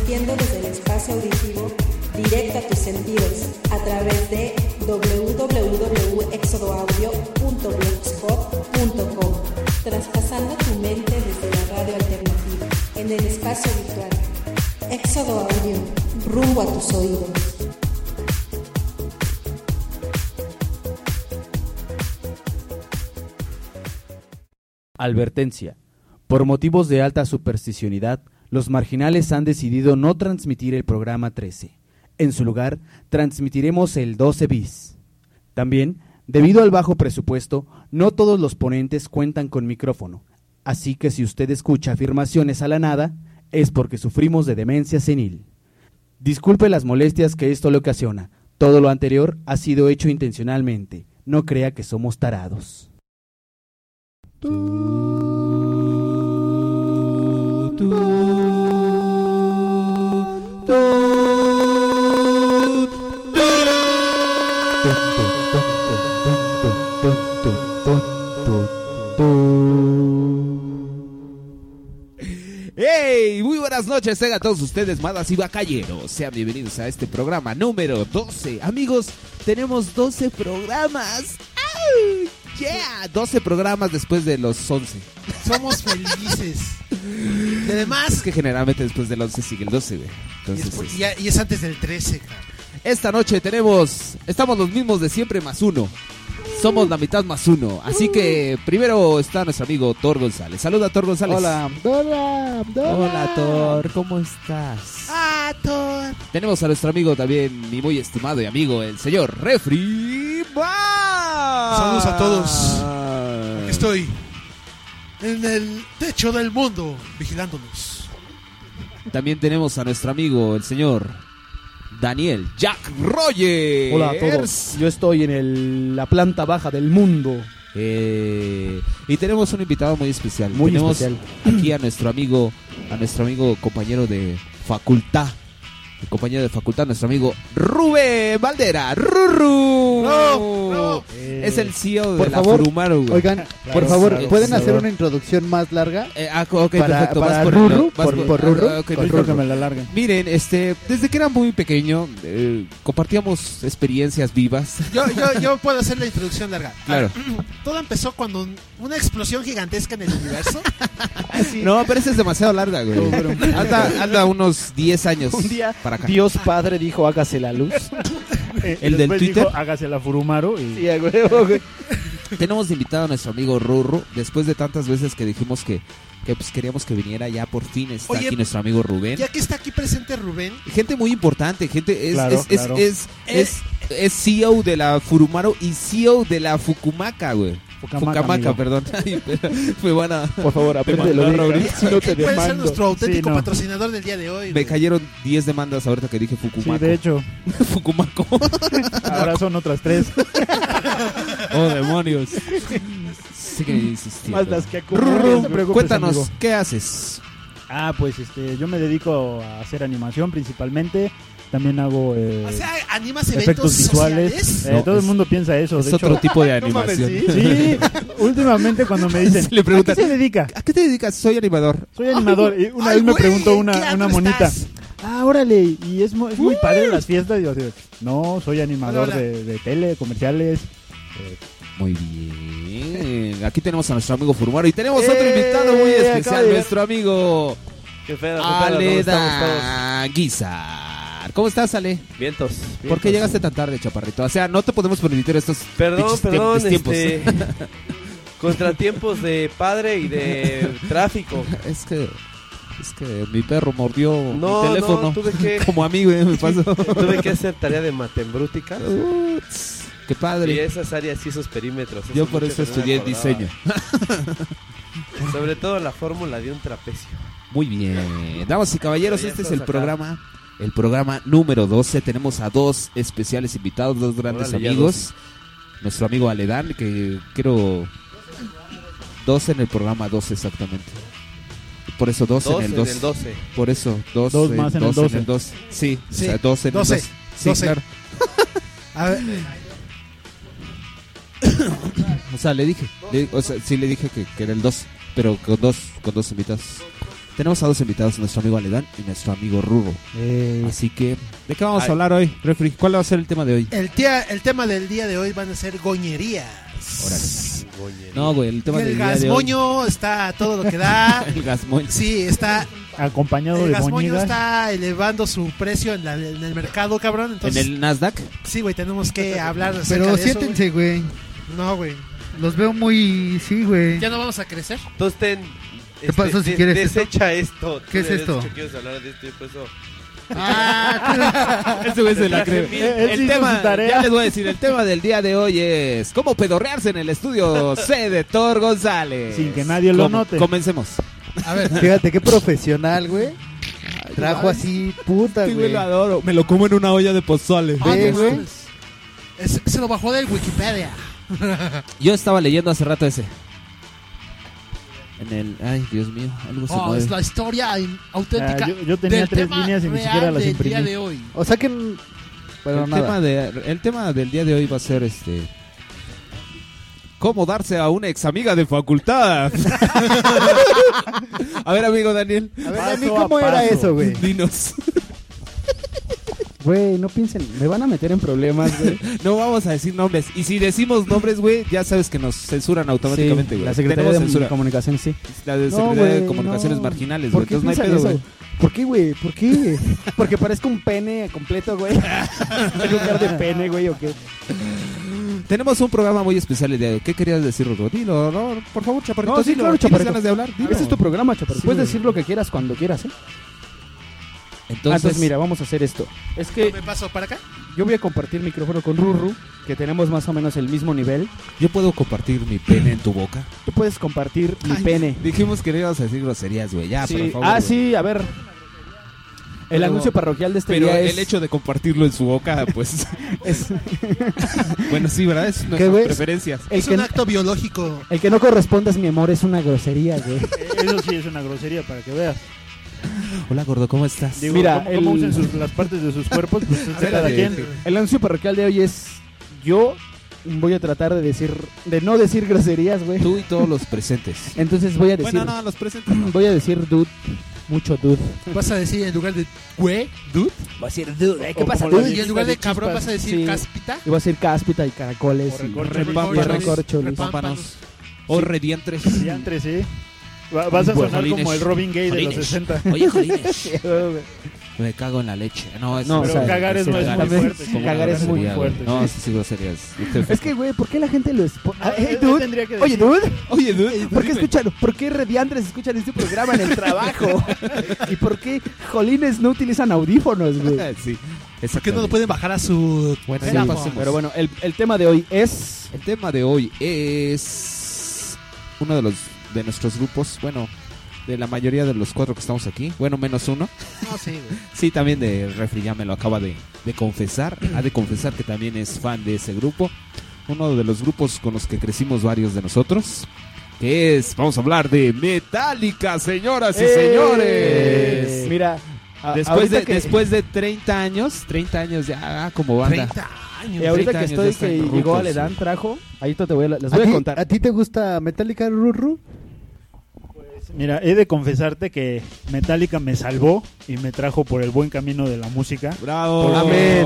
transmitiendo desde el espacio auditivo directo a tus sentidos a través de www.exodoaudio.blogspot.com, traspasando tu mente desde la radio alternativa en el espacio virtual. Éxodo Audio, rumbo a tus oídos. Advertencia. Por motivos de alta supersticionalidad, los marginales han decidido no transmitir el programa 13. En su lugar, transmitiremos el 12 bis. También, debido al bajo presupuesto, no todos los ponentes cuentan con micrófono. Así que si usted escucha afirmaciones a la nada, es porque sufrimos de demencia senil. Disculpe las molestias que esto le ocasiona. Todo lo anterior ha sido hecho intencionalmente. No crea que somos tarados. ¡Hey! Muy buenas noches, tengan todos ustedes, madas y bacayeros. Sean bienvenidos a este programa número 12. Amigos, tenemos 12 programas. ¡Ay! ¡Yeah! 12 programas después de los 11. Somos felices. Y además... Es que generalmente después del 11 sigue el 12, güey. Entonces, y es antes del 13, cara. Esta noche estamos los mismos de siempre más uno. Somos la mitad más uno. Así que primero está nuestro amigo Thor González. Saluda, Thor González. Hola. Hola, Thor. ¿Cómo estás? Thor. Tenemos a nuestro amigo también, mi muy estimado y amigo, el señor Refri Bar. Saludos a todos. Aquí estoy en el techo del mundo vigilándonos. También tenemos a nuestro amigo, el señor Daniel Jack Rogers. Hola a todos. Yo estoy en la planta baja del mundo. Y tenemos un invitado muy especial. Muy tenemos especial. Aquí a nuestro amigo compañero de facultad. El compañero de facultad, nuestro amigo Rubén Valdera. ¡Rurru! No. Es el CEO por de favor, la Furumaru, güey. Oigan, por favor, ¿pueden hacer una introducción más larga? Ok, perfecto. Para Vas Rurru, vas por Rurru. ok, Por favor, que me la larguen. Miren, desde que era muy pequeño, compartíamos experiencias vivas. Yo puedo hacer la introducción larga. Claro. Todo empezó cuando una explosión gigantesca en el universo. No, pero esa es demasiado larga, güey. Anda unos 10 años. Un día para acá. Dios Padre dijo, hágase la luz. El del Twitter. Dijo, hágase la Furumaru. Y... Sí, a huevo, güey. Tenemos de invitado a nuestro amigo Rurru. Después de tantas veces que dijimos que pues queríamos que viniera, ya por fin está aquí nuestro amigo Rubén. Ya que está aquí presente Rubén. Gente muy importante, gente Claro. es CEO de la Furumaru y CEO de la Fukumaca, güey. Fukumaca, perdón. Fue buena. Por favor, apréndelo. Si no te Puede ser demando. nuestro auténtico Sí, no. patrocinador del día de hoy. Me güey. cayeron 10 demandas ahorita que dije Fukumaco. Sí, de hecho. Fukumaco. Ahora son otras 3. Oh, demonios. Sigue insistiendo. Más las que acumulan. No te preocupes, Cuéntanos, amigo. ¿qué haces? Pues yo me dedico a hacer animación principalmente. También hago O sea, animas eventos efectos visuales. sociales. No, Todo el mundo piensa eso. Es de otro hecho, tipo de No mames, animación. Sí, últimamente cuando me dicen, Le preguntan, ¿a qué se dedica? ¿A qué te dedicas? Soy animador. Soy animador. Y una Ay, vez me güey, preguntó ¿en qué una antro monita. estás? Órale, y es muy padre las fiestas. Y yo así, no, soy animador Hola. de tele, comerciales. Muy bien. Aquí tenemos a nuestro amigo Furumaru y tenemos otro invitado muy acaba especial, de- nuestro amigo Qué pedo, ¿cómo estamos Aleda Guizar. ¿Cómo estás, Ale? todos? Vientos. ¿Por qué llegaste tan tarde, chaparrito? O sea, no te podemos permitir estos Perdón, pinches tiempos. Contratiempos de padre y de tráfico. Es que mi perro mordió No, mi teléfono. no, tuve que- Como amigo, me pasó. Tuve que hacer tarea de matembrútica. Qué padre. Y esas áreas y esos perímetros. Yo es por mucho eso que no me estudié acordaba. diseño. Sobre todo la fórmula de un trapecio. Muy bien. Damas y caballeros, Ya este es estás el acá. programa número 12. Tenemos a dos especiales invitados, dos grandes Órale, ya amigos. Nuestro amigo Aledán, que quiero 12 en el programa 12 exactamente. Por eso 12 en el 12. 12. Por eso 12, Dos más en el 12 12. en el 12. Sí, Sí, o sea, 12 en 12, el 12. Sí, 12. claro. A ver, O sea, le dije, sí le dije que era el 12, pero con dos invitados. Tenemos a dos invitados, nuestro amigo Aledán y nuestro amigo Rurro. Así que, ¿de qué vamos a hablar hoy, Refri? ¿Cuál va a ser el tema de hoy? El tema del día de hoy van a ser goñerías. Órale. No, güey, el tema El del día de hoy. gasmoño está a todo lo que da. El gasmoño. Sí, está. Acompañado El de gasmoño boñigas. está elevando su precio en el mercado, cabrón. Entonces, ¿En el Nasdaq? sí, güey, tenemos que hablar acerca Pero de eso, siéntense, güey. güey. No, güey. Los veo muy... Sí, güey. ¿Ya no vamos a crecer? Entonces ¿Qué pasó si quieres esto? desecha esto. ¿Qué es Tú le habías esto? dicho que ibas a hablar de esto y por eso... Ese güey se la cree. Él sí hizo tema, su tarea. ya les voy a decir, el tema del día de hoy es cómo pedorrearse en el estudio C de Thor González. Sin que nadie lo note. Comencemos. A ver, Fíjate qué profesional, güey. Trajo así, puta, Sí, güey, güey. lo adoro. Me lo como en una olla de pozole. ah, Ve, no güey. mames. Se lo bajó del Wikipedia. Yo estaba leyendo hace rato ese. En el... Ay, Dios mío, algo se Oh, mueve. es la historia auténtica. Yo tenía del 3 tema líneas y ni real siquiera las del día imprimí. de hoy. O sea que... Pero nada. El tema del día de hoy va a ser cómo darse a una ex amiga de facultad. A ver, amigo Daniel, A ver, Paso Dani, a ¿cómo era paso. eso, güey? dinos. Güey, no piensen, me van a meter en problemas, güey. No vamos a decir nombres. Y si decimos nombres, güey, ya sabes que nos censuran automáticamente, güey. La Secretaría Tenemos de censura. Comunicaciones, sí. La de No, Secretaría de güey, Comunicaciones no. Marginales, ¿Por güey. qué Entonces no hay piensan pedo, eso? güey. ¿Por qué, güey? ¿Por qué? Porque parezco un pene completo, güey. En lugar de pene, güey, ¿o qué? Tenemos un programa muy especial el día de hoy. ¿Qué querías decir, Rodro? Dilo, no, por favor, Chaparrito. No, sí, dilo. claro, ¿Tienes Chaparrito. ganas de hablar? Dilo. Ese es tu programa, Chaparro. Sí, Puedes güey. decir lo que quieras cuando quieras, ¿eh? Entonces, Mira, vamos a hacer esto. Es que ¿Me paso para acá? yo voy a compartir micrófono con Rurru, que tenemos más o menos el mismo nivel. ¿yo puedo compartir mi pene en tu boca? Tú puedes compartir mi pene. Dijimos que no íbamos a decir groserías, güey. Ya, Sí. por favor. Ah, güey. sí, a ver. El Pero- anuncio parroquial de este Pero día el es... hecho de compartirlo en su boca, pues... es- bueno, sí, ¿verdad? Es ¿Qué, nuestras güey? preferencias. el, Es que, un acto biológico. el que no corresponde es mi amor, es una grosería, güey. Eso sí es una grosería para que veas. Hola, gordo, ¿cómo estás? Digo, Mira, ¿cómo el- usen las partes de sus cuerpos? Pues es de ver, cada sí, quien. sí. El anuncio parroquial de hoy es... Yo voy a tratar de no decir groserías, güey. Tú y todos los presentes. Entonces voy a decir... Bueno, no, los presentes no. Voy a decir dude. Mucho dude. Vas a decir en lugar de güey, Voy a decir dude. ¿qué pasa, dude? y en lugar de Chispas. cabrón vas a decir Sí. cáspita. Y voy a decir cáspita y caracoles. O y recorcholis. recorcholis. Repámpanos. O rediantres. Diantres, sí. Vas a sonar Jolines. como el Robin Gay de los Jolines. 60. Oye, jolines. Me cago en la leche. No, No, Pero o sea, cagar es sí, muy también fuerte. sí, cagar es muy Grosería, fuerte, güey. No, sí. sí, sí, groserías. Es que, güey, ¿por qué la gente lo Él dude. tendría que Oye, decir- dude. Oye, dude, ¿Por qué ¿Por qué rediantres escuchan este programa en el trabajo? ¿Y por qué jolines no utilizan audífonos, güey? Sí. ¿Por qué no lo pueden bajar a su Bueno, Sí, ya pasemos. pero bueno, el tema de hoy es... El tema de hoy es uno de nuestros grupos, bueno, de la mayoría de los 4 que estamos aquí, bueno, menos uno. No, sí, güey. Sí, también de Refri ya me lo acaba de confesar. Ha de confesar que también es fan de ese grupo. Uno de los grupos con los que crecimos varios de nosotros. Que es, vamos a hablar de Metallica, señoras y señores. Mira, Después de 30 años ya como banda. 30 años. y ahorita 30 que años estoy ya están que rucos, llegó Aledán, sí. trajo, ahí te voy les voy a contar. ¿A ti te gusta Metallica, Rurru? Mira, he de confesarte que Metallica me salvó y me trajo por el buen camino de la música. Bravo. Amén.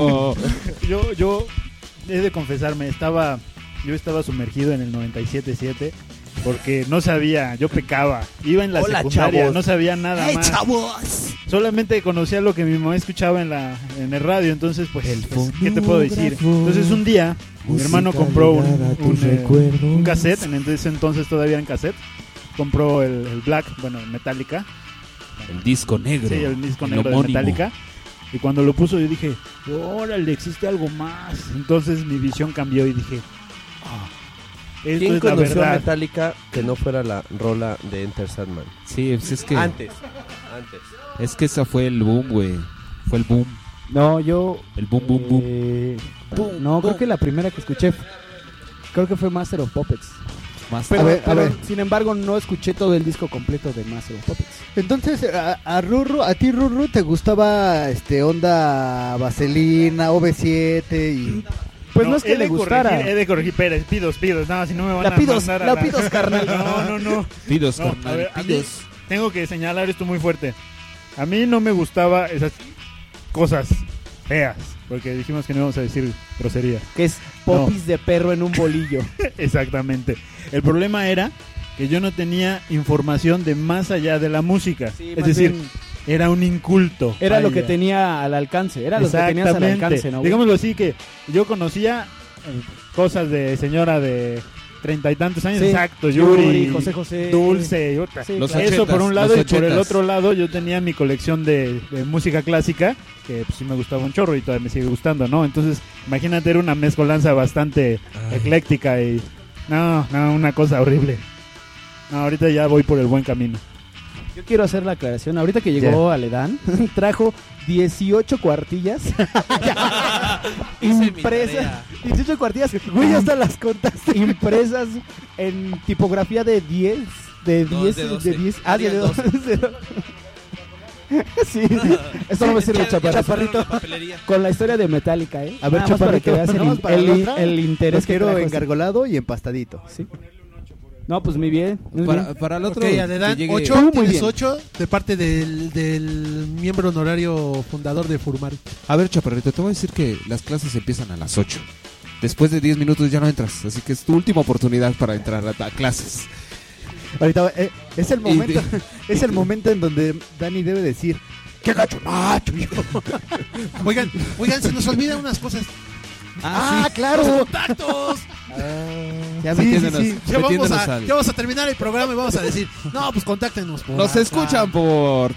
Yo he de confesarme, yo estaba sumergido en el 97.7 porque no sabía, yo pecaba, iba en la Hola, secundaria, chavos. no sabía nada más. chavos! Solamente conocía lo que mi mamá escuchaba en el radio, entonces pues, El ¿qué te puedo decir? fonógrafo. Entonces un día mi hermano compró un cassette, en ese entonces todavía en cassette, compró el Black, bueno, el Metallica. El disco negro. Sí, el disco el negro de homónimo. Metallica. Y cuando lo puso yo dije, órale, existe algo más. Entonces mi visión cambió y dije, esto ¿Quién es la conoció a verdad. Metallica que no fuera la rola de Enter Sandman? Sí, pues es que Antes. es que esa fue el boom, güey. Fue el boom, No, yo... el boom boom boom. no, creo que la primera que escuché, creo que fue Master of Puppets. Más Pero, A ver, pero, a ver. sin embargo, no escuché todo el disco completo de Master of Puppets. Entonces, a ti, Rurru, ¿te gustaba onda Vaselina, OV7 y... Pues no es que he le de gustara. corregir, he de corregir, pidos, no, si no me van La a pidos, mandar a la pidos, carnal. No. Pidos, No, carnal, a ver, a mí- pidos. tengo que señalar esto muy fuerte. A mí no me gustaba esas cosas feas, porque dijimos que no íbamos a decir grosería. Que es popis de perro en un bolillo. Exactamente. El problema era que yo no tenía información de más allá de la música. Sí, es más decir, bien, era un inculto. era lo Vaya. que tenía al alcance. Era lo que tenías al alcance, ¿no? güey? Digámoslo así, que yo conocía cosas de señora de 30 y tantos años. Sí. Exacto, Yuri, José José. Dulce y otra. Sí, Los claro. Eso por 80s, un lado, los y por el 80s. otro lado yo tenía mi colección de música clásica, que pues, sí me gustaba un chorro y todavía me sigue gustando, ¿no? Entonces, imagínate, era una mezcolanza bastante ecléctica y... No, una cosa horrible. No, ahorita ya voy por el buen camino. Yo quiero hacer la aclaración. Ahorita que llegó Aledán, trajo 18 cuartillas impresas. 18 cuartillas, güey, hasta las contaste. Impresas en tipografía de 10. De 10. de De 12. 10. Ah, de Serían 12. Sí, esto no me sirve, chaparrito. Con la historia de Metallica, ¿eh? A ver, Nada más para que veas Chaparrito, para la otra, el interés los que quiero trajo este. engargolado y empastadito. Sí. No, pues muy bien. Muy bien. Para el otro. Ok, le dan que llegue- 8, Muy tienes bien. 8 de parte del miembro honorario fundador de Furmari. A ver, chaparrito, te voy a decir que las clases empiezan a las 8. Después de 10 minutos ya no entras, así que es tu última oportunidad para entrar a clases. Ahorita es el momento, es el momento en donde Dani debe decir, ¡qué gacho macho! Oigan, se nos olvidan unas cosas. ¡Ah, claro! ¡Contactos! Ya Sí, metiéndonos, sí, sí. Ya metiéndonos ya vamos a terminar el programa y vamos a decir, no, pues contáctenos. por Nos WhatsApp. escuchan por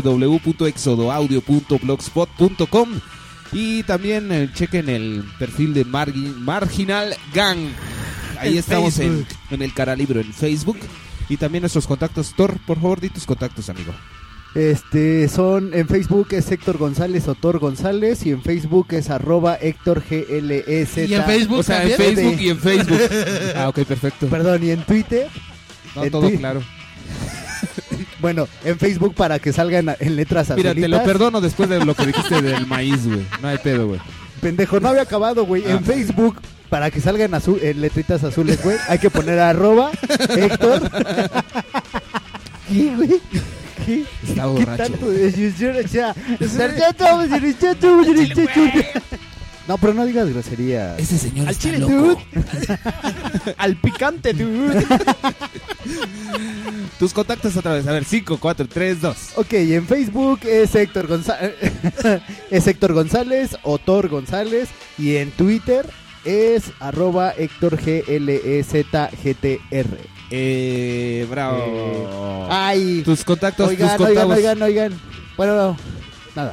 www.exodoaudio.blogspot.com y también chequen el perfil de Marginal Gang. Ahí En estamos en Facebook. el Caralibro en Facebook. Y también nuestros contactos. Thor, por favor, di tus contactos, amigo. Son en Facebook es Héctor González o Thor González y en Facebook es @HectorGLEZ. Y en Facebook O sea, en también. Facebook y en Facebook. Ah, ok, perfecto. Perdón, y en Twitter. No, en todo Twi- claro. Bueno, en Facebook para que salgan en letras Mira, azulitas. te lo perdono después de lo que dijiste del maíz, güey. No hay pedo, güey. Pendejo, no había acabado, güey. Ah. En Facebook para que salgan en letritas azules, güey, hay que poner @Héctor. ¿Qué, güey? ¿Qué? Está ¿Qué borracho. tanto? No, pero no digas grosería. Ese señor Al está chile, loco. dude. Al picante, dude. Tus contactos otra vez. A ver, 5, 4, 3, 2. Ok, en Facebook es Héctor González, es Héctor González o Thor González y en Twitter es @HectorGLEZGTR. Bravo. Ay, Tus contactos, oigan. Bueno, no, nada.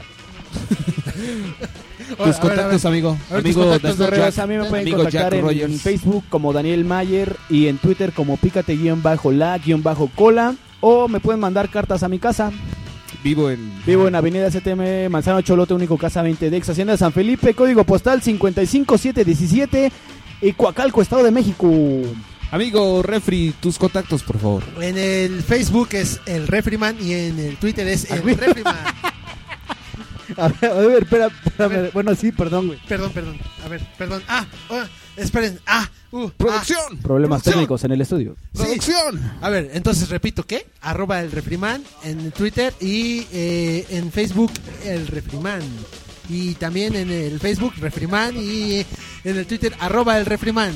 Tus contactos, amigo. A ver, tus Amigo contactos, Daniel Correos, Jack. a mí me pueden Amigo contactar Jack en Rogers. Facebook como Daniel Mayer y en Twitter como pícate_la_cola o me pueden mandar cartas a mi casa. Vivo en... Vivo en Avenida STM, Manzano Cholote, único casa 20 de Ex Hacienda de San Felipe, código postal 55717 y Coacalco, Estado de México. Amigo Refri, tus contactos, por favor. En el Facebook es el Refriman y en el Twitter es el Refriman. A ver, espérame. Bueno, sí, perdón, güey. Perdón. A ver, perdón. Esperen. ¡Producción! Problemas Producción. técnicos en el estudio. Sí. ¡Producción! A ver, entonces repito, ¿qué? @el Refriman en Twitter y en Facebook el Refriman. Y también en el Facebook Refriman y en el Twitter @el Refriman.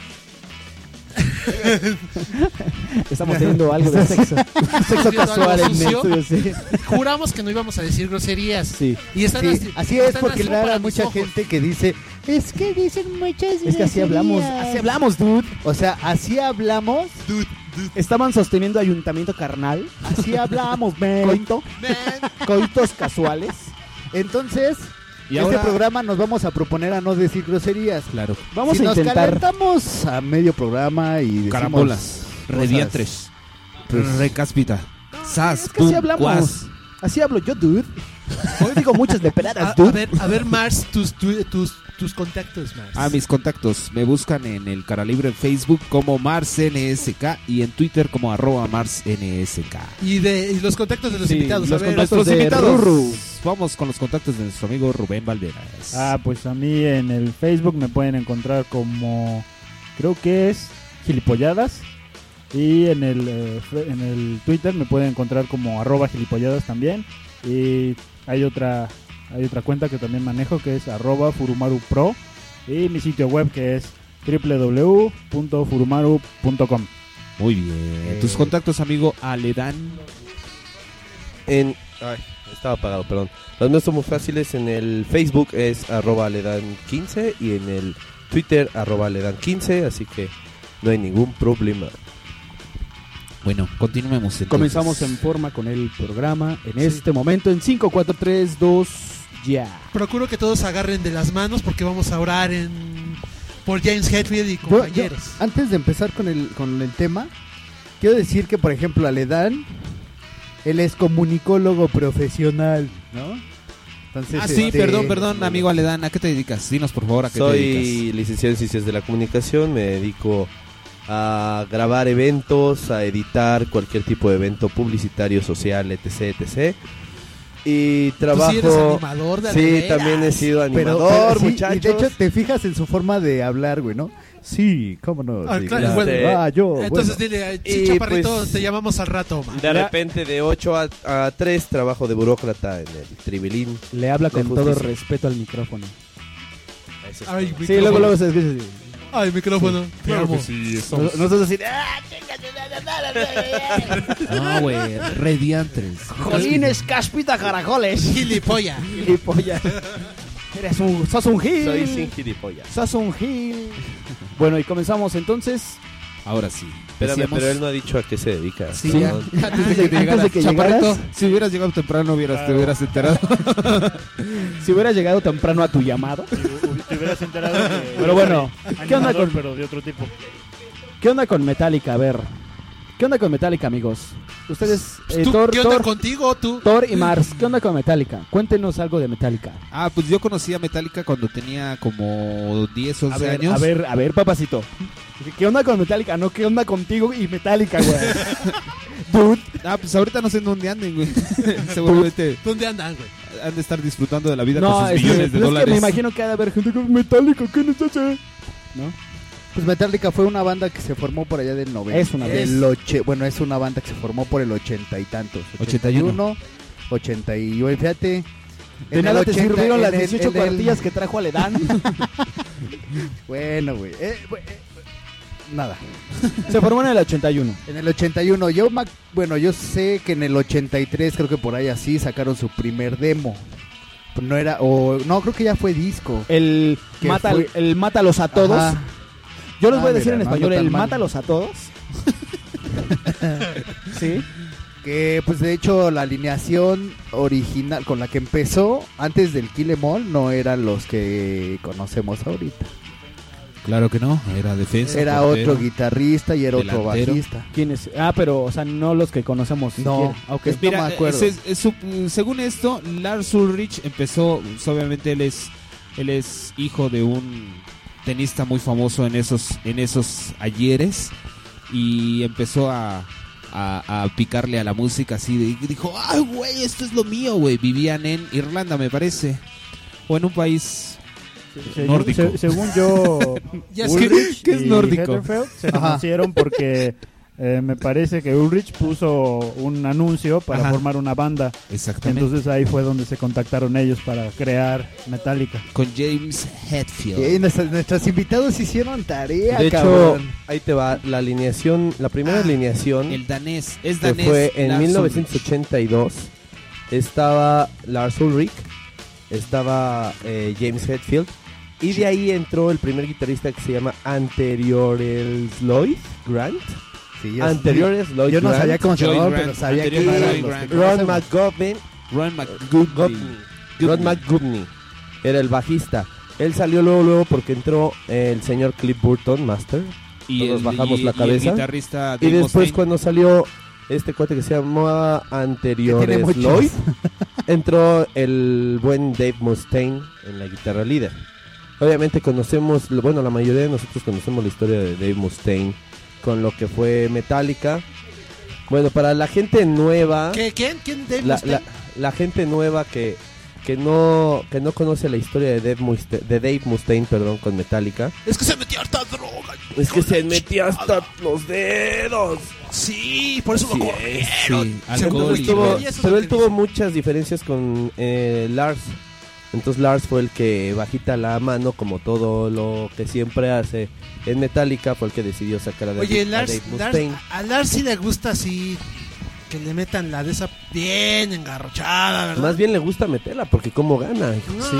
Estamos teniendo algo de sexo. Sexo haciendo casual algo en el sucio. estudio, sí. Juramos que no íbamos a decir groserías. Sí. Y están Sí, así es, están porque así le para da mis mucha ojos. gente que dice, es que dicen muchas Es que así hablamos, dude. O sea, así hablamos, Estaban sosteniendo ayuntamiento carnal. así hablamos, man. Coito. Man, Coitos casuales. Entonces, Y este ahora... programa nos vamos a proponer a no decir groserías. Claro. Vamos Si a nos intentar. calentamos a medio programa y decimos Carambolas. cosas, Rediantres. pues, Recáspita. Sas. Es que así pum, hablamos. cuas. Así hablo yo, dude. Hoy digo muchas leperadas, a dude. ver, Mars, tus contactos, Mars. Mis contactos me buscan en el Caralibre en Facebook como MarsNSK y en Twitter como @MarsNSK. Y los contactos de los Sí, invitados. los a ver, contactos Nuestros de invitados. Ruru. Vamos con los contactos de nuestro amigo Rubén Valderas. Pues a mí en el Facebook me pueden encontrar como, creo que es Gilipolladas. Y en el Twitter me pueden encontrar como @gilipolladas también. Y hay otra cuenta que también manejo que es @furumarupro. Y mi sitio web que es www.furumaru.com. Muy bien. Tus contactos, amigo Aledán. Ay, estaba apagado, perdón. Los míos son muy fáciles. En el Facebook es @aledan15 y en el Twitter @aledan15, así que no hay ningún problema. Bueno, continuemos entonces. Comenzamos en forma con el programa en este momento en 5, 4, 3, 2, ya. Procuro que todos se agarren de las manos porque vamos a orar por James Hetfield y compañeros. Antes de empezar con el tema, quiero decir que, por ejemplo, Aledán, él es comunicólogo profesional, ¿no? Entonces, sí, perdón, amigo Aledán, ¿a qué te dedicas? Dinos, por favor, ¿a qué te dedicas? Soy licenciado en Ciencias de la Comunicación, me dedico a grabar eventos, a editar cualquier tipo de evento publicitario, social, etc, etc. Y trabajo... ¿Tú sí eres animador de Sí, veras? también he sido Pero animador, sí, muchachos. y de hecho, te fijas en su forma de hablar, güey, ¿no? Sí, cómo no. Ah, Sí, claro, claro. bueno. Yo, Entonces bueno. dile, Y chaparrito, pues, te llamamos al rato, man. De repente de 8 a 3 trabajo de burócrata en el Tribilín. Le habla De con todo justicia. respeto al micrófono. Ay, Sí, luego se escucha así. Ay, micrófono. Te amo. Nosotros así, No, güey, radiantes. Jolines, caspita, caracoles. Gilipollas. Gilipollas. Sos un gil. Soy sin gilipollas. Sos un gil. Bueno, y comenzamos entonces. Ahora sí. Espérame, Decíamos- pero él no ha dicho a qué se dedica. Sí, Perdón. antes de que te Antes llegara. de que Chaparrito, llegaras. si hubieras llegado temprano te hubieras enterado. Si hubieras llegado temprano a tu llamado. Te hubieras enterado que Pero bueno, ¿qué onda animador, con- pero de otro tipo. ¿Qué onda con Metallica? A ver. ¿Qué onda con Metallica, amigos? Ustedes, ¿Tú, Thor, ¿Qué onda Thor, contigo, tú? Thor y Mars, ¿qué onda con Metallica? Cuéntenos algo de Metallica. Pues yo conocí a Metallica cuando tenía como 10, 11 años. A ver, papacito. ¿Qué onda con Metallica? No, ¿qué onda contigo y Metallica, güey? Dude. Pues ahorita no sé en dónde anden, güey. Seguramente ¿Dónde andan, güey? han de estar disfrutando de la vida No, con sus es, millones de es que dólares. me imagino que ha de haber gente con Metallica, ¿qué nos hace? ¿No? Pues Metallica fue una banda que se formó por allá del 90. Es una Bueno, es una banda que se formó por el 80 y tantos. 81. 81, fíjate. De En nada el te 80, sirvieron las en el- 18 en el- cuartillas que trajo Aledán. Bueno, güey. Nada. Se formó en el 81. En el 81, yo sé que en el 83, creo que por ahí así, sacaron su primer demo. No era, no, creo que ya fue disco. El ¿Qué mata, fue? el mátalos a todos. Ajá. Yo les voy a mira, decir en no español, ando tan el mal. mátalos a todos. Sí. Que pues de hecho la alineación original con la que empezó antes del Kill Em All no eran los que conocemos ahorita. Claro que no, era defensa. Era portero. otro guitarrista y era otro delantero. bajista. ¿Quién es? Pero, o sea, no los que conocemos. No. siquiera. Ok. Es- Mira, no me acuerdo. según esto, Lars Ulrich empezó, pues, obviamente él es hijo de un tenista muy famoso en esos ayeres y empezó a picarle a la música así y dijo, ay güey, esto es lo mío, güey. Vivían en Irlanda, me parece, o en un país nórdico. Según yo, Ya es Ulrich ¿qué es y nórdico? Hetterfeld se Ajá. conocieron porque me parece que Ulrich puso un anuncio para Ajá. formar una banda. Exactamente. Entonces ahí fue donde se contactaron ellos para crear Metallica. Con James Hetfield. Y nuestros invitados hicieron tarea, De hecho, cabrón. ahí te va la alineación, la primera alineación El danés, es que danés. fue en Lars 1982. Estaba Lars Ulrich, estaba James Hetfield y de ahí entró el primer guitarrista que se llama Anteriores Lloyd Grant. Sí, yo- Anteriores Lloyd yo no Grant. sabía cómo se Joy llamaban, Grant, pero sabía que anterior no eran Joy los Grant. que Ron conocemos. McGovern. Ron McGoodney. Ron McGoodney era el bajista. Él salió luego porque entró el señor Cliff Burton, Master. Todos bajamos la y el cabeza. guitarrista Y Dave después Mustaine. cuando salió este cuate que se llamaba Que tiene Anteriores muchos. Lloyd, entró el buen Dave Mustaine en la guitarra líder. Obviamente conocemos, bueno, la mayoría de nosotros conocemos la historia de Dave Mustaine con lo que fue Metallica. Bueno, para la gente nueva, ¿Quién? ¿Quién? Dave la, Mustaine? la gente nueva que que no conoce la historia de Dave Mustaine, perdón, con Metallica. Es que se metió harta droga. Es que se metía hasta los dedos. Sí, por eso Sí, lo corrieron. sí. Alcohol y Pero él tuvo muchas diferencias con Lars. Entonces Lars fue el que bajita la mano, como todo lo que siempre hace en Metallica, fue el que decidió sacar a Dave, Oye, a Dave Mustaine. a Lars sí le gusta así que le metan la de esa bien engarrochada, ¿verdad? Más bien le gusta meterla, porque cómo gana. No, Sí.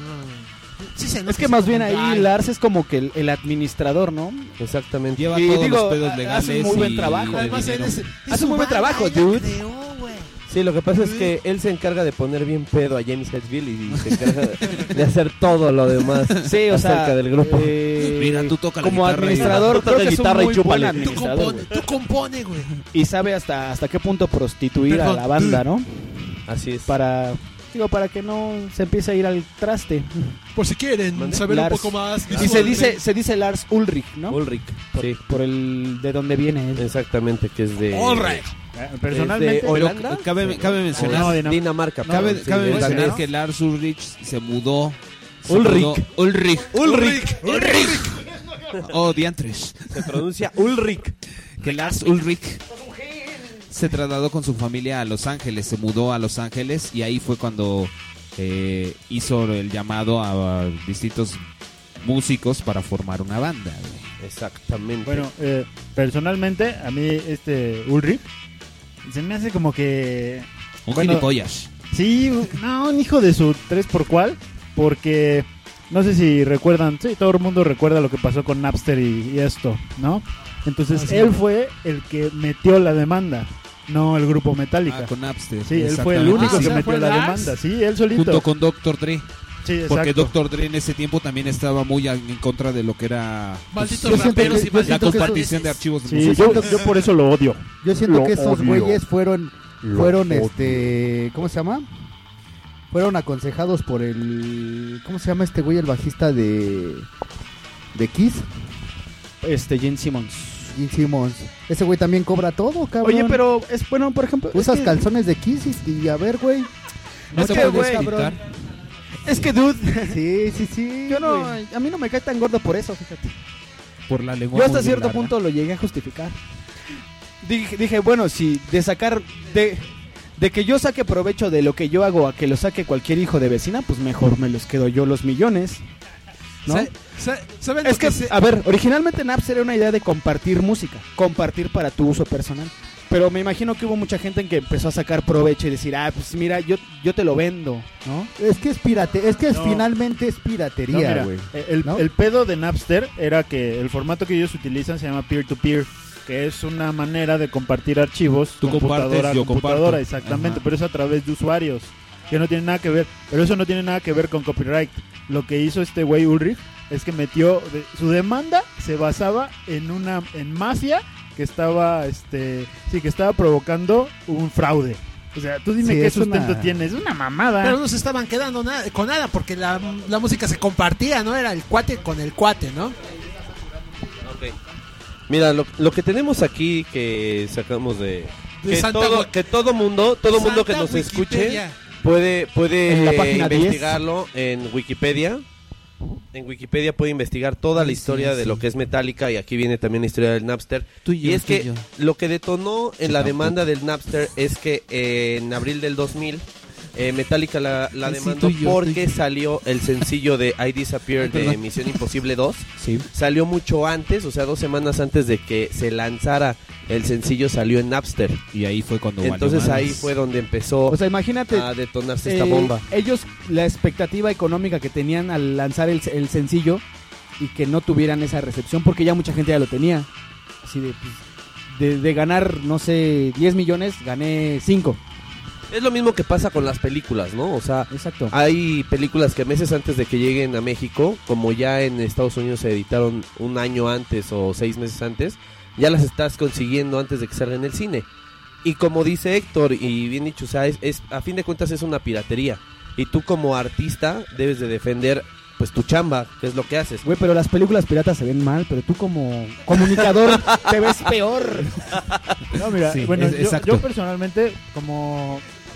Sí se nota Es que más bien ahí Ay. Lars es como que el administrador, ¿no? Exactamente. Lleva Y todos digo, los pedos hace legales. muy buen y trabajo. de Además, él dinero. Hace su muy buen banda, trabajo, él la dude. creó, güey. Sí, lo que pasa es que él se encarga de poner bien pedo a James Hetfield y se encarga de hacer todo lo demás Sí, o sea, acerca del grupo. Mira, tú toca la como guitarra y- administrador, Tú creo toca que es un guitarra y muy chúpale. buen Tú administrador, compone, güey. tú compone, güey. Y sabe hasta qué punto prostituir a Perdón, la banda, ¿no? Así es. Para que no se empiece a ir al traste. Por si quieren ¿Mande? saber Lars. un poco más. Y se dice Lars Ulrich, ¿no? Ulrich, sí, Por el de donde viene él. exactamente, que es de... Ulrich. Personalmente, ¿Es de Holanda? Pero cabe mencionar, No, Dinamarca. cabe perdón, sí, cabe de mencionar danés. que Lars Ulrich se mudó. Ulrich. Ulrich. Oh, diantres. Se pronuncia Ulrich. Que Lars Ulrich se trasladó con su familia a Los Ángeles, se mudó a Los Ángeles y ahí fue cuando hizo el llamado a distintos músicos para formar una banda. Güey. Exactamente. bueno, personalmente, a mí Ulrich se me hace como que... Un Bueno, gilipollas. Sí, no, un hijo de su 3 por cual, porque no sé si recuerdan, sí, todo el mundo recuerda lo que pasó con Napster y esto, ¿no? Entonces Ah, sí. él fue el que metió la demanda, no el grupo Metallica. Con Napster. Sí, él fue el Exactamente. único Ah, o que sea, metió ¿fue la Lars? demanda, sí, él solito. Junto con Dr. Dre. Sí, Porque exacto. Dr. Dre en ese tiempo también estaba muy en contra de lo que era Malditos Yo siento raperos que- y yo la siento que compartición de archivos Sí, musicales. yo por eso lo odio. Yo siento Lo que esos odio. güeyes fueron ¿cómo se llama? Fueron aconsejados por ¿cómo se llama este güey, el bajista de Kiss? Gene Simmons. Gene Simmons. Ese güey también cobra todo, cabrón. Oye, pero es bueno, por ejemplo, Usas es que, calzones de Kiss y a ver, güey. No Es se que, puede güey, explicar. es que dude, Sí. yo no, güey. a mí no me cae tan gordo por eso, fíjate. Por la lengua. Yo hasta muy cierto larga. punto lo llegué a justificar. Dije, bueno, si de sacar de que yo saque provecho de lo que yo hago a que lo saque cualquier hijo de vecina, pues mejor me los quedo yo los millones, ¿no? ¿Saben Es lo que, se- a ver, originalmente Napster era una idea de compartir música, compartir para tu uso personal. Pero me imagino que hubo mucha gente en que empezó a sacar provecho y decir, pues mira, yo te lo vendo, ¿no? Es que No. finalmente es No, piratería, mira, güey. ¿no? el pedo de Napster era que el formato que ellos utilizan se llama peer-to-peer, que es una manera de compartir archivos Tú computadora compartes, a yo computadora, comparto. exactamente, Ajá. pero es a través de usuarios, que no tiene nada que ver, pero eso no tiene nada que ver con copyright. Lo que hizo este güey Ulrich es que su demanda se basaba en mafia que estaba que estaba provocando un fraude. O sea, tú dime Sí, qué es sustento una- tiene, es una mamada. Pero no se estaban quedando con nada porque la música se compartía, ¿no? Era el cuate con el cuate, ¿no? Ok. Mira, lo que tenemos aquí que sacamos de que Santa que todo mundo que Santa nos escuche Wikipedia. puede En la página 10. investigarlo en Wikipedia. En Wikipedia puede investigar toda la Ay, historia sí, de sí. lo que es Metallica, y aquí viene también la historia del Napster. Tú Y es tú que yo. lo que detonó en Sí, la tampoco. demanda del Napster es que en abril del 2000 Metallica la Ay, sí, demandó tú y yo, porque tú y yo. salió el sencillo de I Disappear Ay, de perdón. Misión Imposible 2. Sí. Salió mucho antes, o sea, 2 semanas antes de que se lanzara el sencillo, salió en Napster. Y ahí fue cuando Entonces valió ahí madres. fue donde empezó O sea, imagínate, a detonarse esta eh, bomba. ellos, la expectativa económica que tenían al lanzar el sencillo y que no tuvieran esa recepción, porque ya mucha gente ya lo tenía. Así de, pues, de ganar, no sé, 10 millones, gané 5. Es lo mismo que pasa con las películas, ¿no? O sea, Exacto. hay películas que meses antes de que lleguen a México, como ya en Estados Unidos se editaron un año antes o 6 meses antes, ya las estás consiguiendo antes de que salga en el cine. Y como dice Héctor, y bien dicho, o sea, es a fin de cuentas es una piratería. Y tú como artista debes de defender pues tu chamba, que es lo que haces. Güey, pero las películas piratas se ven mal, pero tú como comunicador te ves peor. No, mira, Sí, bueno, exacto. yo personalmente, como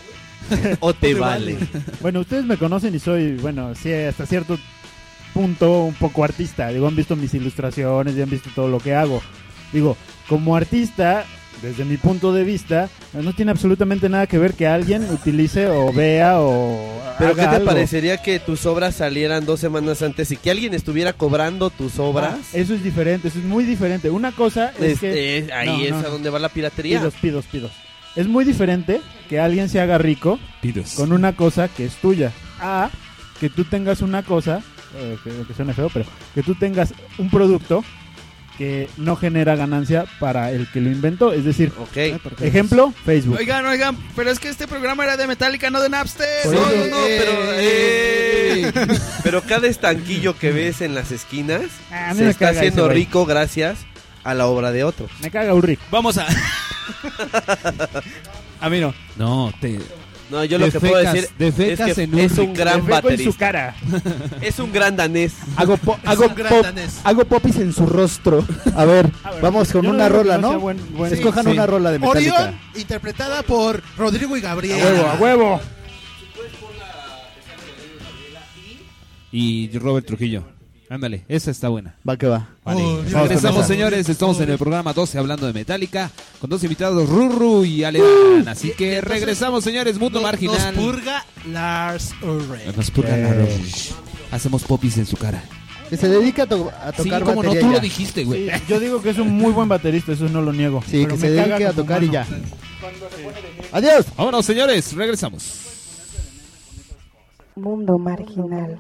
O te vale. Bueno, ustedes me conocen y soy, bueno, sí, hasta cierto punto un poco artista. Digo, han visto mis ilustraciones y han visto todo lo que hago. Digo, como artista, desde mi punto de vista, no tiene absolutamente nada que ver que alguien utilice o vea o ¿Pero haga qué te algo. parecería que tus obras salieran 2 semanas antes y que alguien estuviera cobrando tus obras? Eso es diferente, eso es muy diferente. Una cosa es que... Ahí es a donde va la piratería. Pidos. Es muy diferente que alguien se haga rico con una cosa que es tuya. A que tú tengas una cosa, que suene feo, pero que tú tengas un producto que no genera ganancia para el que lo inventó. Es decir, ejemplo, Facebook. Oigan, pero es que este programa era de Metallica, no de Napster. Pero cada estanquillo que ves en las esquinas A mí se me está caga haciendo ese güey. rico gracias a la obra de otro. Me caga Ulrich. Vamos a... A mí no. No, yo lo que puedo decir es que es un gran Defeco en su baterista. cara. Es un gran danés. Hago popis en su rostro. A ver, vamos con yo no una digo que rola, no sea ¿no? buen- Escojan sí. una rola de Metallica. Orión, interpretada por Rodrigo y Gabriel. A huevo. Y Robert Trujillo. Ándale, esa está buena. Va que va. Vale. Oh, Dios. Regresamos, con esa. señores. Estamos en el programa 12 hablando de Metallica con dos invitados, Ruru y Aledan. Así que Entonces, regresamos, señores. Mundo Marginal. Nos purga Lars Ulrich. Nos purgan la Rush. Hacemos popis en su cara. Que se dedica a Sí, tocar como no, batería tú ya. lo dijiste, güey. Sí, yo digo que es un muy buen baterista, eso no lo niego. Sí, pero que me se caga dedique a como tocar y humano. ya. ¡Adiós! Vámonos, señores. Regresamos. Mundo marginal.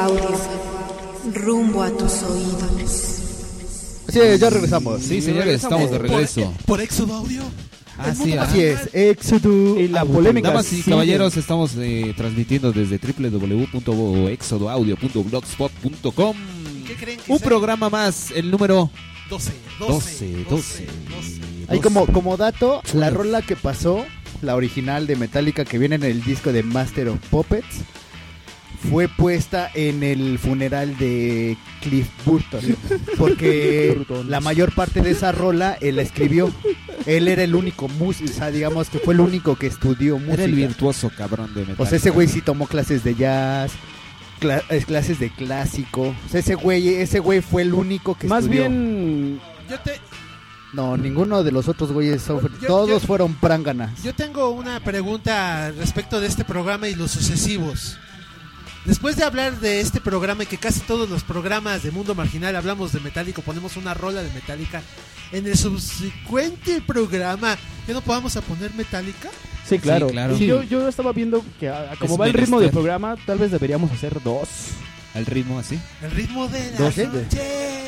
Audio, rumbo a tus oídos. Sí, ya regresamos. Sí, señores, estamos de regreso. Por Éxodo Audio. Así es, Éxodo. Y la polémica. Damas y sigue. caballeros, estamos transmitiendo desde www.exodoaudio.blogspot.com. ¿Qué creen que Un sea? programa más, el número 12. Ahí como dato, la rola que pasó, la original de Metallica que viene en el disco de Master of Puppets, fue puesta en el funeral de Cliff Burton, porque la mayor parte de esa rola él la escribió. Él era el único músico, o sea, digamos que fue el único que estudió música. Era el virtuoso cabrón de Metallica. O sea, ese güey sí tomó clases de jazz, clases de clásico. O sea, ese güey fue el único que Más estudió. bien, No, ninguno de los otros güeyes todos fueron pránganas. Yo tengo una pregunta respecto de este programa y los sucesivos. Después de hablar de este programa y que casi todos los programas de Mundo Marginal hablamos de Metallica, ponemos una rola de Metallica, en el subsecuente programa, ¿ya no podamos a poner Metallica? sí, claro. Sí, claro. Y yo estaba viendo que como Es va el ritmo del menester. programa, tal vez deberíamos hacer dos. Al ritmo así. El ritmo de la ¿Doce? noche.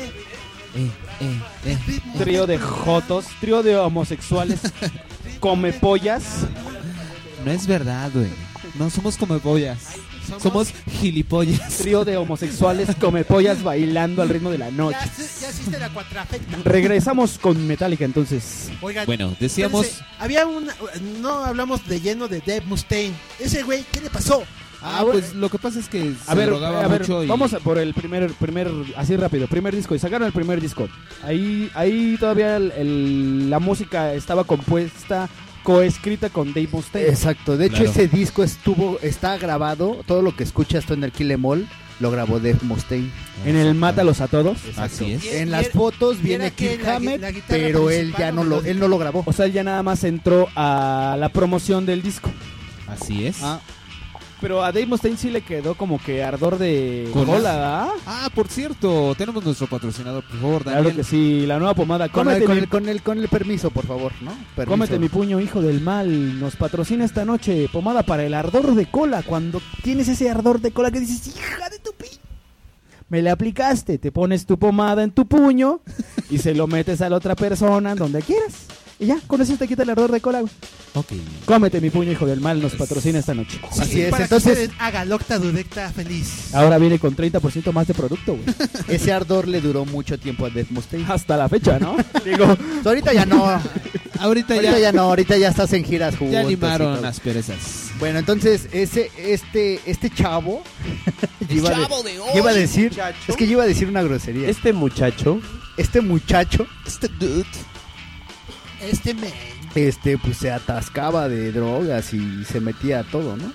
El ritmo Trío de jotos, trío de homosexuales, come pollas. No es verdad, güey. No somos como pollas. Somos gilipollas. Trío de homosexuales, come pollas bailando al ritmo de la noche. Ya hiciste la cuatrafecta. Regresamos con Metallica entonces. Oigan, Bueno, decíamos... espérense, había una... No hablamos de lleno de Dave Mustaine. Ese güey, ¿qué le pasó? pues lo que pasa es que A se ver, drogaba mucho y... vamos a por el primer, así rápido, primer disco, y sacaron el primer disco. Ahí todavía la música estaba compuesta, coescrita con Dave Mustaine. Exacto, de hecho Claro. ese disco está grabado, todo lo que escuchas tú en el Kill Em All lo grabó Dave Mustaine. En el Mátalos a Todos. Así es. En las fotos viene era que Kirk la Hammett, guitarra pero él principal ya o no melódica. él no lo grabó. O sea, él ya nada más entró a la promoción del disco. Así es. Pero a Dave Mustaine sí le quedó como que ardor de Cola. cola, ¿ah? Por cierto, tenemos nuestro patrocinador, por favor, Daniel. Claro que sí, la nueva pomada. Con Cómete, el permiso, por favor, ¿no? Permiso. cómete mi puño, hijo del mal. Nos patrocina esta noche pomada para el ardor de cola. Cuando tienes ese ardor de cola que dices, hija de tu pi... Me le aplicaste, te pones tu pomada en tu puño y se lo metes a la otra persona donde quieras. Y ya, con eso te quita el ardor de cola, güey. Ok. Cómete mi puño, hijo del mal, nos patrocina esta noche. Así es, para entonces- que usted haga Locta Dudecta feliz. Ahora viene con 30% más de producto, güey. Ese ardor le duró mucho tiempo a Dave Mustaine. Hasta la fecha, ¿no? Digo, Ahorita ya no. Ahorita Ahorita ya, ya no, ahorita ya estás en giras juntos. ya y animaron todo. las perezas. Bueno, entonces este chavo iba a decir, es que yo iba a decir una grosería. Este muchacho, Este muchacho, Este man. pues se atascaba de drogas y se metía a todo, ¿no?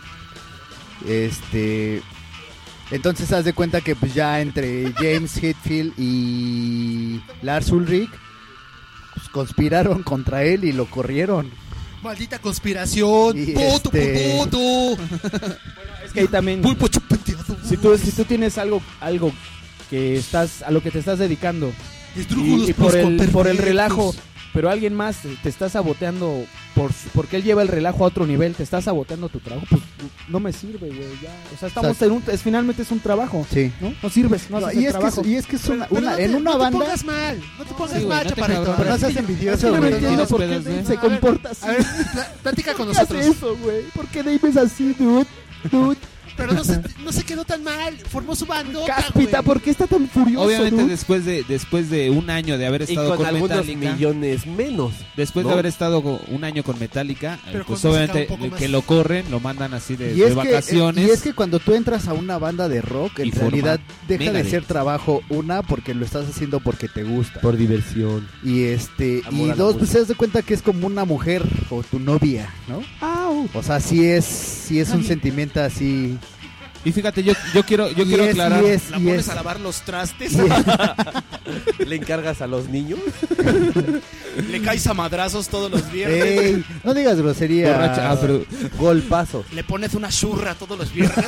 Entonces haz de cuenta que pues ya entre James Hetfield y Lars Ulrich pues, conspiraron contra él y lo corrieron. Maldita conspiración. Y Puto, puto. es que ahí también, Pulpo chupeteado. si tú tienes algo que a lo que te estás dedicando Esdrújulos y por el perfectos. relajo, pero alguien más te está saboteando porque él lleva el relajo a otro nivel, te está saboteando tu trabajo, pues no me sirve, güey, ya. O sea, estamos finalmente es un trabajo, Sí. ¿no? No sirves, no No, haces el y trabajo. es que es una, Pero no te- en una no banda te pongas mal. No te pongas Sí, güey, mal, no te chaparrito. cabrones. pero no seas Es que envidioso, no güey. entiendo por qué pedas, Dave ¿eh? se comporta así. A ver, platica con ¿Por qué hace nosotros. eso, güey? ¿Por qué Dave es así, dude? Pero no se quedó tan mal. Formó su bandota, Cáspita, güey. ¿por qué está tan furioso, Obviamente dude? después de un año de haber y estado con con algunos Metallica, millones menos. después ¿no? de haber estado un año con Metallica, Pero pues con música obviamente un poco más. que lo corren, lo mandan así de Y es, vacaciones. y es que cuando tú entras a una banda de rock, en Y forma realidad deja de Megadeth. ser trabajo, una, porque lo estás haciendo porque te gusta. Por diversión. Y Amor a la dos, pues música. te das de cuenta que es como una mujer o tu novia, ¿no? O sea, sí es un sentimiento así. Y fíjate, yo quiero aclarar. La pones a lavar los trastes, ¿Le encargas a los niños? le caes a madrazos todos los viernes, Ey, no digas grosería. Borracha, pero Golpazos. le pones una churra todos los viernes.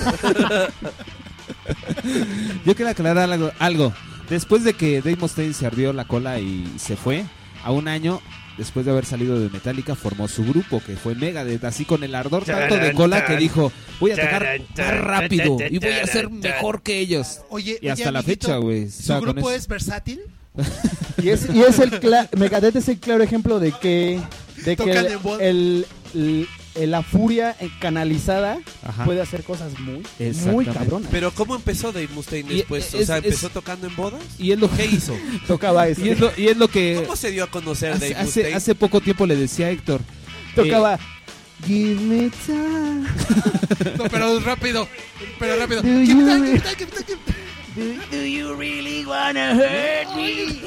yo quiero aclarar algo. Después de que Dave Mustaine se ardió la cola y se fue, a un año después de haber salido de Metallica, formó su grupo, que fue Megadeth, así con el ardor tanto de cola que dijo, voy a tocar más rápido y voy a ser mejor que ellos. Oye, Y hasta la amiguito, fecha, güey. ¿Su grupo es versátil? Y es Megadeth es el claro ejemplo de que Tocan en boda. la furia canalizada Ajá. puede hacer cosas muy Exactamente. cabronas. Pero ¿cómo empezó Dave Mustaine Y después? es- O sea, es- ¿empezó tocando en bodas? Y es lo ¿Qué hizo? Tocaba eso. y es lo que ¿Cómo se dio a conocer Dave hace Mustaine? hace poco tiempo le decía a Héctor. Tocaba Give me time. No, pero rápido. Do Give you- me time, give me time, give me time, give me time. Do you really wanna hurt me?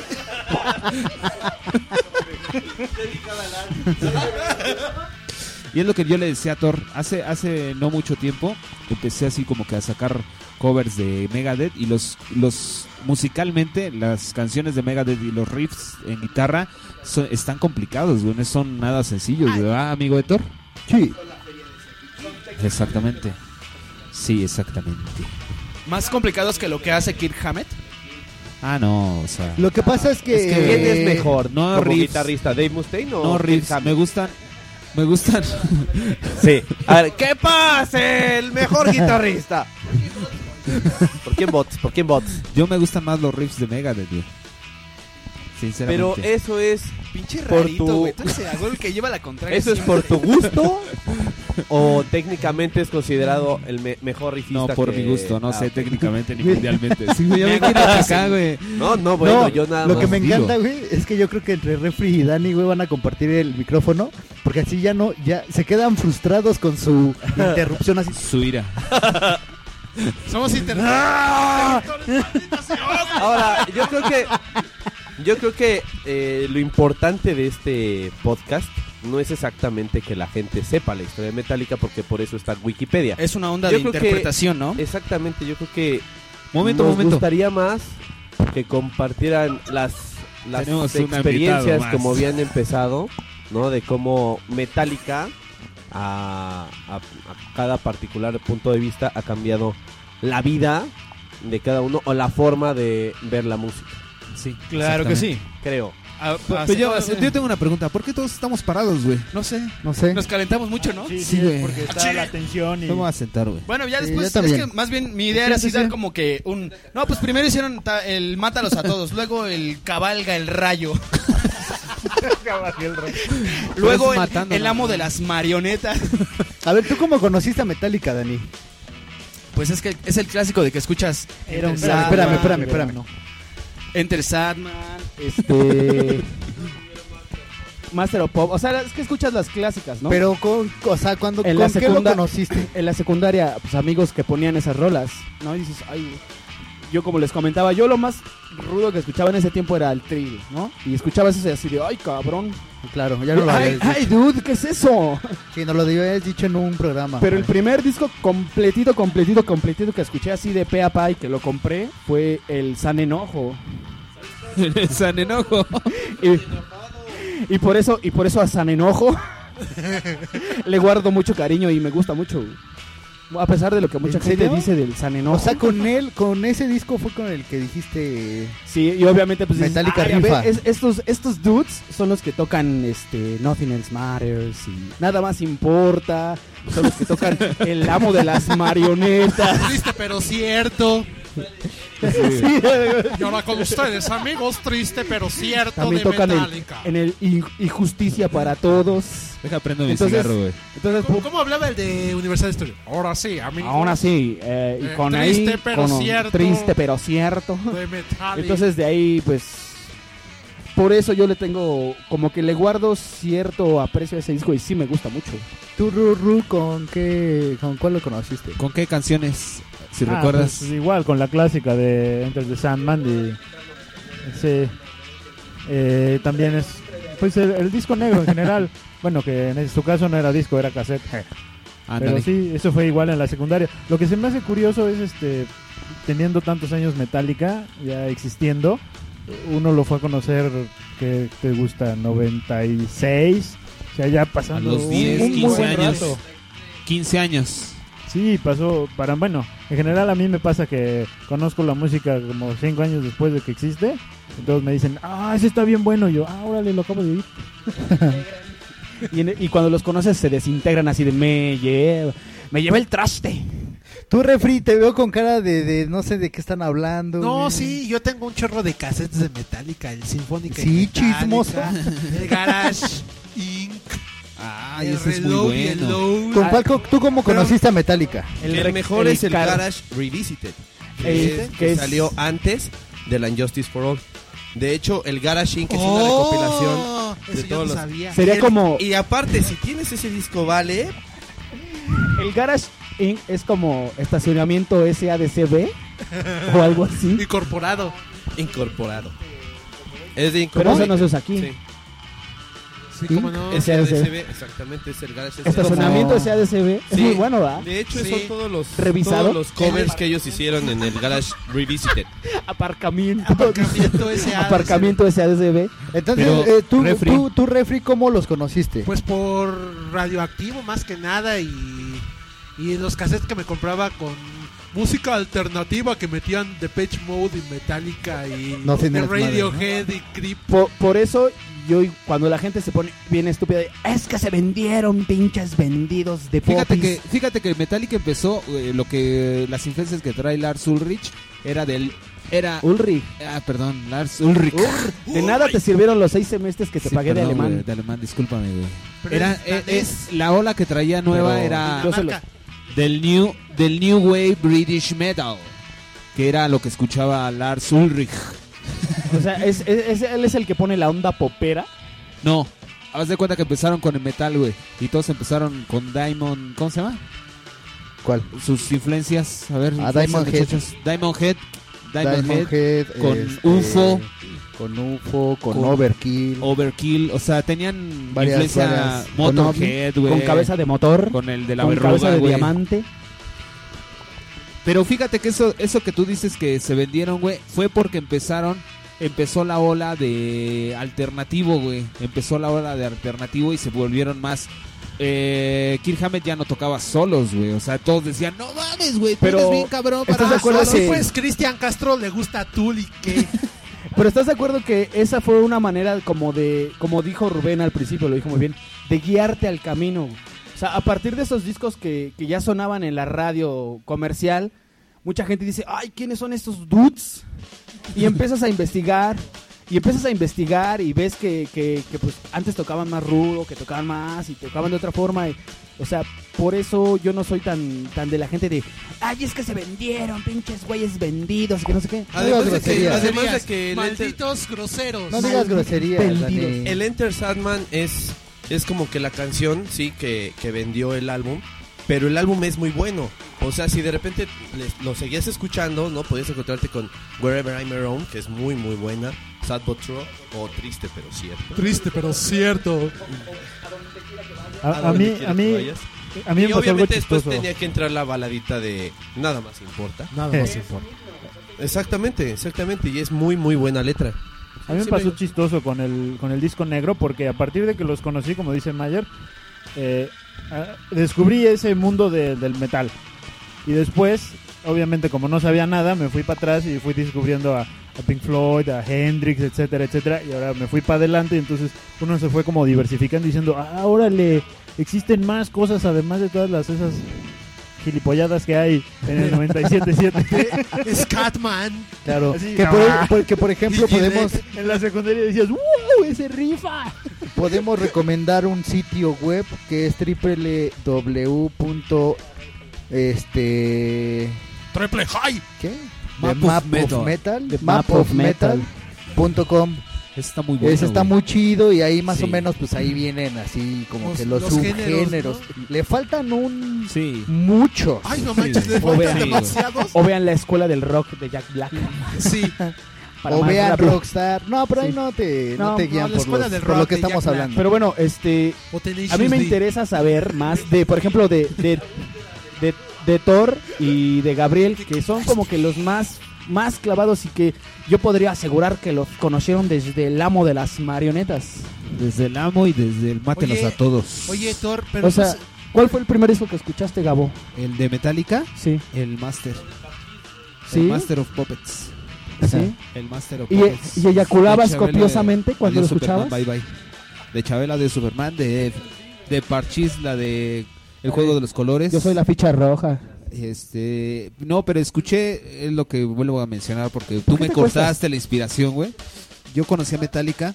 Y es lo que yo le decía a Thor, hace no mucho tiempo empecé así como que a sacar covers de Megadeth y los musicalmente las canciones de Megadeth y los riffs en guitarra están complicados, güey, no son nada sencillos, ¿verdad, amigo de Thor? Sí. Exactamente. Sí, exactamente. Más complicados que lo que hace Kirk Hammett. Ah, no, o sea, Lo que pasa es que... Es que- ¿Quién es mejor no como riffs. guitarrista, Dave Mustaine o no riffs, Kirk Hammett? me gustan. Sí. A ver, ¿qué pasa? El mejor guitarrista. ¿Por quién votas? ¿Por quién votas? Yo me gustan más los riffs de Megadeth, güey. Pero Sinceramente. eso es Pinche por rarito, tu... güey. Tú eres el que lleva la contraria. ¿Eso es por tu gusto? ¿O técnicamente es considerado el mejor riffista? No, por que- mi gusto, no sé ok. técnicamente ni mundialmente. Sí, güey, ya me quiero acá, güey. No, bueno, No, yo nada lo más que me digo. encanta, güey, es que yo creo que entre Refri y Dani, güey, van a compartir el micrófono, porque así ya se quedan frustrados con su interrupción así. Su ira. Somos internet. Ahora, yo creo que lo importante de este podcast no es exactamente que la gente sepa la historia de Metallica, porque por eso está en Wikipedia. Es una onda Yo de creo que- interpretación, ¿no? Exactamente, yo creo que Momento. nos gustaría más que compartieran las Tenemos un experiencias invitado más. como habían empezado, ¿no? De cómo Metallica a cada particular punto de vista ha cambiado la vida de cada uno o la forma de ver la música, Sí, Claro que sí. creo. Pero yo tengo una pregunta. ¿Por qué todos estamos parados, güey? No sé. No sé. Nos calentamos mucho, ¿no? Sí, Sí, sí, güey. porque está la tensión y... Me voy a sentar, güey. Bueno, ya Sí, después, yo es también. que más bien mi idea era así dar como que un... No, pues primero hicieron el mátalos a todos, luego el cabalga el rayo, luego Pero es matando, el ¿no? amo de las marionetas. A ver, ¿tú cómo conociste a Metallica, Dani? Pues es que es el clásico de que escuchas Era un Espérame. Enter Sadman. Master of Pop. O sea, es que escuchas las clásicas, ¿no? Pero, ¿con En la qué lo segunda- conociste? En la secundaria, pues amigos que ponían esas rolas, ¿no? Y dices, ay, yo como les comentaba, yo lo más rudo que escuchaba en ese tiempo era el Trill, ¿no? Y escuchabas ese así de, ay, cabrón. Claro, ya no lo Ay, habías dicho. ay, dude, ¿qué es eso? Sí, nos lo habías dicho en un programa. Pero el primer disco completito que escuché así de pe a pa y que lo compré fue el San Enojo. San Enojo. Y por eso a San Enojo le guardo mucho cariño y me gusta mucho. A pesar de lo que mucha ¿En gente serio? dice del San Enojo. O sea, con ese disco fue con el que dijiste... Sí, y obviamente pues dices, Metallica "Ay, a ver, rifa". estos dudes son los que tocan Nothing Else Matters y Nada Más Importa, son los que tocan El Amo de las Marionetas. Triste pero cierto. Sí, Y ahora con ustedes, amigos, triste pero cierto también de tocan Metallica. en el Injusticia para Todos. Deja prendo mi Entonces, cigarro, güey. Entonces, ¿Cómo hablaba el de Universal Studios? Ahora sí, amigos. aún así, y con triste, ahí, pero con cierto. Triste pero cierto. De Metallica. Entonces de ahí, pues, por eso yo le tengo, como que le guardo cierto aprecio a ese disco y sí me gusta mucho. ¿Tú, Ruru, con cuál lo conociste? ¿Con qué canciones? Si Ah, recuerdas. pues, igual con la clásica de Enter the Sandman y sí, también es pues el disco negro en general. Bueno, que en su caso no era disco, era cassette. Ándale. Pero sí, eso fue igual en la secundaria. Lo que se me hace curioso es teniendo tantos años Metallica ya existiendo, uno lo fue a conocer, que te gusta, 96, o sea, ya A pasando los 10, un muy 15 buen años. rato. 15 años. Sí, pasó bueno, en general a mí me pasa que conozco la música como 5 años después de que existe, entonces me dicen, ese está bien bueno, y yo, órale, lo acabo de oír. y cuando los conoces se desintegran así de me lleva el traste. Tú, Refri, te veo con cara de no sé de qué están hablando. No, güey. sí, yo tengo un chorro de cassettes de Metallica, el Sinfónica. Sí, y Metallica, chismoso. El Garage Inc. Ay, el ese es muy Reload y el bueno. Load. Con Falco, ¿tú cómo Pero- conociste a Metallica? El mejor es el Garage Revisited, que salió antes del Unjustice for All. De hecho, el Garage Inc. es una recopilación de Eso yo todos no los... sabía. Sería como Y aparte, si tienes ese disco, vale... el Garage Inc. es como estacionamiento SADCB o algo así. Incorporado. Incorporado. Es de Pero eso incorporado. no se usa aquí. Sí. Sí, cómo no. Es SADCB. SADCB, exactamente, es el Garage Estacionamiento como- SADCB es Sí. muy bueno, ¿verdad? De hecho, Sí. son ¿Revisado? todos los covers que ellos hicieron en el Garage Revisited. Aparcamiento. Aparcamiento SADCB. Aparcamiento SADCB. Entonces, Pero, tú, Refri. tú, Refri, ¿cómo los conociste? Pues por radioactivo más que nada y los cassettes que me compraba con música alternativa que metían Depeche Mode y Metallica y No tiene las Radiohead y Creep. Por eso yo cuando la gente se pone bien estúpida, es que se vendieron pinches vendidos de popis. Fíjate que Metallica empezó lo que las influencias que trae Lars Ulrich era Ulrich. perdón, Lars Ulrich. De nada te sirvieron los 6 semestres que te Sí, pagué de perdón, alemán. güey, de alemán, discúlpame, güey. Pero Era es danés. la ola que traía nueva Pero era yo se lo- Marca. del New Wave British Metal, que era lo que escuchaba Lars Ulrich. O sea, él es el que pone la onda popera. No, haz de cuenta que empezaron con el metal, güey, y todos empezaron con Diamond, ¿cómo se llama? ¿Cuál? Sus influencias, a ver. Ah, influencias, Diamond Head. muchachos. Diamond Head, Head, con UFO. Con UFO, con Con- Overkill. Overkill, o sea, tenían Varias, influencia varias. Motorhead, güey. Con cabeza de motor. Con el de la con verruga, cabeza de güey. diamante. Pero fíjate que eso que tú dices que se vendieron, güey, fue porque empezó la ola de alternativo, güey. Empezó la ola de alternativo y se volvieron más. Kirk Hammett ya no tocaba solos, güey. O sea, todos decían, no mames, güey, Pero, pero bien cabrón ¿estás para de acuerdo solos". que- Pues Cristian Castro le gusta Tool y que Pero ¿estás de acuerdo que esa fue una manera como dijo Rubén al principio, lo dijo muy bien, de guiarte al camino? O sea, a partir de esos discos que ya sonaban en la radio comercial, mucha gente dice, ay, ¿quiénes son estos dudes? Y empiezas a investigar, y ves que pues antes tocaban más rudo, que tocaban más y tocaban de otra forma. O sea, por eso yo no soy tan de la gente de, ay, es que se vendieron, pinches güeyes vendidos, que no sé qué. Además de que el malditos groseros. No digas groserías, Vendidos. Dani. El Enter Sandman es como que la canción, sí, que vendió el álbum, pero el álbum es muy bueno. O sea, si de repente lo seguías escuchando, ¿no? Podías encontrarte con Wherever I'm Around, que es muy, muy buena. Sad But True, o Triste Pero Cierto. Triste, pero cierto. A mí me Y pasó algo obviamente después chistoso. tenía que entrar la baladita de Nada Más Importa. Nada más importa. Exactamente, y es muy, muy buena letra. A mí me Sí, pasó chistoso con el disco negro porque a partir de que los conocí, como dice Mayer, descubrí ese mundo del metal. Y después, obviamente como no sabía nada, me fui para atrás y fui descubriendo a Pink Floyd, a Hendrix, etcétera, etcétera. Y ahora me fui para adelante y entonces uno se fue como diversificando diciendo, órale, existen más cosas además de todas esas gilipolladas que hay en el 97.7. Scatman. Claro, Así, que por ejemplo Y podemos, En la secundaria decías, ¡wow! ¡Ese rifa! podemos recomendar un sitio web que es www. Triple High. ¿Qué? Map of Metal. mapofmetal.com. Está muy bueno. Ese está güey. muy chido y ahí más Sí. o menos pues ahí vienen así como que los Los subgéneros. géneros, Le faltan Sí. muchos. Ay, no manches, le O faltan vean, demasiados. o vean la escuela del rock de Jack Black. Sí. para O más vean rápido. Rockstar. No, pero ahí Sí. no te No, guían la por, escuela los- del por rock lo que de Jack estamos Black. hablando. Pero bueno, O Tenacious a mí me D. interesa saber más de, por ejemplo, de Thor y de Gabriel, que son como que los más clavados y que yo podría asegurar que los conocieron desde el amo de las marionetas. Desde el amo y desde el mátenos Oye, a todos. Oye, Thor, pero O sea, pues, ¿cuál fue el primer disco que escuchaste, Gabo? El de Metallica, Sí, el Master. sí, El Master of Puppets. sí. El Master of ¿Y, Puppets. y eyaculabas De Chabelo, copiosamente cuando lo Adiós, Superman, escuchabas? Bye bye. de Chabela, de Superman, de Parchís, la de El Juego de los Colores. Yo soy la ficha roja. No, pero escuché, es lo que vuelvo a mencionar porque tú me cortaste la inspiración, güey. Yo conocí a Metallica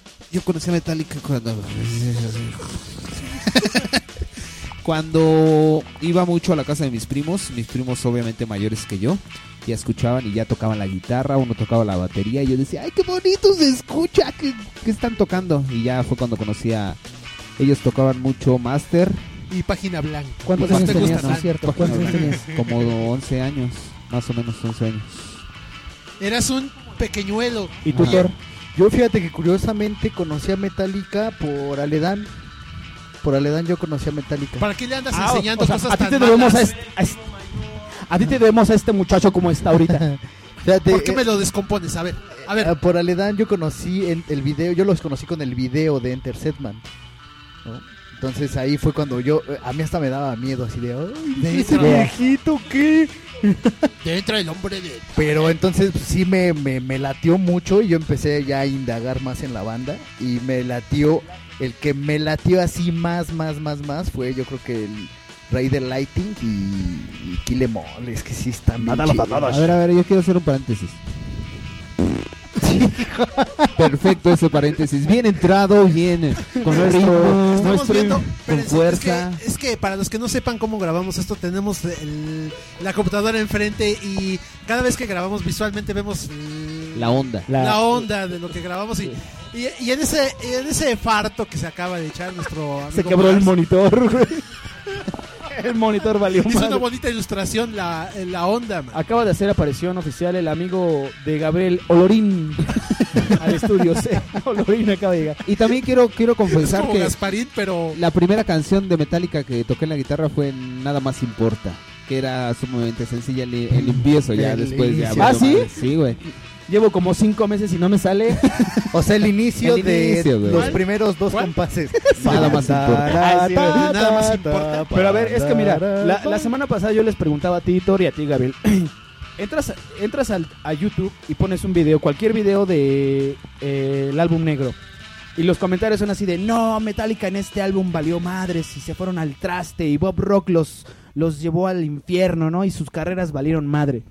cuando iba mucho a la casa de mis primos obviamente mayores que yo, ya escuchaban y ya tocaban la guitarra, uno tocaba la batería y yo decía, ay, qué bonito se escucha, ¿qué están tocando? Y ya fue cuando conocí a, ellos tocaban mucho Master. Y Página Blanca. ¿Cuántos años tenías? No es cierto. ¿Cuántos años tenías? Como 11 años, más o menos 11 años. Eras un pequeñuelo. ¿Y tú, Thor? Yo fíjate que curiosamente conocí a Metallica por Aledán. Por Aledán yo conocí a Metallica. ¿Para qué le andas enseñando cosas a ti tan te debemos malas? a ti te debemos a este muchacho como está ahorita. Fíjate, ¿Por qué me lo descompones? A ver. Por Aledán yo conocí el video, yo los conocí con el video de Enter Sandman, ¿no? Entonces ahí fue cuando a mí hasta me daba miedo así de, ay, ese viejito, ¿qué? Dentro el hombre de... Pero entonces pues, sí me latió mucho y yo empecé ya a indagar más en la banda y me latió, el que me latió así más fue yo creo que el Raider Lighting y Kill Em All, es que sí están bien chidos. A ver, yo quiero hacer un paréntesis. Perfecto ese paréntesis, bien entrado, bien con nuestro con fuerza. Es que para los que no sepan cómo grabamos esto, tenemos la computadora enfrente y cada vez que grabamos visualmente vemos la onda de lo que grabamos y en ese farto que se acaba de echar nuestro amigo se quebró Mars, el monitor. El monitor valió hizo madre. una bonita ilustración la onda, man. Acaba de hacer aparición oficial el amigo de Gabriel Olorín al estudio C. Olorín acaba de llegar. Y también quiero confesar como que Gasparín, pero la primera canción de Metallica que toqué en la guitarra fue Nada Más Importa, que era sumamente sencilla el empiezo, ya después ya. ¿Ah, sí? Sí, güey. Llevo como 5 meses y no me sale. O sea, el inicio de güey. los primeros dos compases. Nada más importa. nada más importa. Pero a ver, es que mira, la semana pasada yo les preguntaba a ti, Thor, y a ti, Gabriel. Entras a YouTube y pones un video, cualquier video de el álbum negro. Y los comentarios son así de, no, Metallica en este álbum valió madres y se fueron al traste y Bob Rock los llevó al infierno, ¿no? Y sus carreras valieron madre.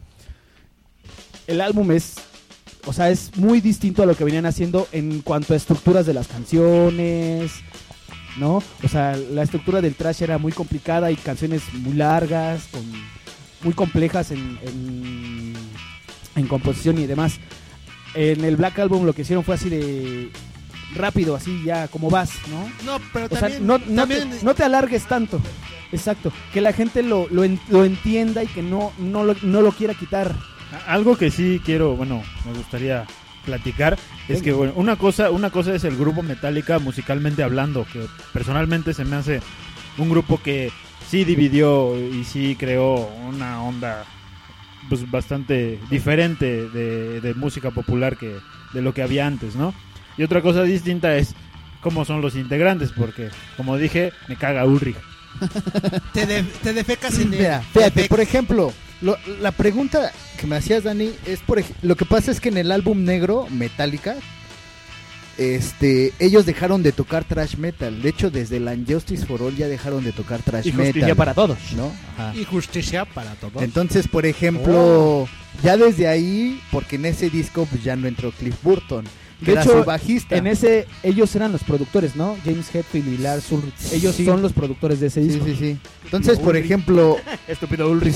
El álbum es muy distinto a lo que venían haciendo en cuanto a estructuras de las canciones, ¿no? O sea, la estructura del thrash era muy complicada y canciones muy largas, muy complejas en composición y demás. En el Black Album lo que hicieron fue así de rápido, así ya como vas, ¿no? No, pero O también, sea, no te alargues tanto. Exacto, que la gente lo entienda y que no lo quiera quitar. Algo que sí quiero, me gustaría platicar es que bueno, una cosa es el grupo Metallica musicalmente hablando, que personalmente se me hace un grupo que sí dividió y sí creó una onda pues bastante diferente de música popular que de lo que había antes, ¿no? Y otra cosa distinta es cómo son los integrantes, porque como dije, me caga Ulrich. te defecas en Mira, fíjate, por ejemplo, la pregunta que me hacías, Dani, es lo que pasa es que en el álbum negro Metallica ellos dejaron de tocar thrash metal. De hecho, desde la Injustice for All ya dejaron de tocar thrash metal. Y justicia para todos, ¿no? Ajá. Y justicia para todos. Entonces, por ejemplo, ya desde ahí, porque en ese disco pues, ya no entró Cliff Burton, que de era hecho, su bajista. En ese, ellos eran los productores, ¿no? James Hetfield y Lars Ulrich. Ellos son los productores de ese disco. Sí. Entonces, por ejemplo, estúpido Ulrich.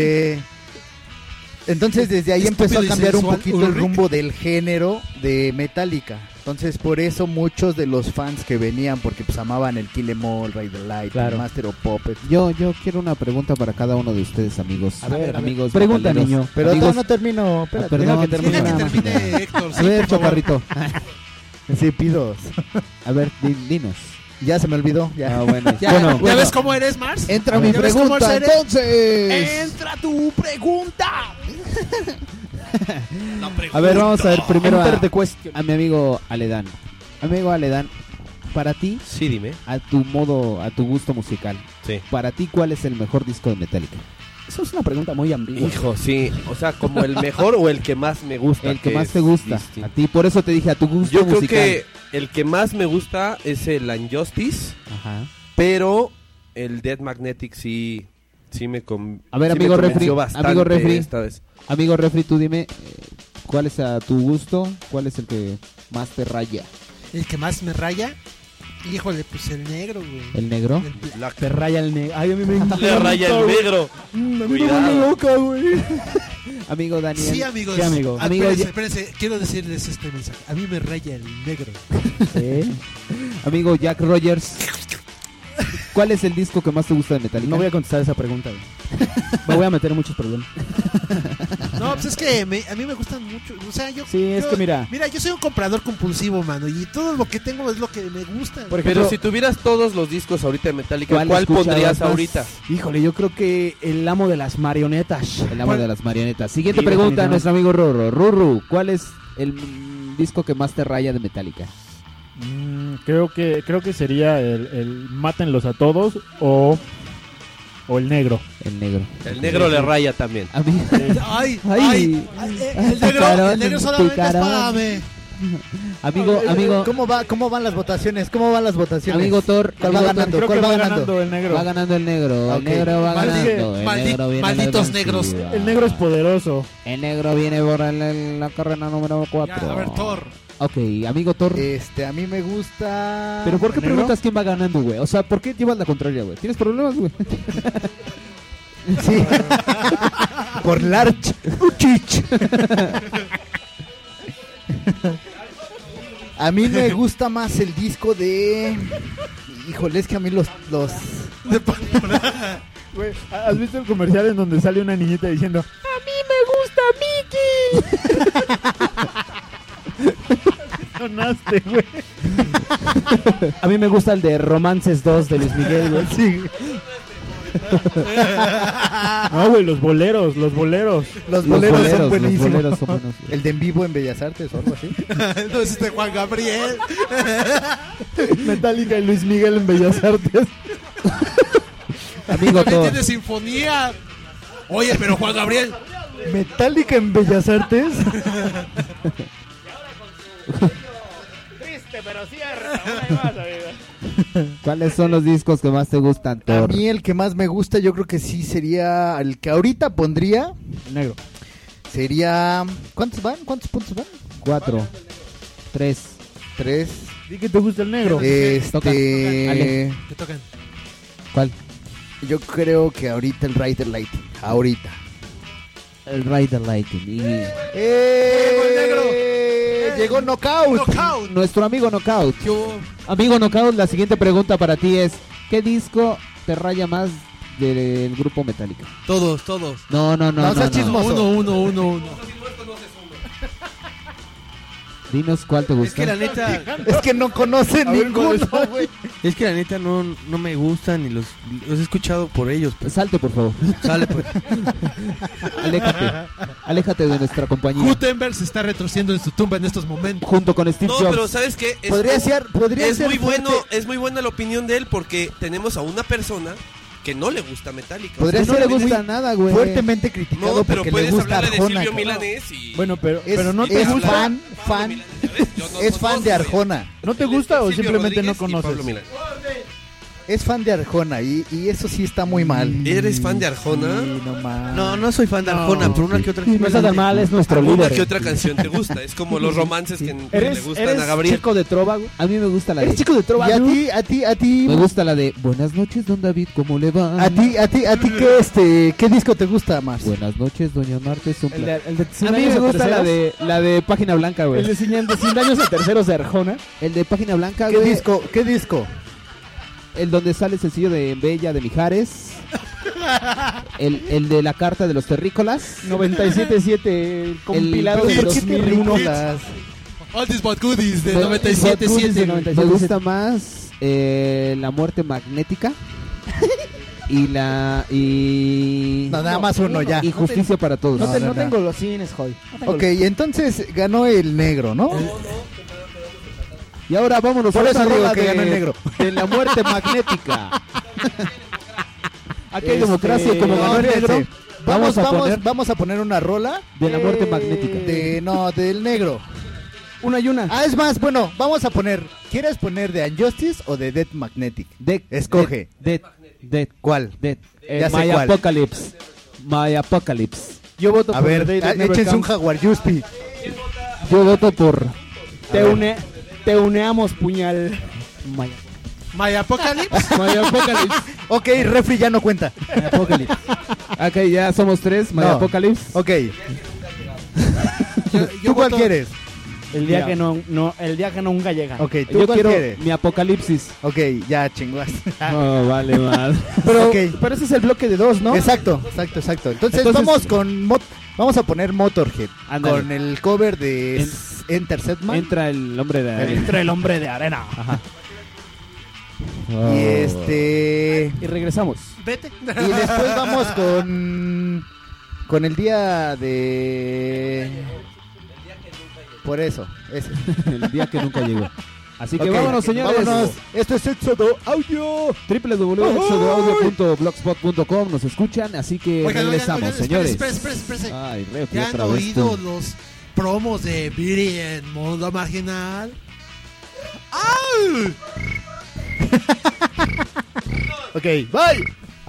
Entonces desde ahí Estúpido empezó a cambiar un sensual, poquito el Ulrich. rumbo del género de Metallica. Entonces por eso muchos de los fans que venían, porque pues amaban el Kill Em All, Ride the Light, Claro. el Master of Puppets. Yo quiero una pregunta para cada uno de ustedes, amigos. A ver, amigos. pregunta, metaleros. niño. Pero Amigos, todavía no termino, espérate. perdón, deja que termine Deja que nada más. termine Héctor. A ver, Chocarrito. Sí, pidos. A ver, dinos. Ya se me olvidó. Ya. Ah, bueno. ¿Ya ves cómo eres, Mars? Entra mi ¿Ya ves cómo pregunta, eres? entonces. ¡Entra tu pregunta! A ver, vamos a ver primero Enter the question. a mi amigo Aledán. Amigo Aledán, para ti, Sí, dime. a tu gusto musical, Sí. para ti, ¿cuál es el mejor disco de Metallica? Eso es una pregunta muy ambigua. Hijo, sí. O sea, como el mejor o el que más me gusta. El que más es te gusta. distinto. A ti, por eso te dije a tu gusto Yo creo musical. que el que más me gusta es el Injustice, Ajá. pero el Dead Magnetic sí me A ver, sí me amigo convenció refri, bastante amigo refri. esta vez. Amigo refri, tú dime, ¿cuál es a tu gusto? ¿Cuál es el que más te raya? El que más me raya, híjole, pues el negro, güey. ¿El negro? Te raya el negro. Ay, a mí me Le raya el negro. A mí me Cuidado. vuelve loca, güey. Amigo Daniel. Sí, amigos. ¿Qué, amigo? Ah, Amigo, espérense, quiero decirles este mensaje. A mí me raya el negro. ¿Sí? Amigo Jack Rogers, ¿cuál es el disco que más te gusta de Metallica? No voy a contestar esa pregunta, güey. Me voy a meter en muchos problemas. No, pues es que a mí me gustan mucho. O sea, Sí, es que mira. Mira, yo soy un comprador compulsivo, mano. Y todo lo que tengo es lo que me gusta. Por ejemplo, Pero si tuvieras todos los discos ahorita de Metallica, ¿Cuál ¿cuál escuchabas pondrías más? ahorita? híjole, yo creo que el amo de las marionetas. El amo de las marionetas. Siguiente Sí, pregunta a definitivamente. nuestro amigo Rorro. Rurru, ¿cuál es el disco que más te raya de Metallica? Creo que sería el Mátenlos a todos o el negro. El negro. El negro le raya también. A mí. Ay, Ay. el negro solamente es para mí. Amigo, ¿Cómo van las votaciones? ¿Cómo van las votaciones? amigo Thor, ¿Cuál va amigo Thor, ganando? Creo ¿Cuál que va va ganando? ganando el negro. va ganando el negro. Ok. El negro va Maldi- ganando. El maldi- negro viene malditos a la negros. defensiva. El negro es poderoso. El negro viene por la carrera número 4. Ya, a ver, Thor. Ok, amigo Thor. A mí me gusta... Pero ¿por qué ¿el negro? preguntas quién va ganando, güey? O sea, ¿por qué llevas la contraria, güey? ¿Tienes problemas, güey? Sí. Por Larch. Uchich. A mí me gusta más el disco de... Híjole, es que a mí los... Güey, ¿has visto el comercial en donde sale una niñita diciendo ¡A mí me gusta Mickey! Sonaste, güey. A mí me gusta el de Romances 2 de Luis Miguel, güey. Sí. No, güey, los boleros. Los boleros Los son buenísimos. boleros son buenos. El de En Vivo en Bellas Artes o algo así. No es este Juan Gabriel. Metallica y Luis Miguel en Bellas Artes. Amigo También Thor. tiene sinfonía. Oye, pero Juan Gabriel. Metallica en Bellas Artes. ¿Cuáles son los discos que más te gustan, A Thor? mí el que más me gusta yo creo que sí sería... El que ahorita pondría El negro. sería... ¿Cuántos van? ¿Cuántos puntos van? 4, 3. 3. Di que te gusta el negro. Toca. Ale. Que tocan. ¿Cuál? Yo creo que ahorita el Rider Light. Ahorita. El Rider Lightning. Y Llegó Knockout. Knockout. nuestro amigo Knockout. ¿Qué hubo? Amigo Knockout, la siguiente pregunta para ti es: ¿qué disco te raya más del grupo Metallica? Todos. No, No seas chismoso. Uno. Dinos cuál te Es gusta. que la neta, Es que no conocen ninguno, güey. es que la neta no me gustan y los he escuchado por ellos. Pues. Salte, por favor. Sale pues. Aléjate de nuestra compañía. Gutenberg se está retrocediendo en su tumba en estos momentos. Junto con Steve No, Jobs. pero ¿sabes qué? Podría ser muy fuerte. bueno, es muy buena la opinión de él porque tenemos a una persona que no le gusta Metallica. Podría O sea, no le ser gusta nada, güey. fuertemente criticado no, pero porque le puedes gusta hablarle de Arjona. Silvio cabrón. Milanés y... Bueno, pero no y te es gusta. hablar- fan. Pablo Milanés, yo no Es fan conozco, de güey. Arjona. ¿No te gusta o Silvio simplemente no Rodríguez y Pablo conoces? Milanés. Es fan de Arjona y eso sí está muy mal. ¿Eres fan de Arjona? Sí, no mames. No soy fan de Arjona, pero una que otra. No está tan mal, es nuestro Una líder. que otra canción te gusta. Es como los romances que le ¿Eres gustan a Gabriel. chico de trova, güey? A mí me gusta la de. ¿Eres chico de trova, Y a dude? ti, Me gusta la de Buenas noches, don David, ¿cómo le va? a ti, ¿qué disco te gusta más? Buenas noches, doña Marta, es un El placer. de, el de 100 A mí años me a gusta terceros. la de Página Blanca, güey. El de 100 años a terceros de Arjona. El de Página Blanca, ¿Qué güey. disco? ¿Qué disco? El donde sale el sencillo de Bella de Mijares. El de la carta de los terrícolas. 97.7 compilado de ¿Por qué te 2001. rindas? All these bad goodies de Me- 97.7. Me gusta más La muerte magnética. Y No, nada más uno ya. y Justicia para todos. No tengo los cines, joy. Ok, entonces ganó el negro, ¿no? Y ahora vámonos Por a eso esa digo rola que ganó el negro. de la muerte magnética. Aquí hay democracia y como no, ganó el negro, fíjense, poner vamos a poner una rola de la muerte magnética. del negro. Una y una. Ah, es más, bueno, vamos a poner, ¿quieres poner de Unjustice o de Death Magnetic? Escoge. Dead. ¿Cuál? Dead. Ya sé My cuál. Apocalypse. My Apocalypse. Yo voto A por ver, The Day That Never échense un Comes. Jaguar Yuspi. Yo voto por Te uneamos, puñal. Maya. My Apocalypse. My Apocalypse. Ok, refri ya no cuenta. My Apocalypse. Ok, ya somos 3. My No. Apocalypse. Ok, Yo ¿tú cuál voto- quieres? El día Mira. el día que nunca llega. Ok, ¿tú Yo cuál quiero quieres? mi Apocalipsis. Ok, ya chingas. No, vale, más. Pero, Ok. pero ese es el bloque de 2, ¿no? Exacto. Entonces vamos vamos a poner Motorhead Ándale. con el cover de Enter Sandman. Entra el hombre de arena. Entre el hombre de arena. Ajá. Y Y regresamos. Vete. y después vamos con el día de por eso, ese. El día que nunca llegó. Así que Ok, vámonos, señores. vámonos. Esto es Éxodo Audio. www.exodoaudio.blogspot.com. Nos escuchan, así que Oigan, regresamos, espérense, señores. espérense. Ay, refri ¿Ya han otra vez oído tú. los promos de Viri en Mundo Marginal? ¡Au! Ok, bye.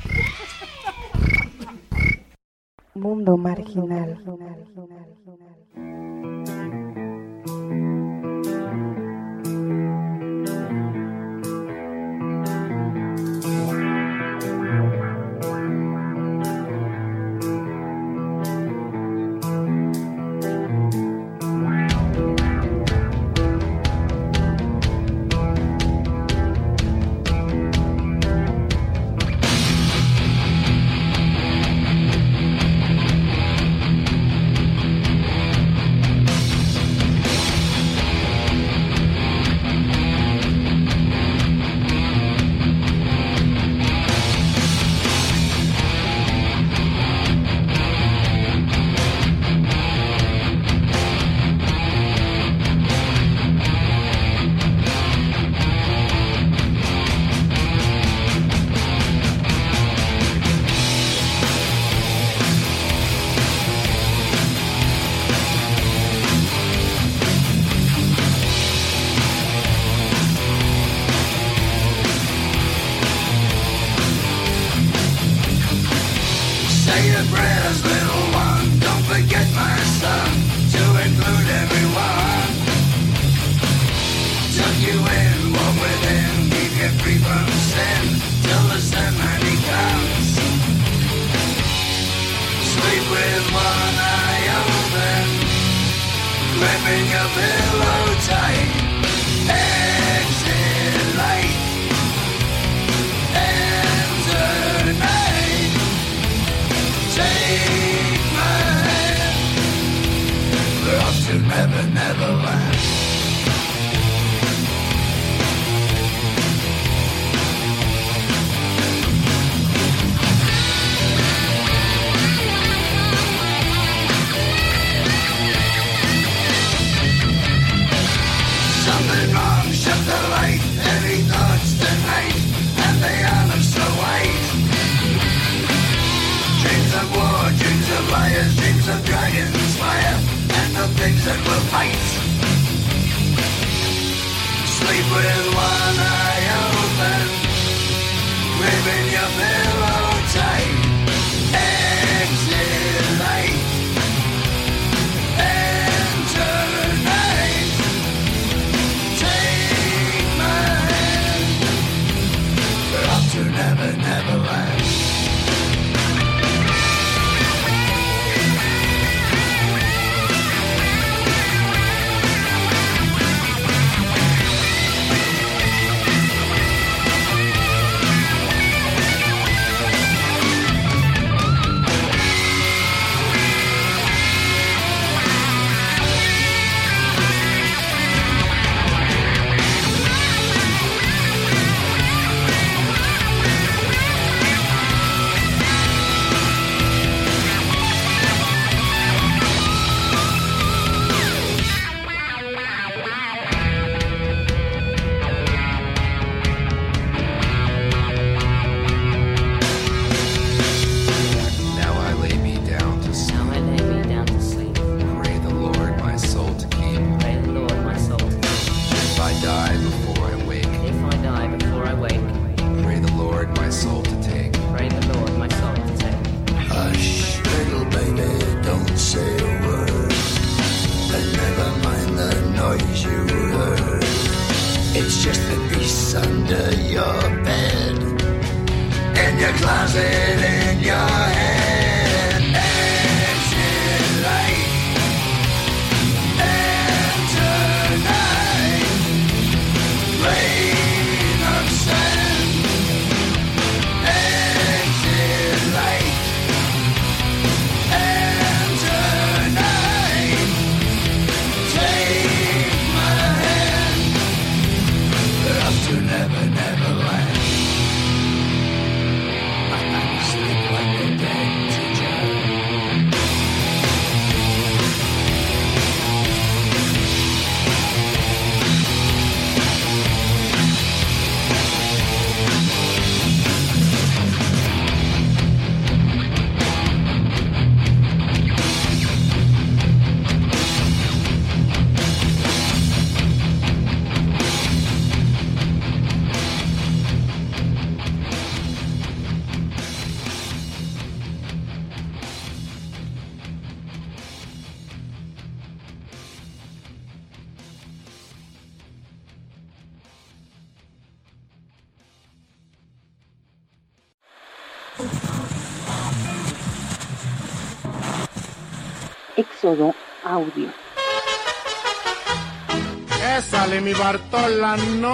Mundo marginal. Say your prayers, little one. Don't forget, my son, to include everyone. Took you in, walk within, keep you free from sin, till the Sunday comes. Sleep with one eye open, gripping your pillow tight. Exit light, enter night. Take my hand, we're off to Neverland. Something wrong. noise you heard. It's just the beast under your bed, in your closet, in your head. Exit light, enter night, rain of sand. Exit light, enter night, take my hand, up to never, never land. Sleep like a dead teacher. Éxodo Audio. Sale mi Bartola, ¿no?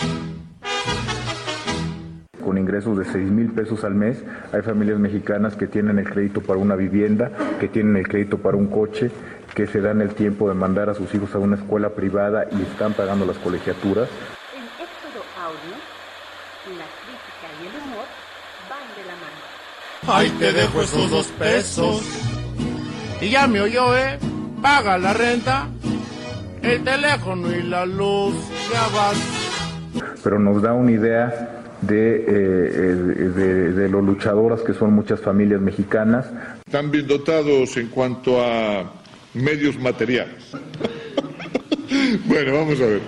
Con ingresos de 6,000 pesos al mes, hay familias mexicanas que tienen el crédito para una vivienda, que tienen el crédito para un coche, que se dan el tiempo de mandar a sus hijos a una escuela privada y están pagando las colegiaturas. En Éxodo Audio, la crítica y el humor van de la mano. Ahí te dejo esos 2 pesos. Y ya me oyó, paga la renta, el teléfono y la luz, ya vas. Pero nos da una idea de lo luchadoras que son muchas familias mexicanas. Están bien dotados en cuanto a medios materiales. Bueno, vamos a ver.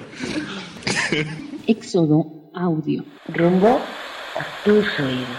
Éxodo Audio. Rumbo a tus oídos.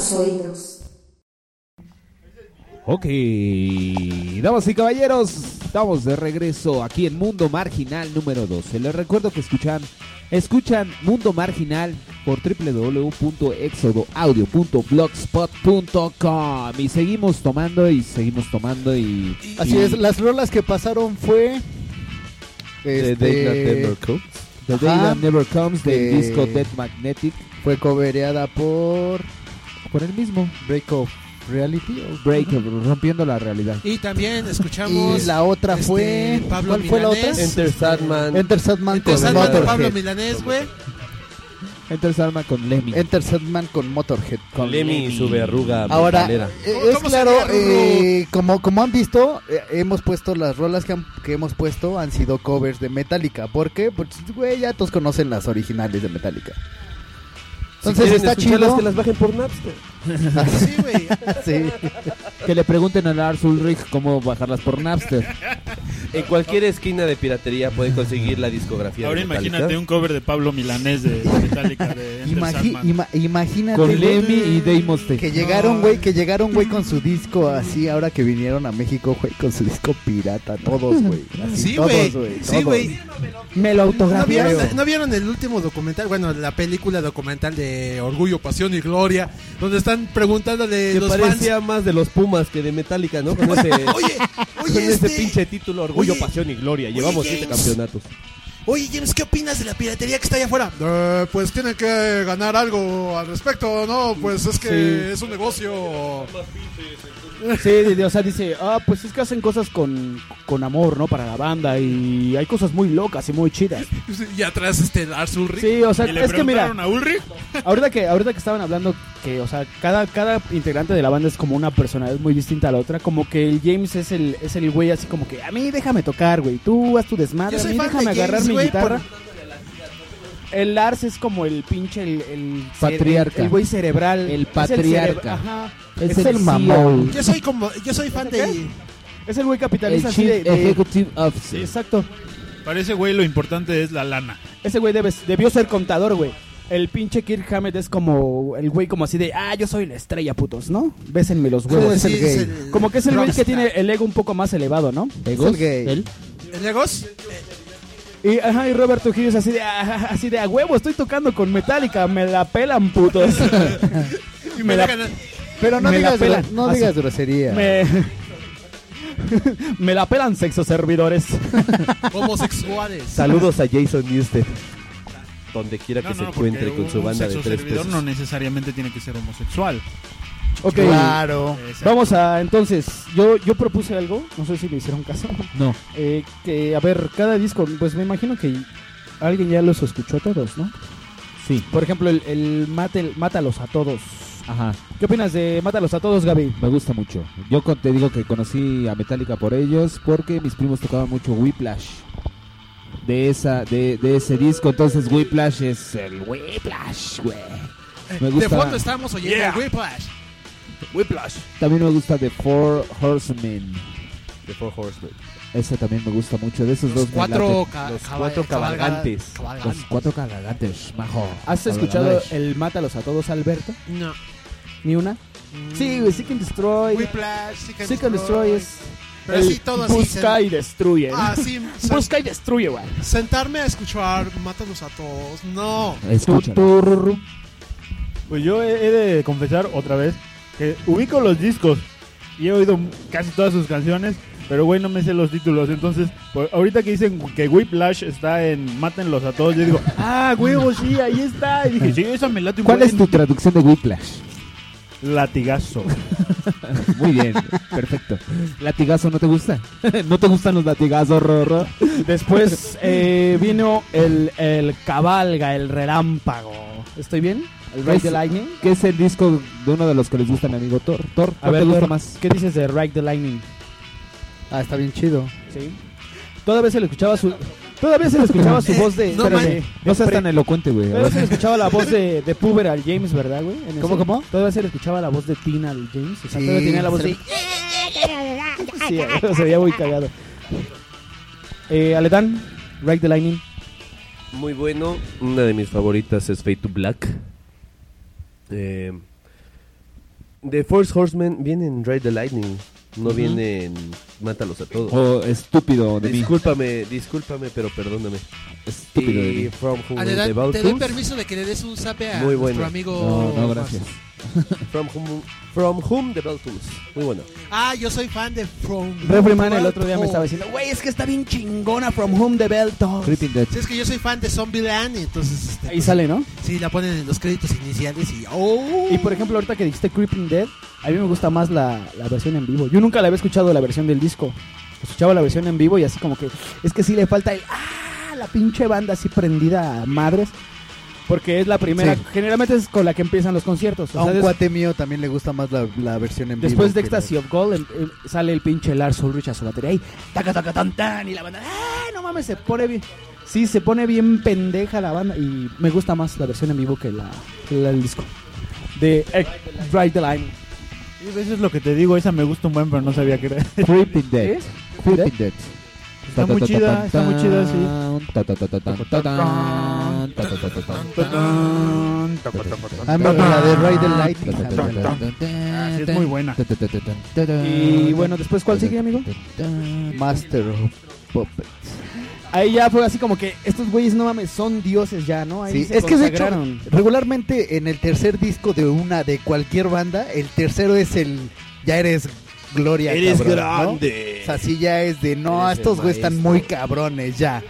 tus oídos. Ok, damas y caballeros, estamos de regreso aquí en Mundo Marginal número 12. Les recuerdo que escuchan Mundo Marginal por www.exodoaudio.blogspot.com y seguimos tomando y... Así es, las rolas que pasaron fue... The Day That Never Comes. The Day That Never Comes del disco Dead Magnetic. Fue covereada por el mismo Break of Reality o Rompiendo la Realidad. Y también escuchamos y la otra fue Pablo ¿cuál fue la otra? Enter Sandman con Motorhead. Pablo Milanés, güey. Enter Sandman con Lemmy. Enter Sandman con Motorhead. Con Lemmy y su verruga. Ahora, metalera. es claro, como han visto, hemos puesto las rolas que hemos puesto han sido covers de Metallica. ¿Por qué? Porque, güey, ya todos conocen las originales de Metallica. Entonces si está chido que las bajen por Napster. Sí, güey. Sí. Que le pregunten a Lars Ulrich cómo bajarlas por Napster. En cualquier esquina de piratería pueden conseguir la discografía. Ahora de Metallica. imagínate un cover de Pablo Milanés de Metallica de Enter Sandman. Imagínate Con güey, Lemmy y Dave Mustaine. que llegaron güey con su disco así ahora que vinieron a México, güey, con su disco pirata, todos, güey. Sí, todos, güey. Sí, güey. Me lo autografié. ¿No vieron el último documental? Bueno, la película documental de Orgullo, Pasión y Gloria, donde están preguntándole Que los parecía fans. más de los Pumas que de Metallica, ¿no? Con ese, Oye, con ese pinche título, Orgullo, Oye, Pasión y Gloria. Llevamos 7 James. campeonatos. Oye, James, ¿qué opinas de la piratería que está allá afuera? Pues tienen que ganar algo al respecto, ¿no? Pues es que es un negocio. Sí, o sea, dice, pues es que hacen cosas con amor, ¿no? Para la banda y hay cosas muy locas y muy chidas. Y atrás Lars Ulrich. Sí, o sea, ¿Y le es que mira, preguntaron a Ulrich? ahorita que estaban hablando que, o sea, cada integrante de la banda es como una personalidad muy distinta a la otra, como que el James es el güey así como que, a mí déjame tocar, güey, tú haz tu desmadre, Yo a soy mí fan déjame de agarrar James, mi güey, guitarra. El Lars es como el pinche, el Patriarca. el güey cerebral. El Es patriarca. ajá. Es el el mamón. Yo soy fan de... Es el güey capitalista El así Chief de... Executive Officer. Exacto. Para ese güey lo importante es la lana. Ese güey debió ser contador, güey. El pinche Kirk Hammett es como el güey como así de, yo soy la estrella, putos, ¿no? Bésenme los huevos. Es el Sí, gay. como que es el güey que rockstar. tiene el ego un poco más elevado, ¿no? Es el gay. Él. ¿El Legos? Y Robert Trujillo es así de, a huevo, estoy tocando con Metallica, me la pelan, putos. Y me la ganan. Pero no me la digas pelan. no Así. digas grosería. Me la pelan, sexo servidores. Homosexuales. Saludos a Jason Newsted. Donde quiera que se encuentre porque con su un banda de 3 sexoservidor pesos. no necesariamente tiene que ser homosexual. Ok, Claro. Exacto. vamos a, entonces, yo propuse algo, no sé si me hicieron caso. No. Que, a ver, cada disco, pues me imagino que alguien ya los escuchó todos, ¿no? Sí. Por ejemplo, el Mátalos a Todos. Ajá. ¿Qué opinas de Mátalos a Todos, Gaby? Me gusta mucho. Yo te digo que conocí a Metallica por ellos porque mis primos tocaban mucho Whiplash. De ese disco, entonces Whiplash es el Whiplash, güey. Me gusta. De fondo estábamos oyendo Whiplash. Whiplash. También me gusta The Four Horsemen. The Four Horsemen. Ese también me gusta mucho. De esos Los dos me cuatro late. Los 4 cabalgantes. Los 4 cabalgantes, majo. ¿Has escuchado Cabalgantes. el Mátalos a Todos, Alberto? No. ¿Ni una? Sí, güey, Seek and Destroy. Whiplash, Seek and Destroy es... Pero sí, todo así. Busca y destruye. Sí. Busca y destruye, güey. Sentarme a escuchar Mátalos a Todos. No. Escúchalo. Pues yo he de confesar otra vez que ubico los discos y he oído casi todas sus canciones, pero güey no me sé los títulos. Entonces, ahorita que dicen que Whiplash está en Mátenlos a Todos, yo digo, huevo, sí, ahí está. Y dije, sí, esa me late un ¿Cuál buen. es tu traducción de Whiplash? Latigazo. Muy bien, perfecto. ¿Latigazo no te gusta? ¿No te gustan los latigazos, Rorro? Después vino el Cabalga, el Relámpago. ¿Estoy bien? El Ride the Lightning. Que es el disco de uno de los que les gusta a mi amigo Thor. Thor, A ¿cuál ver, te gusta Thor, más? ¿qué dices de Ride the Lightning? Está bien chido. Sí. Todavía se le escuchaba su voz de... No, espérame, no seas tan elocuente, güey. Todavía se le escuchaba la voz de Puber al James, ¿verdad, güey? En ¿Cómo, ese- cómo? Todavía se le escuchaba la voz de Tina al James. O sea, Sí, todavía tenía la voz se de... Sí, se veía muy cagado. Aledán, Ride the Lightning. Muy bueno. Una de mis favoritas es Fade to Black. The Force Horsemen viene en Ride the Lightning, no viene en Mátalos a todos. Oh, estúpido de mí. Discúlpame, pero perdóname. Estúpido de mí. From Whom te the Bell doy Tools. permiso de que le des un zape a Muy nuestro bueno. amigo. No, gracias. From Whom the Bell Tools. Muy bueno. Ah, yo soy fan de From Refriman el Whom otro día me estaba diciendo, güey, es que está bien chingona From Whom the Bell Tolls. Creeping Dead. Sí, es que yo soy fan de Zombieland, entonces... Ahí sale, ¿no? Sí, la ponen en los créditos iniciales y... Y por ejemplo, ahorita que dijiste Creeping Dead, a mí me gusta más la versión en vivo. Yo nunca la había escuchado la versión del disco. Escuchaba la versión en vivo y así como que... Es que sí le falta la pinche banda así prendida a madres. Porque es la primera, Sí. generalmente es con la que empiezan los conciertos. A un cuate mío también le gusta más la versión en vivo. Después de que Ecstasy of Gold sale el pinche Lars Ulrich a su batería y taca taca tan tan y la banda, no mames, se pone bien. Sí, se pone bien pendeja la banda y me gusta más la versión en vivo que la del disco. De Ride the Line. Sí, eso es lo que te digo, esa me gusta un buen, pero no sabía que era. Creeping Dead. ¿Qué? Creeping Dead. Está muy chida, sí. la de Ride the Lightning. Sí, es muy buena. Y bueno, después ¿cuál sigue, amigo? Master of Puppets. Ahí ya fue así como que estos güeyes no mames, son dioses ya, ¿no? Ahí Sí, se es que de hecho, consagraron. regularmente en el tercer disco de cualquier banda, el tercero es ya eres gloria, Eres cabrón, grande. ¿no? O sea, sí ya es de, no, Eres estos el güeyes están maestro. muy cabrones, ya.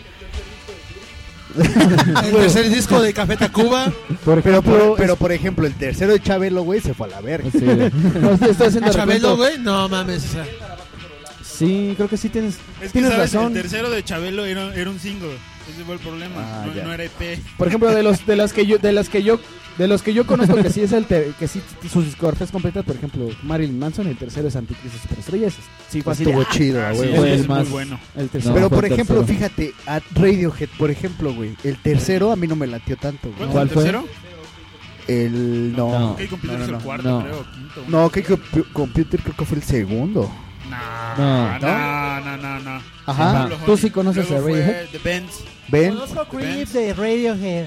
El tercer disco de Café Tacuba. Pero por ejemplo, el tercero de Chabelo, güey, se fue a la verga. Sí, no, estoy haciendo Chabelo, recuento. güey, no mames, o sea. Sí, creo que sí tienes Es que, ¿sabes? razón. El tercero de Chabelo era un single. Ese fue el problema. Ah, ya. No era EP. Por ejemplo, de los que yo conozco que sí es que sí sus discografías completas, por ejemplo, Marilyn Manson, el tercero es Anticristo Superestrellas. Sí, fue así. Estuvo chido, Sí, güey. ese el es más- muy bueno. El tercero. Pero fue por el ejemplo, tercero. fíjate, a Radiohead, por ejemplo, güey, el tercero a mí no me latió tanto, güey. ¿Cuál fue el tercero? El No. Ok, Computer es el cuarto, no. creo, quinto. No, que Computer creo que fue el segundo. No. No. Ajá. Luego, ¿Tú sí conoces luego a Radiohead? fue The Bends. ¿Ven? Conozco Creep de Radiohead.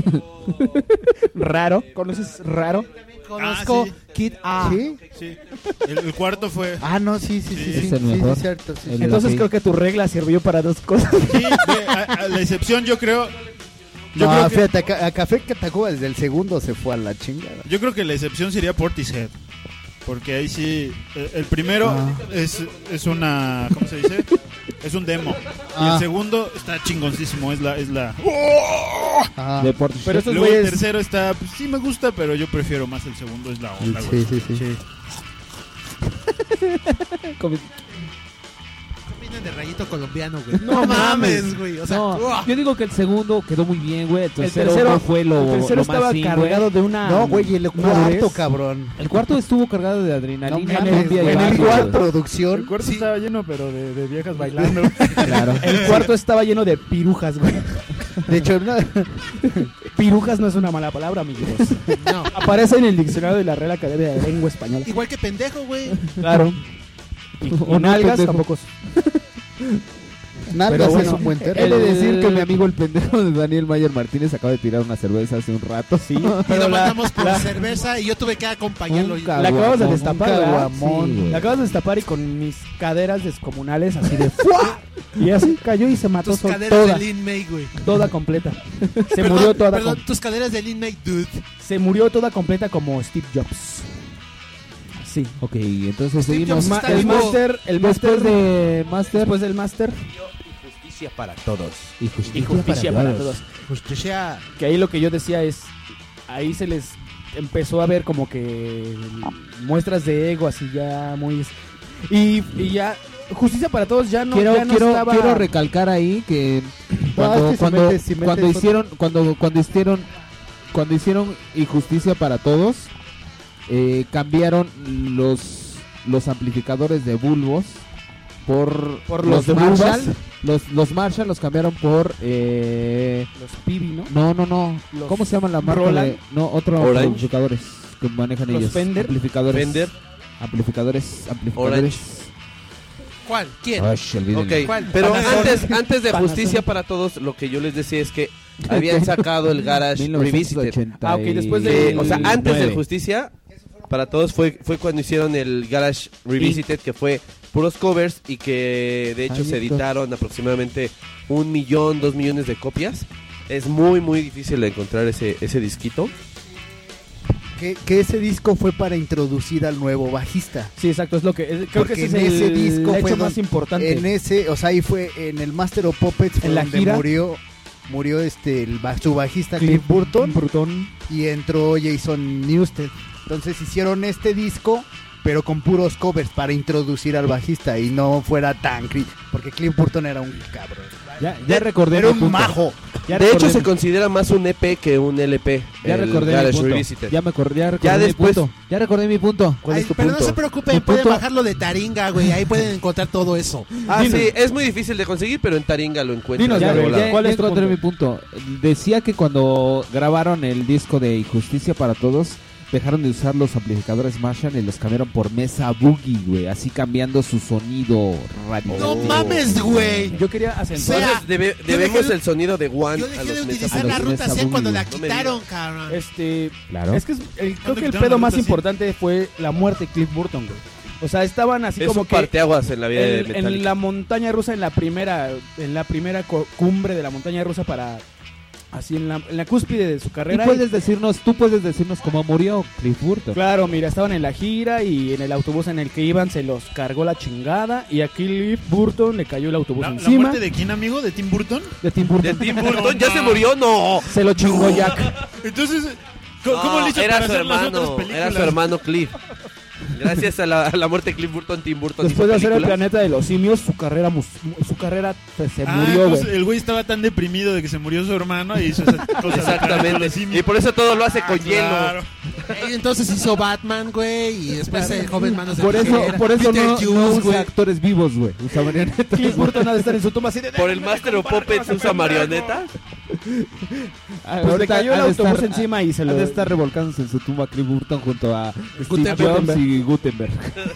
Raro. ¿Conoces Raro? Conozco sí. Kid A. ¿Sí? Sí. El cuarto fue... Ah, no, sí. Es el mejor. Sí, cierto. Sí, El- sí. Entonces ok. creo que tu regla sirvió para dos cosas. Sí, a la excepción yo creo... No, creo que- fíjate, a Café Tacuba desde el segundo se fue a la chingada. Yo creo que la excepción sería Portishead. Porque ahí sí... El primero es una... ¿Cómo se dice? Es un demo. Y el segundo está chingoncísimo. Es la... Ajá. De Portishead. Pero estos Luego el güeyes tercero está... Pues, sí me gusta, pero yo prefiero más el segundo. Es la onda, Sí, güey. sí. Vienen de rayito colombiano, güey. No mames, güey. O sea, No, ¡uah! yo digo que el segundo quedó muy bien, güey. El tercero, tercero- no fue lo, el tercero lo estaba más sí, cargado de una No, güey, el madurez. cuarto, cabrón. El cuarto estuvo cargado de No adrenalina, mames, cumbia y güey, en el baile, cuarto güey. producción. El cuarto estaba lleno, pero de viejas bailando. Claro. El cuarto estaba lleno de pirujas, güey. De hecho, no, Pirujas no es una mala palabra, amigos. No. Aparece en el diccionario de la Real Academia de Lengua Española. Igual que pendejo, güey. Claro. Y no, nalgas pendejo. tampoco. nalgas Pero es bueno, un buen he término. de decir que mi amigo el pendejo de Daniel Mayer Martínez acaba de tirar una cerveza hace un rato. Sí. Y lo Pero mandamos por cerveza y yo tuve que acompañarlo. Un La acabas de caguamón, destapar, un ¿verdad? caguamón, güey. La acabas de destapar y con mis caderas descomunales así de ¡fua! Y así cayó y se mató Tus caderas toda, de Lin May, güey. toda completa. Se Perdón, murió toda Perdón, tus caderas de Lin May, dude. se murió toda completa como Steve Jobs. Sí. Ok, entonces Steve seguimos. Jobs está El vivo. Master, Después de Master después del Master Justicia para todos. y Justicia, y Justicia para todos. Justicia. Que ahí lo que yo decía es, ahí se les empezó a ver como que muestras de ego así ya muy... Y ya, Justicia para Todos ya no, Quiero estaba... recalcar ahí que No, es que si metes cuando hicieron Injusticia para Todos, cambiaron los amplificadores de bulbos por los de Marshall. bulbas. Los Marshall los cambiaron por Los Pibi, ¿no? no. Los ¿Cómo se llama la marca? Roland. Otros Orange. amplificadores que manejan Los ellos. Fender. Amplificadores. Fender. Amplificadores. Orange. ¿Cuál? ¿Quién? Ay, olvídenlo. Ok, ¿Cuál? pero Panasonic. antes de Panasonic. Justicia para Todos, lo que yo les decía es que habían sacado el Garage Revisited. 1980 Ah, ok, después y- de- O sea, antes de nueve. Justicia, para todos fue cuando hicieron el Garage Revisited, que fue puros covers y que de hecho se editaron aproximadamente 1 millón, 2 millones de copias. Es muy muy difícil de encontrar ese disquito. Que ese disco fue para introducir al nuevo bajista. Sí, exacto, es lo que creo porque que ese es ese disco el fue hecho más importante. En ese, o sea, ahí fue en el Master of Puppets en la donde gira murió su bajista Cliff Burton y entró Jason Newsted. Entonces hicieron este disco pero con puros covers para introducir al bajista y no fuera tan porque Cliff Burton era un cabrón. Ya recordé. Era un majo. De hecho se considera más un EP que un LP. Ya recordé mi punto. Ya recordé mi punto. ¿Cuál es tu punto? No se preocupen, pueden bajarlo de Taringa, güey. Ahí pueden encontrar todo eso. Sí, es muy difícil de conseguir, pero en Taringa lo encuentras. ¿Cuál es mi punto? Decía que cuando grabaron el disco de Injusticia para Todos, dejaron de usar los amplificadores Marshall y los cambiaron por Mesa Boogie, güey, así cambiando su sonido radio. No mames, güey. Yo quería acentuar. Debemos el sonido de One a los utilizar la ruta C cuando la quitaron, cabrón. Claro. Es que creo que el pedo más importante fue la muerte de Cliff Burton, güey. O sea, estaban así como que parteaguas en la vida de Metallica. En la montaña rusa, en la primera cumbre de la montaña rusa para así en la cúspide de su carrera. Tú puedes decirnos cómo murió Cliff Burton. Claro, mira, estaban en la gira y en el autobús en el que iban se los cargó la chingada y a Cliff Burton le cayó el autobús encima. ¿La muerte de quién, amigo? ¿De Tim Burton? De Tim Burton. ¿De Tim Burton? ¿Ya se murió? No. Se lo chingó Jack. Entonces, ¿cómo le hizo para hacer las otras películas? Era su hermano Cliff. Gracias a la muerte de Cliff Burton, Tim Burton después de hacer el planeta de los simios, su carrera se murió, pues el güey estaba tan deprimido de que se murió su hermano y hizo esa cosa. Exactamente. Y por eso todo lo hace con hielo. Entonces hizo Batman, güey, y después el joven manos de por eso no usa actores vivos, güey. Usa marionetas. Cliff Burton ha de estar en su tumba así de... Por el Master of Puppets usa marionetas. Pues le cayó el autobús encima y se lo... Ha de estar revolcándose en su tumba Cliff Burton junto a Steve Jobs y Gutenberg.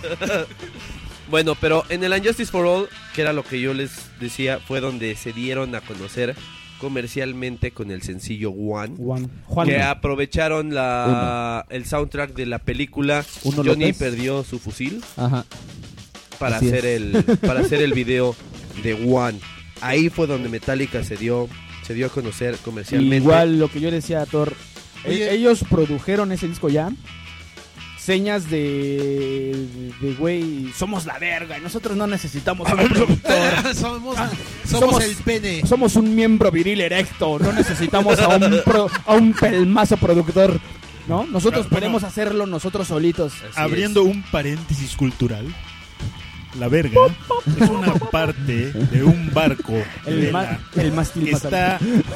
Bueno, pero en el Unjustice for All, que era lo que yo les decía, fue donde se dieron a conocer comercialmente con el sencillo One. Que aprovecharon el soundtrack de la película Johnny perdió su fusil. Ajá. Para hacer el video de One. Ahí fue donde Metallica se dio a conocer comercialmente. Igual lo que yo decía a Thor, ellos produjeron ese disco ya. Señas de güey, somos la verga y nosotros no necesitamos un productor. somos el pene. Somos un miembro viril erecto, no necesitamos a un pelmazo productor, ¿no? Nosotros podemos hacerlo nosotros solitos. Abriendo un paréntesis cultural. La verga es una parte de un barco. El mástil está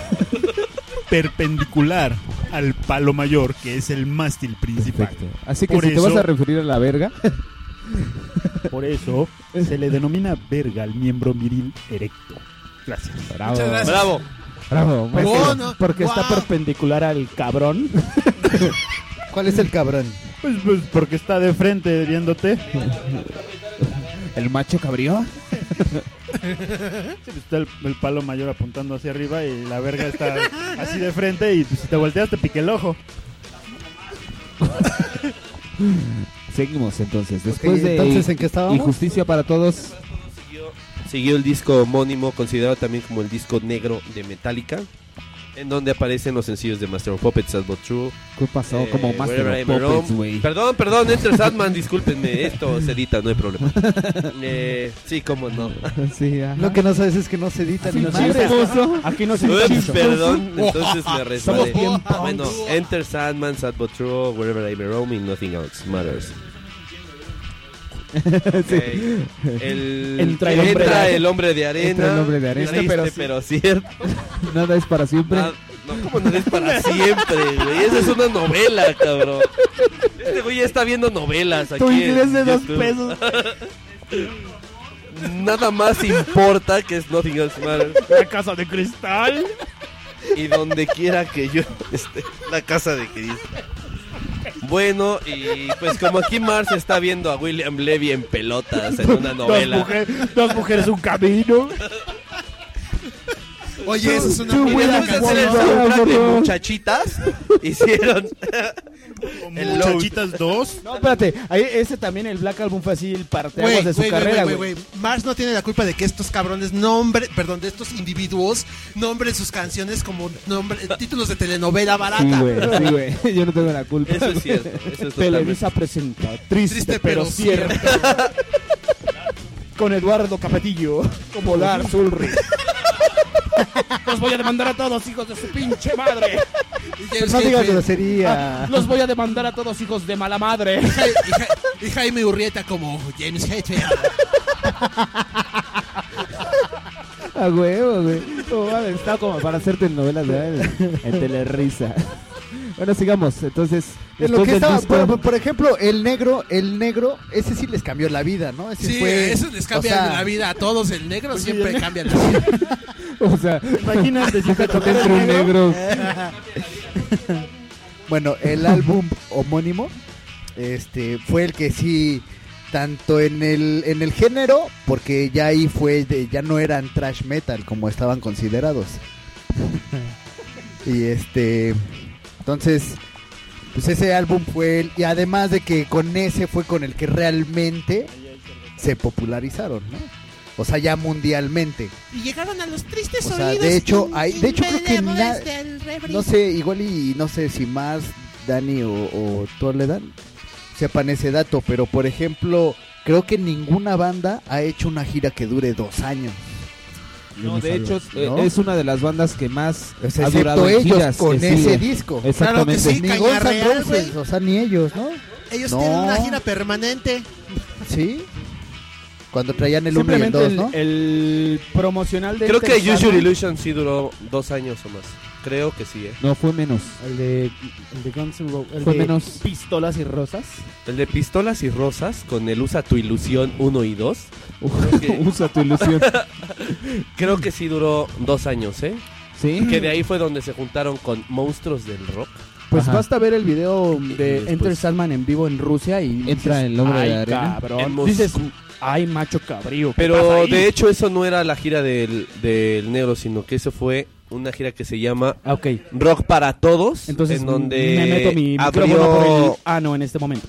perpendicular al palo mayor, que es el mástil principal. Perfecto. Así que si te vas a referir a la verga, por eso se le denomina verga al miembro viril erecto. Gracias. Bravo. Muchas gracias. Bravo. Porque está perpendicular al cabrón. ¿Cuál es el cabrón? Pues porque está de frente viéndote. ¿El macho cabrío? Está el palo mayor apuntando hacia arriba y la verga está así de frente y si te volteas te pique el ojo. Seguimos entonces. Después de ¿en qué estábamos? Injusticia para Todos. Siguió el disco homónimo, considerado también como el disco negro de Metallica, en donde aparecen los sencillos de Master of Puppets, Sad But True. ¿Qué pasó? Como Master of Puppets, güey. Perdón, Enter Sandman, discúlpenme, esto se edita, no hay problema. Sí, cómo no. Sí, lo que no sabes es que no se edita ni madre. Aquí no se edita. Perdón, entonces me resbalé. Bueno, Enter Sandman, Sad But True, Wherever I May Roam, and Nothing Else Matters. Entra el hombre de arena. Pero cierto. Nada es para siempre. ¿Cómo no es para siempre, güey? Esa es una novela, cabrón. Este güey ya está viendo novelas aquí. Tu inglés de 2 pesos. Nada más importa que es Nothing Else Matters. La casa de cristal. Y donde quiera que yo esté, la casa de cristal. Bueno, y pues como aquí Mars está viendo a William Levy en pelotas en una novela. Dos mujeres, un camino. Oye, eso es una novela de muchachitas. Hicieron El Muchachitas 2. No, espérate, ese también, el Black Album fue así el parteaguas de su carrera, güey. Mars no tiene la culpa de que estos cabrones de estos individuos nombren sus canciones como títulos de telenovela barata. Sí, güey. Yo no tengo la culpa. Eso es cierto. Eso es Televisa presenta Triste pero cierto. Con Eduardo Capetillo como Lars Ulrich. Los voy a demandar a todos, hijos de su pinche madre. No digas grosería. Los voy a demandar a todos, hijos de mala madre. Y Jaime Urrieta como James Hetfield. A huevo, güey. Está como para hacer telenovelas en Telerisa. Bueno, sigamos. Entonces, lo que estaba, por ejemplo, el negro, ese sí les cambió la vida, ¿no? Eso les cambia la vida a todos. El negro siempre cambia la vida. O sea, imagínate si te toca entre un negro. Bueno, el álbum homónimo, fue el que sí, tanto en el género, porque ya ahí ya no eran thrash metal como estaban considerados. Y entonces, pues ese álbum fue y además de que con ese fue con el que realmente se popularizaron, ¿no? O sea, ya mundialmente. Y llegaron a los tristes oídos. oídos. De hecho creo que no sé, igual y no sé si más Dani o Toledan sepan ese dato, pero por ejemplo, creo que ninguna banda ha hecho una gira que dure 2 años. No, de hecho, ¿no? es una de las bandas que más ha durado en ellos giras, con ese disco. Exactamente. Claro que sí, ni Guns N' Roses, o sea, ni ellos, ¿no? Ellos tienen una gira permanente. Sí. Cuando traían el 1 y el 2, ¿no? El promocional de creo que Use Your Illusion sí duró 2 años o más. Creo que sí, No, fue menos. El de Guns N' Roses. Fue menos. Pistolas y Rosas. El de Pistolas y Rosas con el Usa tu Ilusión 1 y 2. Usa tu ilusión. Creo que sí duró 2 años, ¿eh? Sí. Que de ahí fue donde se juntaron con Monstruos del Rock. Pues basta ver el video de Enter Sandman en vivo en Rusia y entra el nombre de la arena. Cabrón. Dices, ay, macho cabrío. Pero de hecho eso no era la gira del negro, sino que eso fue una gira que se llama Rock para Todos. Entonces en donde me meto mi micrófono por el ano en este momento.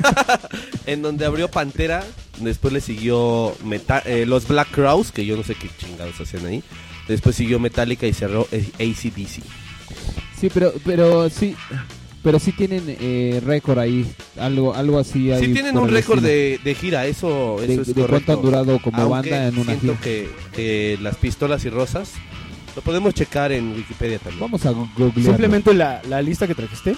En donde abrió Pantera, después le siguió los Black Crowes, que yo no sé qué chingados hacían ahí. Después siguió Metallica y cerró AC/DC. Sí, pero sí tienen récord ahí, algo así. Sí tienen un récord de gira, eso es de correcto. cuánto han durado como Aunque banda en una siento gira. que las Pistolas y Rosas lo podemos checar en Wikipedia también. Vamos a googlear. Simplemente la lista que trajiste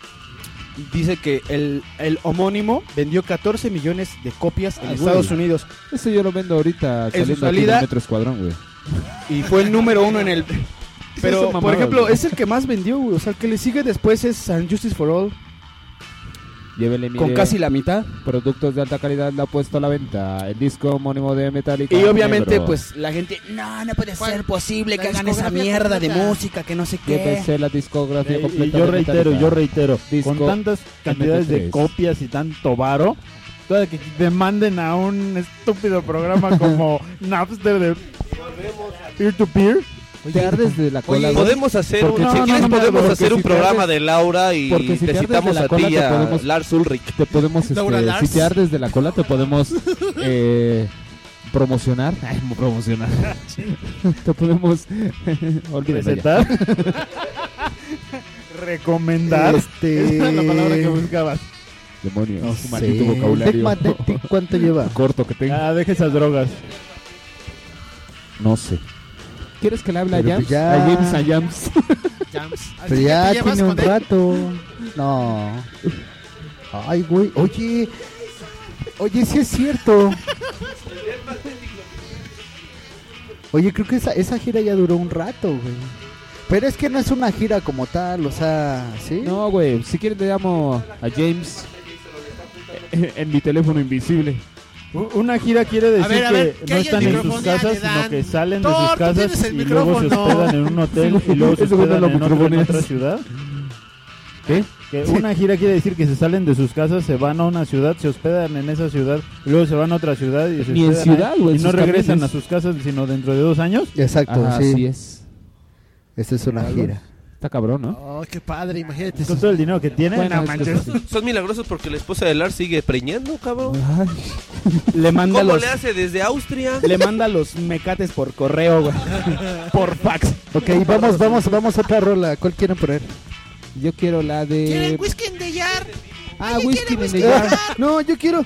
dice que el homónimo vendió 14 millones de copias en Estados Unidos. Eso yo lo vendo ahorita en su saliendo aquí salida, del Metro Escuadrón, güey. Y fue el número 1 en el... Pero, mamada, por ejemplo, güey. es el que más vendió, güey. O sea, el que le sigue después es And Justice for All. Llévele, Con mire, casi la mitad. Productos de alta calidad la ha puesto a la venta. El disco homónimo de Metallica. Y obviamente, negro. pues, la gente... No puede ser posible La que hagan esa discografía mierda de completa. música, que no sé qué. Llévese la discografía Y completa. yo de reitero, Metallica. Disco con tantas cantidades de MP3. copias y tanto varo, toda que demanden a un estúpido programa como Napster de peer-to-peer. Te ardes de la cola. güey. Podemos hacer Porque un, no, si no, quieres no, podemos porque hacer si un te programa ardes- de Laura y porque si te te ardes citamos de la a cola, ti te a podemos- Lars Ulrich. Te podemos, Laura Lars. si te ardes de la cola, te podemos promocionar. Ay, promocionar. Te podemos olvídalo ya. Recetar. Recomendar. Esa es la palabra que buscabas. Demonios, No su maldito sé. vocabulario. Magnetic, ¿cuánto lleva? Corto que tengo. Ah, deja esas drogas. No sé. ¿Quieres que le hable a Pero Jams? pues ya. A James, a Jams. Pero ya tiene un rato. No. Ay, güey. Oye, sí es cierto. Oye, creo que esa gira ya duró un rato, güey. Pero es que no es una gira como tal, o sea, ¿sí? No, güey. Si quieres le llamo a James en mi teléfono invisible. Una gira quiere decir A ver, que que no haya están en sus microfonía, casas, le dan. sino que salen de Thor, sus tú casas tienes el y luego se micrófono. hospedan en un hotel y luego se Ese güey no hospedan lo en microfoneas. otra ciudad. ¿Qué? Que una gira quiere decir que se salen de sus casas, se van a una ciudad, se hospedan en esa ciudad, y luego se van a otra ciudad y se Ni en hospedan ciudad, ahí, güey, y en no sus regresan camiones. a sus casas sino dentro de 2 años. Exacto, Ajá, sí. así es. Esta es una gira. está cabrón, ¿no? Oh, qué padre, imagínate. Con todo el dinero que tiene, Bueno, no es que manches. sí. Son milagrosos porque la esposa de Lars sigue preñando, cabrón. Le manda ¿Cómo los, le hace desde Austria? le manda los mecates por correo, güey. Por fax. Ok, vamos a otra rola. ¿Cuál quieren poner? Yo quiero la de... ¿Quieren whisky en the jar? Ah, Whisky in the whisky Jar. No, yo quiero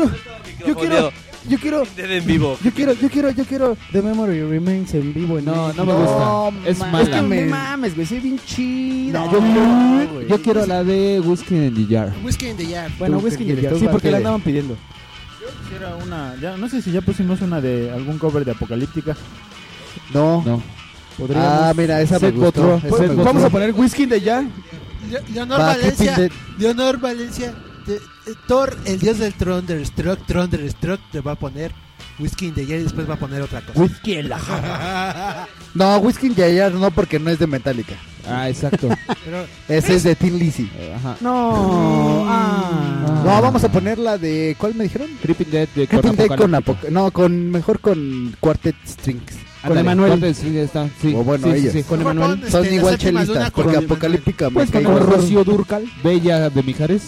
Dead en vivo. yo quiero The Memory Remains en vivo. No, no me gusta. Es mames. mala. Es que me mames, güey, soy bien chida. Yo quiero la de Whisky in the Jar. Whisky in the jar. Bueno, ¿Tú Whisky qué in the Jar. quieres? Sí, Tú, porque la Fede. andaban pidiendo. Quisiera una, ya, no sé si ya pusimos una de algún cover de Apocalíptica. No. No. Ah, mira, esa me Set gustó. Gotro. esa Pues, me vamos gustó. a poner Whisky in the Jar. Leonor Va, Valencia. Keeping Leonor Valencia. Thor, el dios del Thunderstruck, te va a poner Whisky in the jar y después va a poner otra cosa. Whisky en la jarra. No, Whisky in the Jar no, porque no es de Metallica. Ah, exacto. Pero Ese es de Tin Lizzy. Ajá. No. No, vamos a poner la de... ¿Cuál me dijeron? Creeping Dead de Creeping Dead con Apocalíptica. No, mejor con Quartet Strings. Con Emanuel. ¿Cuántas estrellas están? Sí. O bueno, Sí, sí, ellos. sí. Con ¿cómo Emanuel. ponen, Son la igual séptima chelistas, luna porque con Apocalíptica me Pues cae con gordo. Rocío Durcal. Bella de Mijares.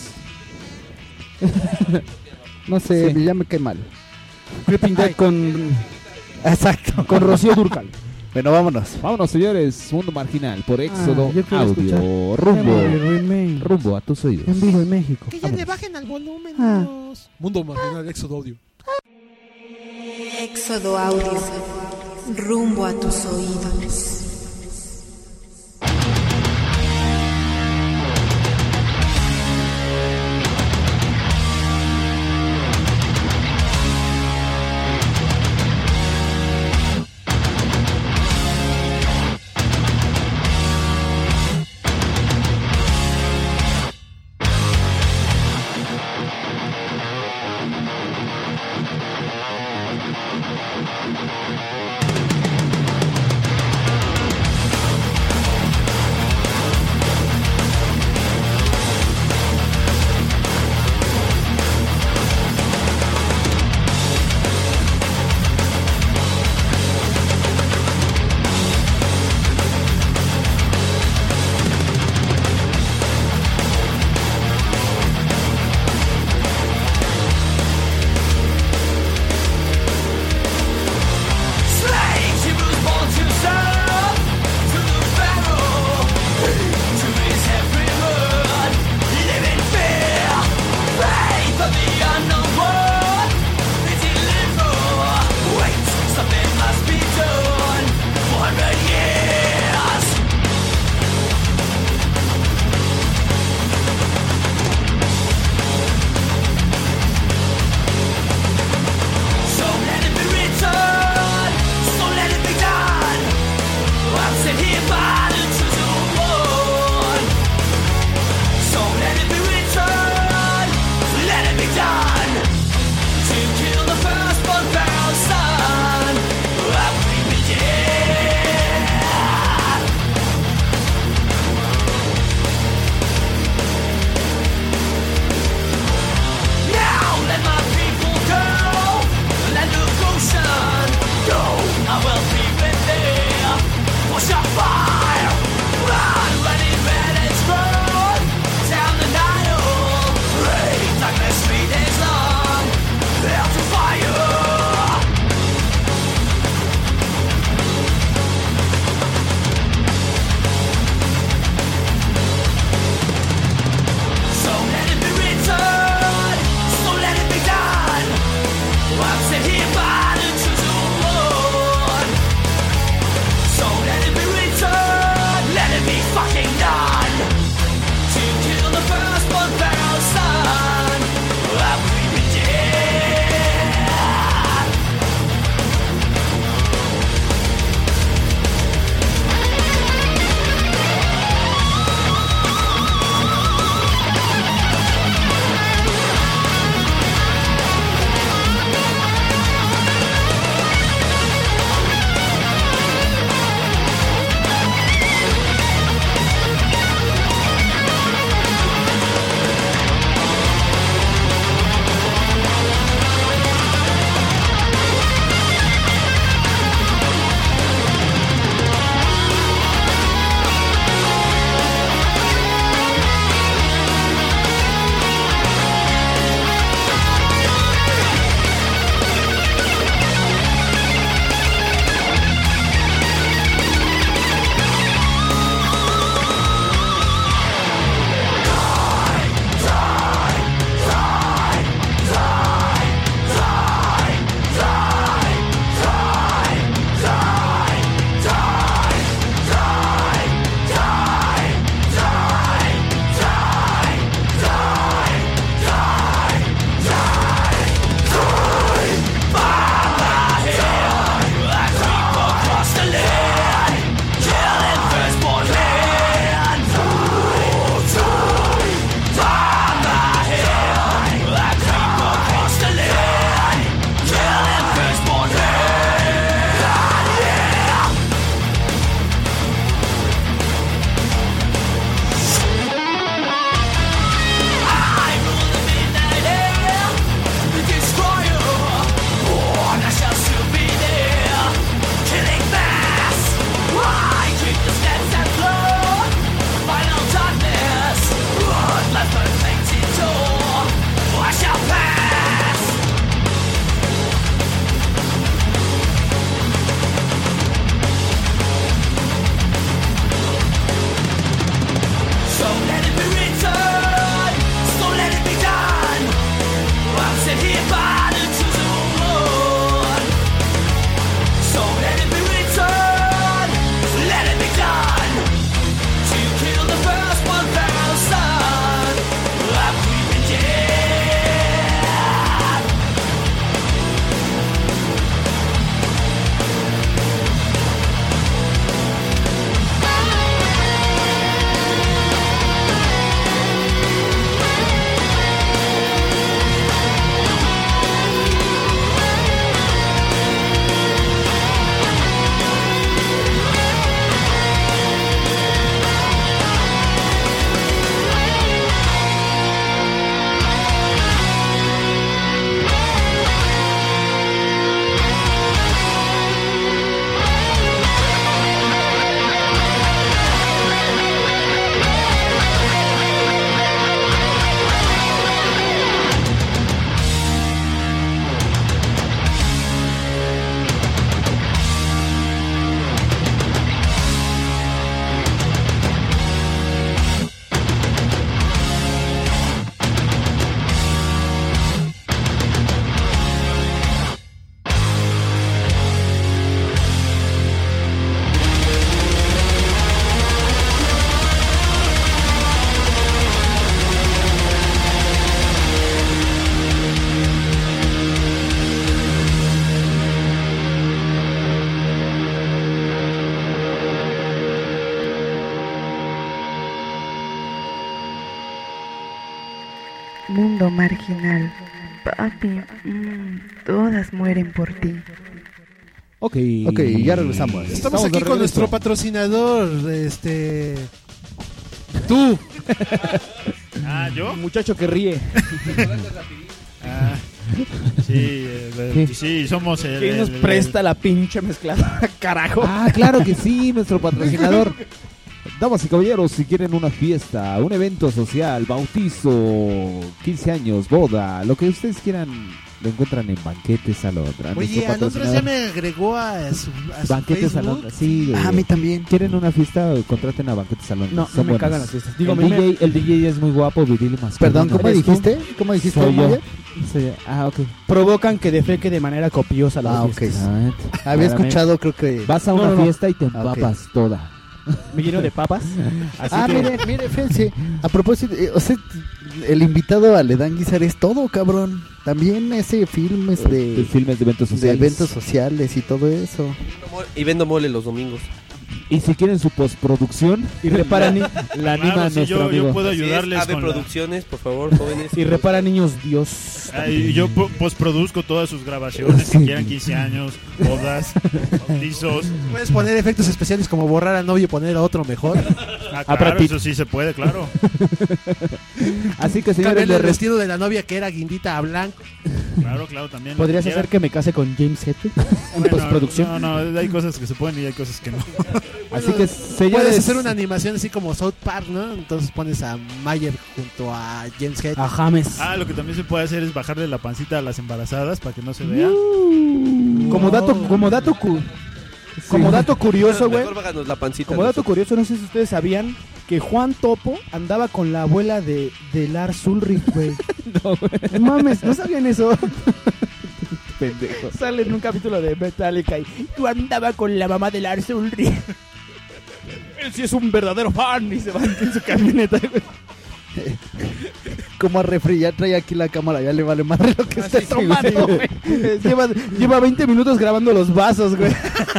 No sé, Sí. ya me cae mal. Creeping Dead con Exacto. con Rocío Durcal. Bueno, vámonos. Vámonos, señores. Mundo Marginal por Éxodo yo quiero escuchar Audio. Memory Remains Rumbo a tus oídos. en vivo en México. que ya le bajen al volumen. Ah. Dios. Mundo Marginal, Éxodo Audio. Éxodo Audio. Rumbo a tus oídos. So let it be written. Mundo marginal. Papi, todas mueren por ti. Ok, ya regresamos. Estamos aquí con nuestro patrocinador, tú. ¿Yo? Un muchacho que ríe. Sí, somos el... ¿Quién nos presta la pinche mezclada? Carajo. Ah, claro que sí, nuestro patrocinador. Damas y caballeros, si quieren una fiesta, un evento social, bautizo, 15 años, boda, lo que ustedes quieran, lo encuentran en Banquetes Alondra. Oye, Alondra ya me agregó a su Banquetes Facebook. Alondra, sí. A mí también. ¿Quieren una fiesta? Contraten a Banquetes Alondra. No, son me buenas. cagan las fiestas. Digo, el DJ es muy guapo, viril y masculino. Perdón, ¿cómo dijiste? ¿Cómo dijiste, Soy yo. Mayer? Ok. Provocan que defeque de manera copiosa las ok. fiestas. Había escuchado, creo que... Vas a una fiesta y te empapas toda. Me lleno de papas. Así que... mire, fíjense. A propósito, el invitado a Ledan Guizar es todo, cabrón. También ese film es de... filmes de eventos sociales. De eventos sociales y todo eso. Y vendo mole los domingos. Y si quieren su postproducción y reparan la anima nuestro amigo. Yo puedo ayudarles Ave con Producciones, por favor, jóvenes. Y repara niños Dios. Yo postproduzco todas sus grabaciones que quieran, 15 años, bodas, bautizos. Puedes poner efectos especiales como borrar al novio y poner a otro mejor. Claro, eso sí se puede, claro. Así que señores, cambiarle el vestido de la novia que era guindita a blanco. Claro, también. ¿Podrías hacer que me case con James Hetfield en postproducción? No, hay cosas que se pueden y hay cosas que no. Así que señores, puedes hacer una animación así como South Park, ¿no? Entonces pones a Mayer junto a James Hetfield. A James. Lo que también se puede hacer es bajarle la pancita a las embarazadas para que no se vea. Como dato curioso, güey. Mejor bájanos la pancita. Como dato curioso, no sé si ustedes sabían que Juan Topo andaba con la abuela de Lars Ulrich, güey. No, güey. No mames, ¿no sabían eso? Pendejo. Sale en un capítulo de Metallica y tú andaba con la mamá de Lars Ulrich. Él sí es un verdadero fan y se va en su camioneta, güey. Como a refri, ya trae aquí la cámara, ya le vale madre lo que esté tomando, güey. Lleva 20 minutos grabando los vasos, güey.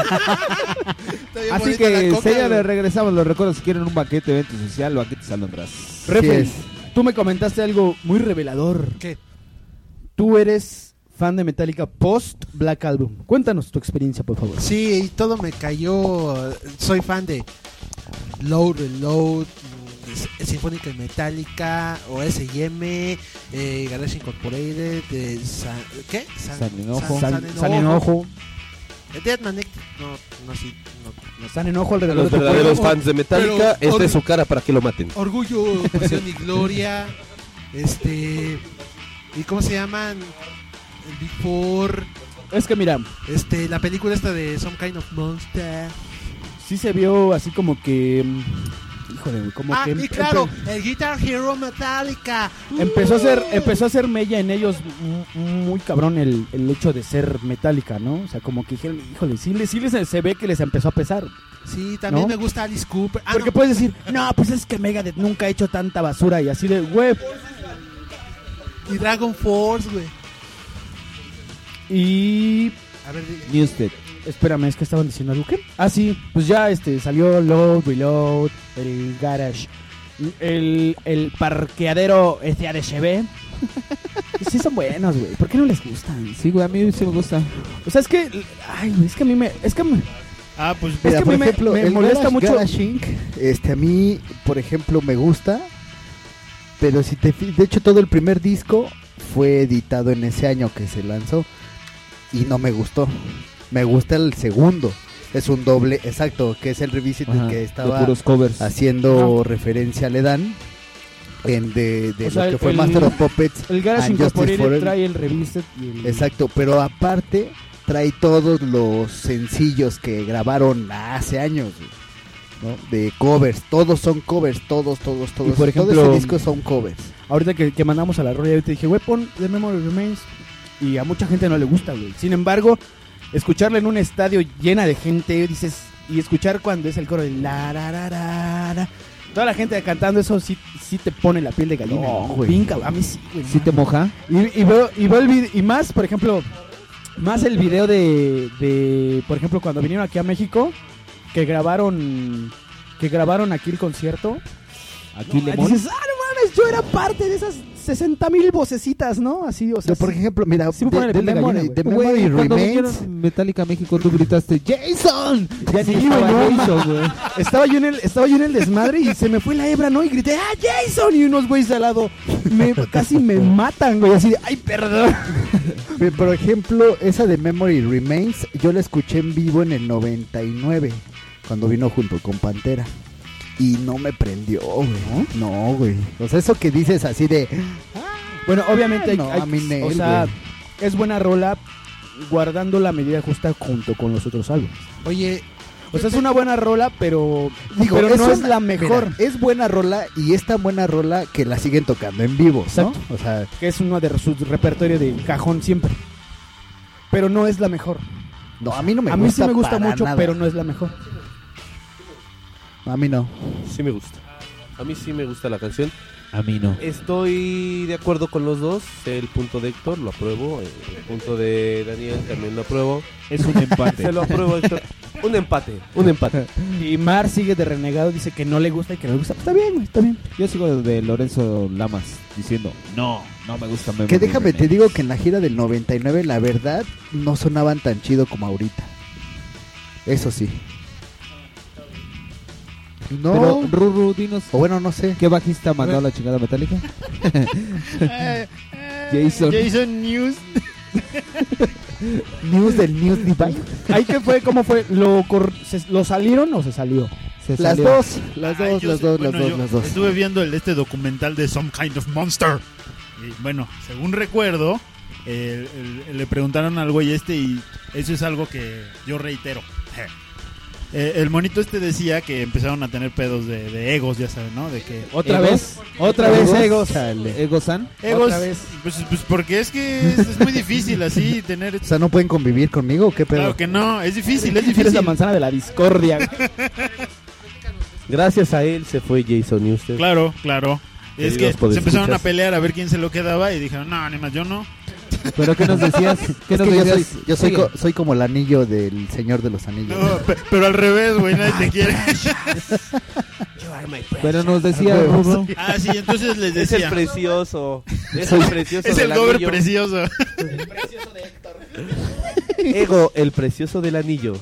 Así que, señores, regresamos. Los recuerdo, si quieren un banquete, evento social, Banquetes Alondras. Refe, tú me comentaste algo muy revelador. ¿Qué? Tú eres fan de Metallica post Black Album. Cuéntanos tu experiencia, por favor. Sí, todo me cayó. Soy fan de Load, Reload, Sinfónica y Metallica, O.S.I.M., Garage Incorporated, ¿qué? San Enojo. Dead Magnetic, no. San Enojo alrededor Los verdaderos fans de Metallica, esta es su cara para que lo maten. Orgullo, Pasión y Gloria, ¿y cómo se llaman? El Big Four. Es que mira, la película esta de Some Kind of Monster. Sí se vio así como que... Híjole, como que... y claro, el Guitar Hero Metallica. Empezó a hacer mella en ellos muy cabrón el hecho de ser Metallica, ¿no? O sea, como que dijeron, híjole, sí se ve que les empezó a pesar. Sí, también ¿no? me gusta Alice Cooper. Porque puedes decir, no, pues es que Megadeth nunca ha hecho tanta basura y así de, güey. Y Dragon Force, güey. Y... A ver, Newsted. Espérame, es que estaban diciendo algo. ¿Qué? Ah, sí, pues ya salió Load, Reload, el Garage, el parqueadero SADCB. Sí son buenos, güey. ¿Por qué no les gustan? Sí, güey, a mí sí me gusta. O sea, es que... Ay, güey, es que a mí me... pues es que por ejemplo, me molesta Garage, mucho. Garage Inc., a mí, por ejemplo, me gusta. Pero si de hecho todo el primer disco fue editado en ese año que se lanzó. Y no me gustó. Me gusta el segundo. Es un doble, exacto, que es el revisit que estaba de puros covers. haciendo referencia a Ledan de O sea, lo que fue Master of Puppets. El Garage and Justice Incorporated for All. trae el revisit y el... Exacto, pero aparte trae todos los sencillos que grabaron hace años, ¿no? De covers, todos son covers, todos. Y por ejemplo, todo ese disco son covers. Ahorita que mandamos a la rola, yo te dije, güey, pon The Memory Remains. Y a mucha gente no le gusta, güey. Sin embargo, escucharla en un estadio llena de gente, dices, y escuchar cuando es el coro de la ra, ra, ra, ra, toda la gente cantando eso sí te pone la piel de gallina. No, güey. Pinca, a mí sí, güey. ¿Sí te moja? Y veo el video, y más, por ejemplo, más el video de por ejemplo, cuando vinieron aquí a México, que grabaron aquí el concierto. Aquí no, dices, no mames, yo era parte de esas 60,000 vocecitas, ¿no? Así, o sea. Yo, por ejemplo, mira, sí me ponen de el piel de Memory, gallina, de güey. Memory Cuando Remains. vinieron Metallica México, tú gritaste ¡Jason! Ya Sí, ni estaba güey, Jason, güey. Estaba yo en el desmadre y se me fue la hebra, ¿no? Y grité, ¡ah, Jason! Y unos güeyes al lado casi me matan, güey, así de, ¡ay, perdón! Por ejemplo, esa de Memory Remains, yo la escuché en vivo en el 99, cuando vino junto con Pantera. Y no me prendió, güey. No, güey. O sea, eso que dices así de... Bueno, obviamente no, a mí o sea, es buena rola guardando la medida justa junto con los otros álbumes. Oye, o sea, es una buena rola, pero digo, pero no es una- la mejor. Mira, es buena rola y es tan buena rola que la siguen tocando en vivo, ¿no? Exacto. O sea, Que es uno de su repertorio de cajón siempre. Pero no es la mejor. no, a mí no me A gusta. mí sí me gusta para mucho, nada. pero no es la mejor. A mí no. Sí me gusta. A mí sí me gusta la canción. A mí no. Estoy de acuerdo con los dos. El punto de Héctor lo apruebo. El punto de Daniel también lo apruebo. Es un empate. Se lo apruebo, Héctor. Un empate. Y Mar sigue de renegado, dice que no le gusta y que no le gusta. Está bien, güey, está bien. Yo sigo de Lorenzo Lamas diciendo, no me gusta Memory Que déjame, te Remains. digo que en la gira del 99, la verdad, no sonaban tan chido como ahorita. Eso sí. No. Pero, Ruru, dinos, O bueno, no sé. ¿qué bajista mandó a la chingada Metallica? Jason News. News del News Divine. ¿Ahí qué fue? ¿Cómo fue? ¿Lo salieron o se salió? Las dos, las Ay, dos, yo las sé- dos, bueno, las yo dos, las dos. Estuve viendo este documental de Some Kind of Monster. Y bueno, según recuerdo, le preguntaron al güey y eso es algo que yo reitero. El monito decía que empezaron a tener pedos de egos, ya saben, ¿no? De que Otra ¿Egos? vez, otra vez egos. ¿Ego-san? egos, Otra vez. pues porque es que es muy difícil así tener. O sea, ¿no pueden convivir conmigo o qué pedo? Claro que no, es difícil, es Eres difícil. la manzana de la discordia. Gracias a él se fue Jason Newsted. Claro. Es que Queridos se empezaron a podescuchas. pelear a ver quién se lo quedaba y dijeron, no, ni más, yo no. ¿Pero qué nos decías? ¿Qué Es nos que decías? yo soy, Sigue. soy como el anillo del Señor de los Anillos. No, pero al revés, güey, nadie te quiere. Pero nos decía Huevos. Ruru. Ah, sí, entonces les Es el decía. precioso. Es el precioso Es del el gober anillo. precioso. Ego, el precioso del anillo.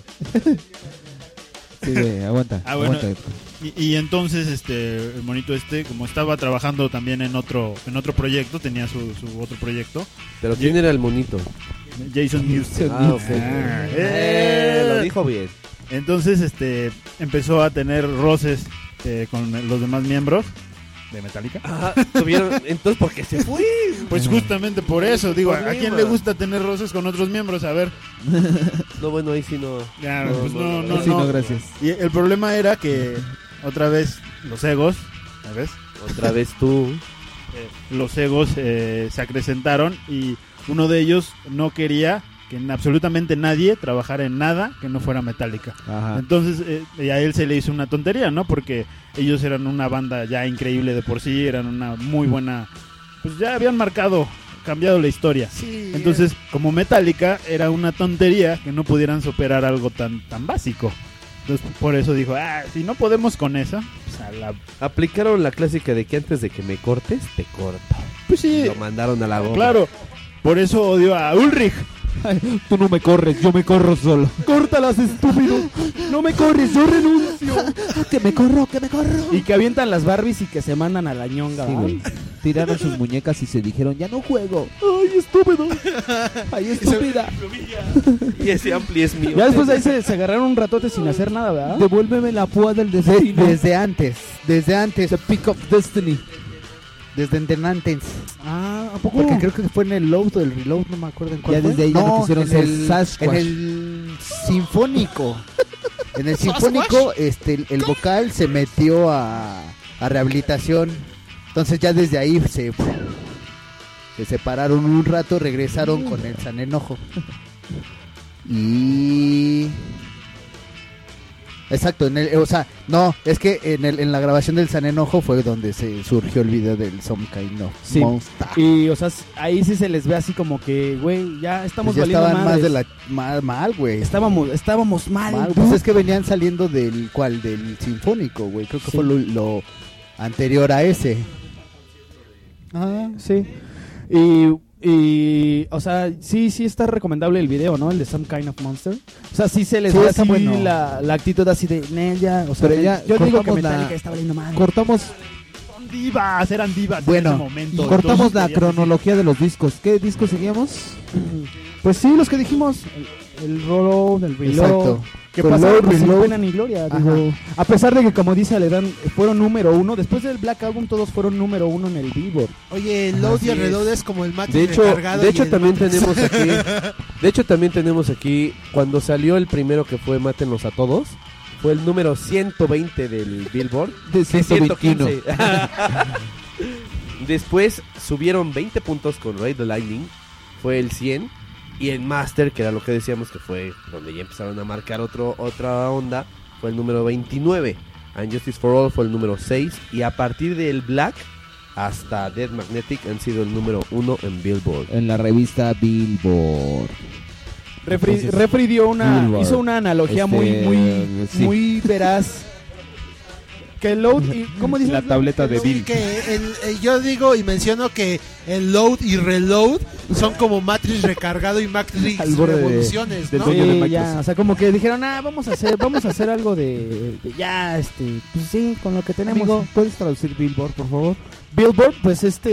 Sigue, aguanta. Ah, bueno. aguanta. Y entonces el monito como estaba trabajando también en otro proyecto, tenía su otro proyecto. Pero ¿quién era el monito? Jason News. Ah, ok. Lo dijo bien. Entonces empezó a tener roces con los demás miembros de Metallica. Ah, tuvieron. Entonces, ¿por qué se fue? Pues justamente por eso, digo, ¿a Problema. quién le gusta tener roces con otros miembros? A ver. No, bueno, ahí sí no. Ya, No, pues no, no. Sí, no, gracias. Y el problema era que otra vez los egos, ¿sabes? Otra vez tú. Los egos se acrecentaron y uno de ellos no quería que absolutamente nadie trabajara en nada que no fuera Metallica. Ajá. Entonces y a él se le hizo una tontería, ¿no? Porque ellos eran una banda ya increíble de por sí, eran una muy buena, pues ya habían cambiado la historia. Entonces, como Metallica era una tontería que no pudieran superar algo tan básico. Entonces, por eso dijo, si no podemos con esa, pues a la... Aplicaron la clásica de que antes de que me cortes, te corto. Pues sí, Lo mandaron a la goma. claro. Por eso odio a Ulrich. Tú no me corres, yo me corro solo. Córtalas, estúpido. No me corres, yo renuncio. Que me corro. Y que avientan las Barbies y que se mandan a la ñonga. Sí, ¿va? güey. Tiraron sus muñecas y se dijeron, ya no juego. Ay, estúpido. Ay, estúpida. Y ese ampli es mío. Ya después de ahí se agarraron un ratote sin hacer nada, ¿verdad? Devuélveme la púa del destino. Desde antes. The Pick of Destiny. Desde antes. Ah, ¿a poco? Porque creo que fue en el Load o el Reload, no me acuerdo en cuál Ya fue. desde ahí ya no quisieron en ser el, Sasquatch. en el Sinfónico. En el Sinfónico, el vocal se metió a rehabilitación. Entonces ya desde ahí se separaron un rato, regresaron con el San Enojo. Y... Exacto, es que en la grabación del San Enojo fue donde se surgió el video del Some Kind of Sí. Monster. Y, o sea, ahí sí se les ve así como que, güey, ya estamos Pues ya valiendo estaban más madres. de la mal, güey. Estábamos mal. Mal, pues es que venían saliendo del Sinfónico, güey. Creo que Sí. fue lo anterior a ese. Sí. O sea, sí está recomendable el video, ¿no? El de Some Kind of Monster. O sea, sí se les ve así la actitud así de ya, o sea, pero ya yo digo que Metallica está valiendo mal. Eran divas bueno, en ese momento. Cortamos la cronología de los discos. ¿Qué discos seguíamos? Pues sí, los que dijimos. El Reload, el Reload. Exacto. Que pasaron sin pena ni gloria. Digo, a pesar de que, como dice Aledán, fueron número 1. Después del Black Album, todos fueron número 1 en el Billboard. Oye, el Load y el Reload es como el Matrix De hecho recargado. también tenemos aquí. De hecho, también tenemos aquí. Cuando salió el primero que fue Mátenlos a Todos, fue el número 120 del Billboard. De 121. Después subieron 20 puntos con Ride the Lightning. Fue el 100. Y el Master, que era lo que decíamos que fue donde ya empezaron a marcar otra onda, fue el número 29. And Justice for All fue el número 6. Y a partir del Black hasta Dead Magnetic han sido el número 1 en Billboard. En la revista Billboard. Refri hizo una analogía muy veraz. Que el Load y ¿cómo dices? La tableta de Bill. Que yo digo y menciono que el Load y Reload son como Matrix recargado y Matrix revoluciones, ¿no? Sí, ya, o sea, como que dijeron, vamos a hacer algo de pues sí, con lo que tenemos. Amigo, ¿puedes traducir Billboard, por favor? Billboard, pues es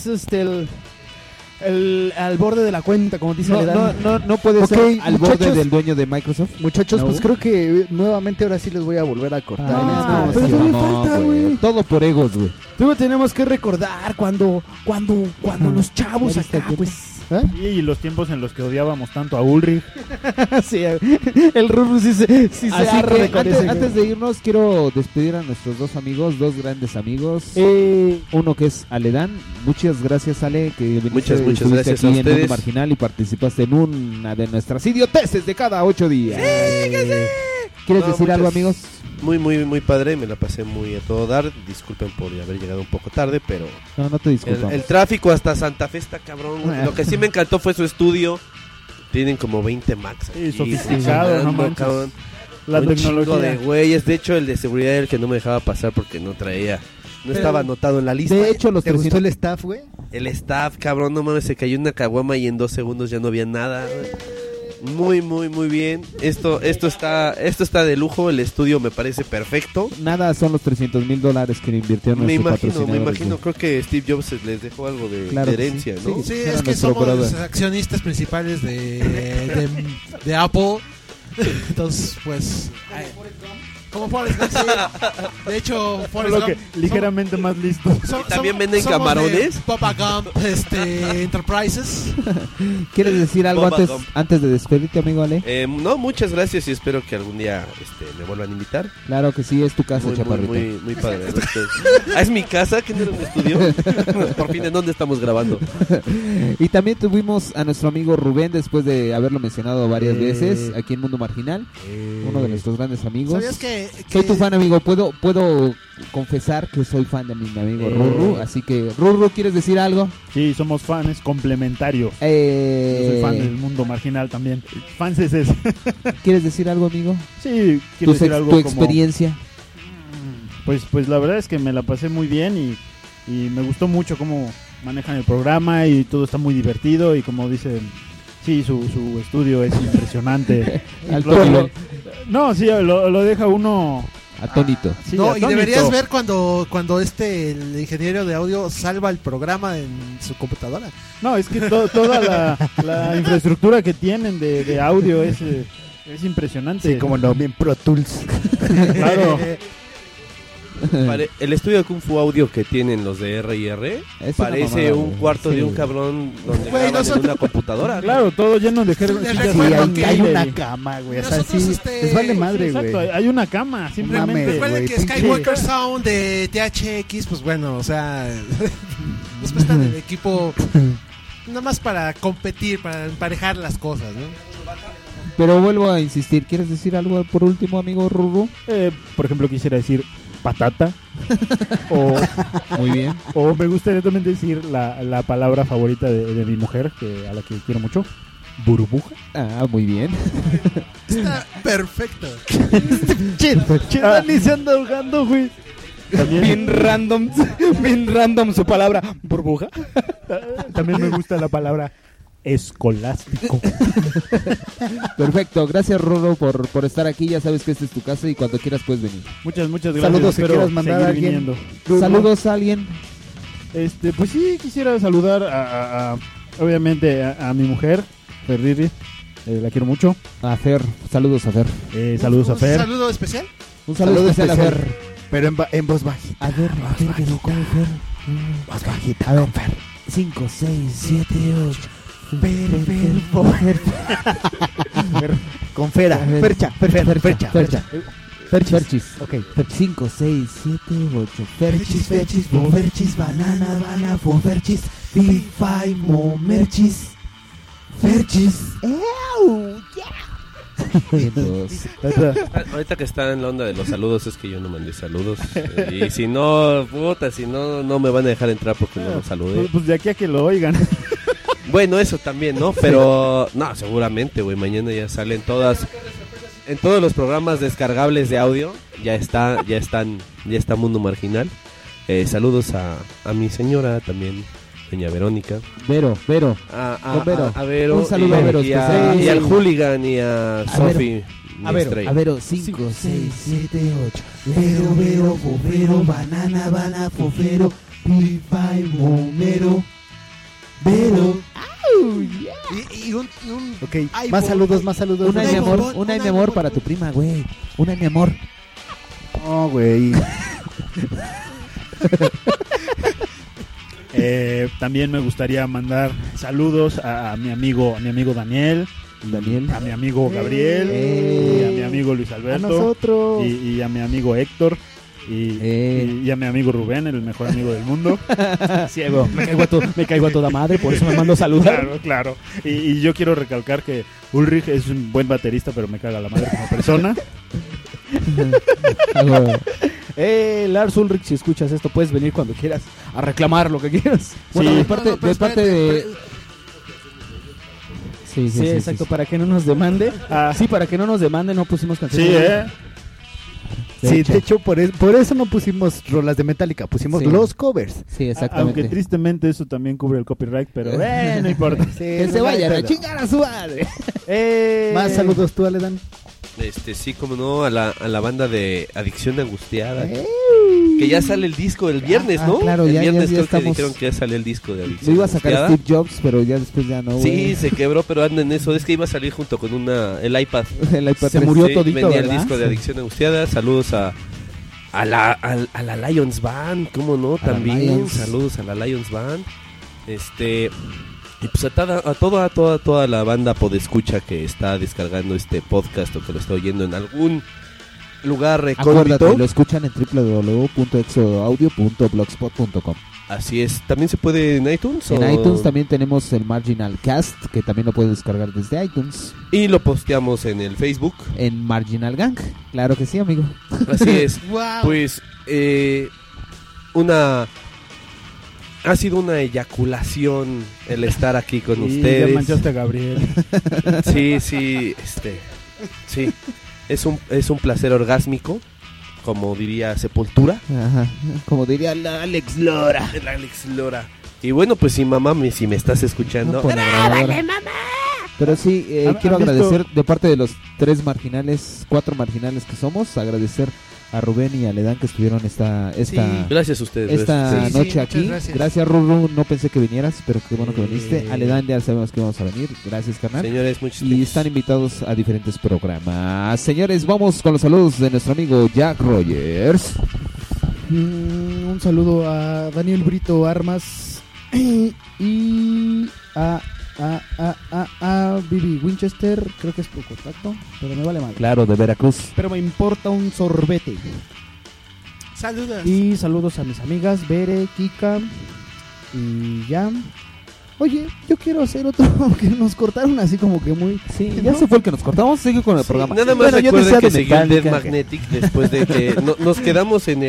el al borde de la cuenta, como dice no puede ser al borde del dueño de Microsoft. Muchachos, pues creo que nuevamente ahora sí les voy a volver a cortar. Pero todavía falta, güey. Todo por egos, güey. Luego tenemos que recordar cuando los chavos acá, pues... Y los tiempos en los que odiábamos tanto a Ulrich. Sí, el Ruru sí se arre con ese. Antes de irnos, quiero despedir a nuestros dos grandes amigos. Uno que es Aledán. Muchas gracias, Ale, que muchas gracias aquí a en ustedes. Mundo Marginal y participaste en una de nuestras idioteces de cada 8 días. ¿Quieres decir algo, amigos? Muy padre, me la pasé muy a todo dar. Disculpen por haber llegado un poco tarde, pero no te disculpamos. El tráfico hasta Santa Fe está cabrón. Lo que sí me encantó fue su estudio. Tienen como 20 Macs aquí, sofisticado, no manches. Cabrón. La un tecnología chingo de güeyes. De hecho, el de seguridad era el que no me dejaba pasar porque no estaba anotado en la lista. De hecho, ¿te gustó el staff, güey? El staff, cabrón, no mames, se cayó una caguama y en 2 segundos ya no había nada. Muy bien. Esto está de lujo. El estudio me parece perfecto. Nada son los $300,000 que le invirtió nuestro patrocinador. Me imagino. Creo que Steve Jobs les dejó algo de herencia, ¿no? Sí, es que somos los accionistas principales de Apple. Entonces, pues... Como Forrest Gump, sí. De hecho, Forrest Gump ligeramente más listo. ¿También venden camarones? Papa Gump Enterprises. ¿Quieres decir algo antes de despedirte, amigo Ale? No, muchas gracias y espero que algún día me vuelvan a invitar. Claro que sí, es tu casa, chaparrito. Muy padre. ¿Es mi casa? ¿Que no era un estudio? Por fin, ¿en dónde estamos grabando? Y también tuvimos a nuestro amigo Rubén, después de haberlo mencionado varias veces, aquí en Mundo Marginal. Uno de nuestros grandes amigos. ¿Sabías que soy tu fan, amigo? Puedo confesar que soy fan de mi amigo Ruru. Así que, Ruru, ¿quieres decir algo? Sí, somos fans complementarios. Yo soy fan del Mundo Marginal también. Fans es eso. ¿Quieres decir algo, amigo? Sí, quiero decir algo. ¿Tu experiencia? Pues la verdad es que me la pasé muy bien y me gustó mucho cómo manejan el programa y todo está muy divertido y como dicen... Sí, su estudio es impresionante. No, sí, lo deja uno atónito. Sí, no, atónito. Y deberías ver cuando el ingeniero de audio salva el programa en su computadora. No, es que toda la infraestructura que tienen de audio es impresionante. Sí, como no, bien Pro Tools. Claro. El estudio de Kung Fu Audio que tienen los de R&R parece un cuarto de un cabrón donde graban en una computadora. Claro, todo lleno de hay una cama, güey. O sea, sí, les vale madre, güey. Exacto, hay una cama, simplemente. Recuerden que Skywalker Sound de THX, pues bueno, o sea, después están el equipo nada más para competir, para emparejar las cosas, ¿no? Pero vuelvo a insistir, ¿quieres decir algo por último, amigo Ruru? Por ejemplo, quisiera decir patata. O, muy bien. O me gustaría también decir la palabra favorita de mi mujer, a la que quiero mucho. Burbuja. Ah, muy bien. Está perfecto. Ni se anda ahogando, güey. Bien random su palabra, burbuja. También me gusta la palabra escolástico. Perfecto, gracias Rorro por estar aquí. Ya sabes que esta es tu casa y cuando quieras puedes venir. Muchas gracias. Saludos si quieras mandar a alguien. Viniendo. Saludos a alguien. Pues sí, quisiera saludar a obviamente a mi mujer, Ferriri. La quiero mucho. A Fer, saludos a Fer. Saludos a Fer. ¿Un saludo especial? Un saludo especial a Fer. Pero en voz bajita. A ver, pero ¿cuál es Fer? Más bajita. A ver, Fer. 5, 6, 7, 8. Con Fera. Fercha. Ferchis. Ok. 5, 6, 7, 8. Ferchis, Ferchis, banana, Ferchis, Fi, Merchis. Ferchis. Ahorita que está en la onda de los saludos, es que yo no mandé saludos. Y si no, no me van a dejar entrar porque no los saludé. Pues de aquí a que lo oigan. Bueno, eso también, ¿no? Pero, no, seguramente, güey, mañana ya salen todas. En todos los programas descargables de audio ya está Mundo Marginal. Saludos a mi señora también, doña Verónica. Vero. A Vero. Un saludo a Vero. Y al Hooligan y a Sofi. A Vero. 5, 6, 7, 8. Vero, fofero, banana, fofero, pipay, momero. Vero. Y un Ok, más saludos. Una de mi amor para tu prima, güey. Una de mi amor. No, güey. También me gustaría mandar saludos a mi amigo Daniel, a mi amigo Gabriel, y a mi amigo Luis Alberto, a nosotros, y a mi amigo Héctor, y a mi amigo Rubén, el mejor amigo del mundo. Ciego, me caigo a toda madre, por eso me mando saludar. Claro. Y yo quiero recalcar que Ulrich es un buen baterista, pero me caga la madre como persona. Lars Ulrich, si escuchas esto, puedes venir cuando quieras a reclamar lo que quieras. Bueno, Sí. de parte de... Sí, exacto, para que no nos demande. Sí, para que no nos demande, no pusimos canciones. Sí, de hecho, por eso no pusimos rolas de Metallica, pusimos los covers. Sí, exactamente. Aunque tristemente eso también cubre el copyright, pero no importa. Que se vayan a chingar a su madre. Más saludos tú, Aledan. Sí, como no, a la banda de Adicción Angustiada. Que ya sale el disco el viernes, ¿no? Claro, el ya viernes creo estamos... que dijeron que ya sale el disco de Adicción Lo iba a sacar Angustiada. Steve Jobs, pero ya después ya no. Sí, güey. se quebró, pero anda en eso. Es que iba a salir junto con el iPad. El iPad se murió todito, venía ¿verdad? el disco de Adicción Angustiada. Saludos a la Lions Band, ¿cómo no? También saludos a la Lions Band. Y pues a toda la banda podescucha que está descargando este podcast o que lo está oyendo en algún lugar recóndito. Acuérdate, lo escuchan en www.exodoaudio.blogspot.com. Así es. ¿También se puede en iTunes? En iTunes también tenemos el Marginal Cast, que también lo puedes descargar desde iTunes. Y lo posteamos en el Facebook. En Marginal Gang. Claro que sí, amigo. Así es. Wow. Pues ha sido una eyaculación el estar aquí con ustedes. Ya manchaste a Gabriel. Sí, sí, es un placer orgásmico, como diría Sepultura. Ajá. Como diría la Alex Lora. La Alex Lora. Y bueno, pues si me estás escuchando. No, por la grabadora. Pero sí, quiero agradecer de parte de los 4 marginales que somos, agradecer a Rubén y a Ledán que estuvieron esta gracias a ustedes. Esta noche aquí. Gracias, Ruru, no pensé que vinieras, pero qué bueno que viniste. A Ledán ya sabemos que vamos a venir. Gracias, carnal. Señores, muchas Y están invitados a diferentes programas. Señores, vamos con los saludos de nuestro amigo Jack Rogers. Un saludo a Daniel Brito Armas y a Vivi Winchester, creo que es por contacto, pero me vale mal. Claro, de Veracruz. Pero me importa un sorbete. Saludos. Y saludos a mis amigas Bere, Kika y Jam. Oye, yo quiero hacer otro que nos cortaron así como que muy... Sí, ya se fue el que nos cortamos, sigue con el programa. Nada más recuerden que siguió el Dead Magnetic después de que nos quedamos en el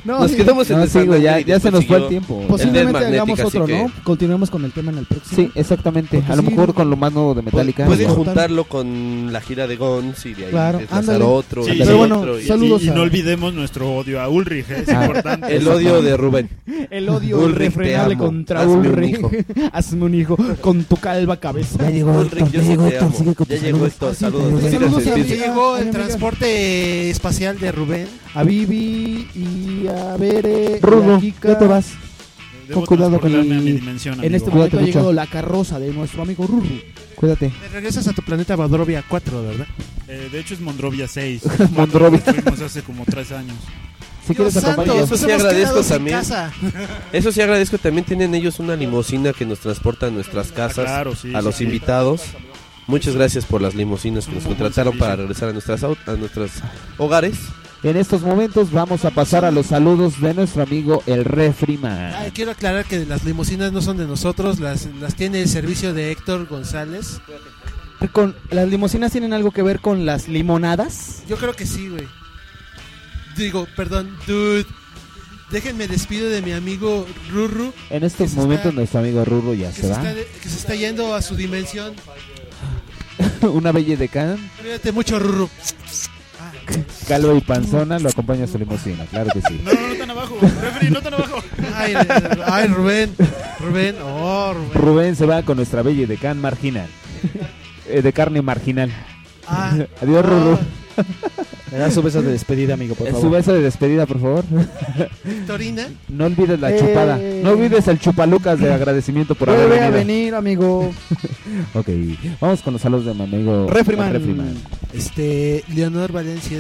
Nos quedamos en el sí, güey, Sandman y ya se después nos fue el siguió tiempo. el Posiblemente Death hagamos Magnetic, otro, así que- ¿no? Continuemos con el tema en el próximo. Sí, exactamente. Porque A lo sí, mejor con lo más nuevo de Metallica. Pueden ¿no? juntarlo con la gira de Guns y de ahí Claro, desplazar ándale. otro. Sí, y pero bueno, otro, y- saludos Y a- no olvidemos nuestro odio a Ulrich, es importante. El odio de Rubén. El odio Ulrich, irrefrenable te amo. contra Hazme un Ulrich. hijo. Hazme un hijo con tu calva cabeza. Ya llegó Ulrich, yo sí te amo. Ya llegó esto. Saludos. Saludos Saludos. a- Llegó el amiga. transporte espacial de Rubén. A Vivi y a Bere. Rulo, y a Kika. ya te vas. Debo Con cuidado con transportarme el- a mi dimensión, En amigo. este momento ha Cuídate llegado mucho. la carroza de nuestro amigo Ruru. Cuídate. Te regresas a tu planeta Badrovia 4, ¿verdad? De hecho es Mondrovia 6. Mondrovia. Fuimos hace como 3 años. Si quieres Dios santo, acompañarnos. Eso sí nos hemos agradezco quedado sin también. casa. Eso sí agradezco. También tienen ellos una limusina que nos transporta a nuestras casas, claro, sí, a sí, los sí. invitados. Muchas gracias por las limusinas que Un nos muy buen contrataron para servicio. regresar a nuestros hogares. En estos momentos vamos a pasar a los saludos de nuestro amigo el Refriman. Ay, quiero aclarar que las limusinas no son de nosotros, las tiene el servicio de Héctor González. ¿Las limusinas tienen algo que ver con las limonadas? Yo creo que sí, güey. Digo, perdón, dude. Déjenme despido de mi amigo Ruru. En estos que se momentos está- nuestro amigo Rurro ya que se va. que se está yendo a su dimensión. Una bella de can, Cuídate mucho, Ruru. calvo y panzona lo acompaña a su limusina, claro que sí. No tan abajo. Refri, no tan abajo. Ay, Rubén. Rubén. Rubén se va con nuestra bella de can marginal. De carne marginal. Ah. Adiós, Rurro. Me da su beso de despedida, amigo, por Su favor. beso de despedida, por favor. Victorina. No olvides la chupada. No olvides el chupalucas de agradecimiento por haber Vuelve a venido. venir, amigo. Ok, vamos con los saludos de mi amigo Refriman. Leonor Valencia,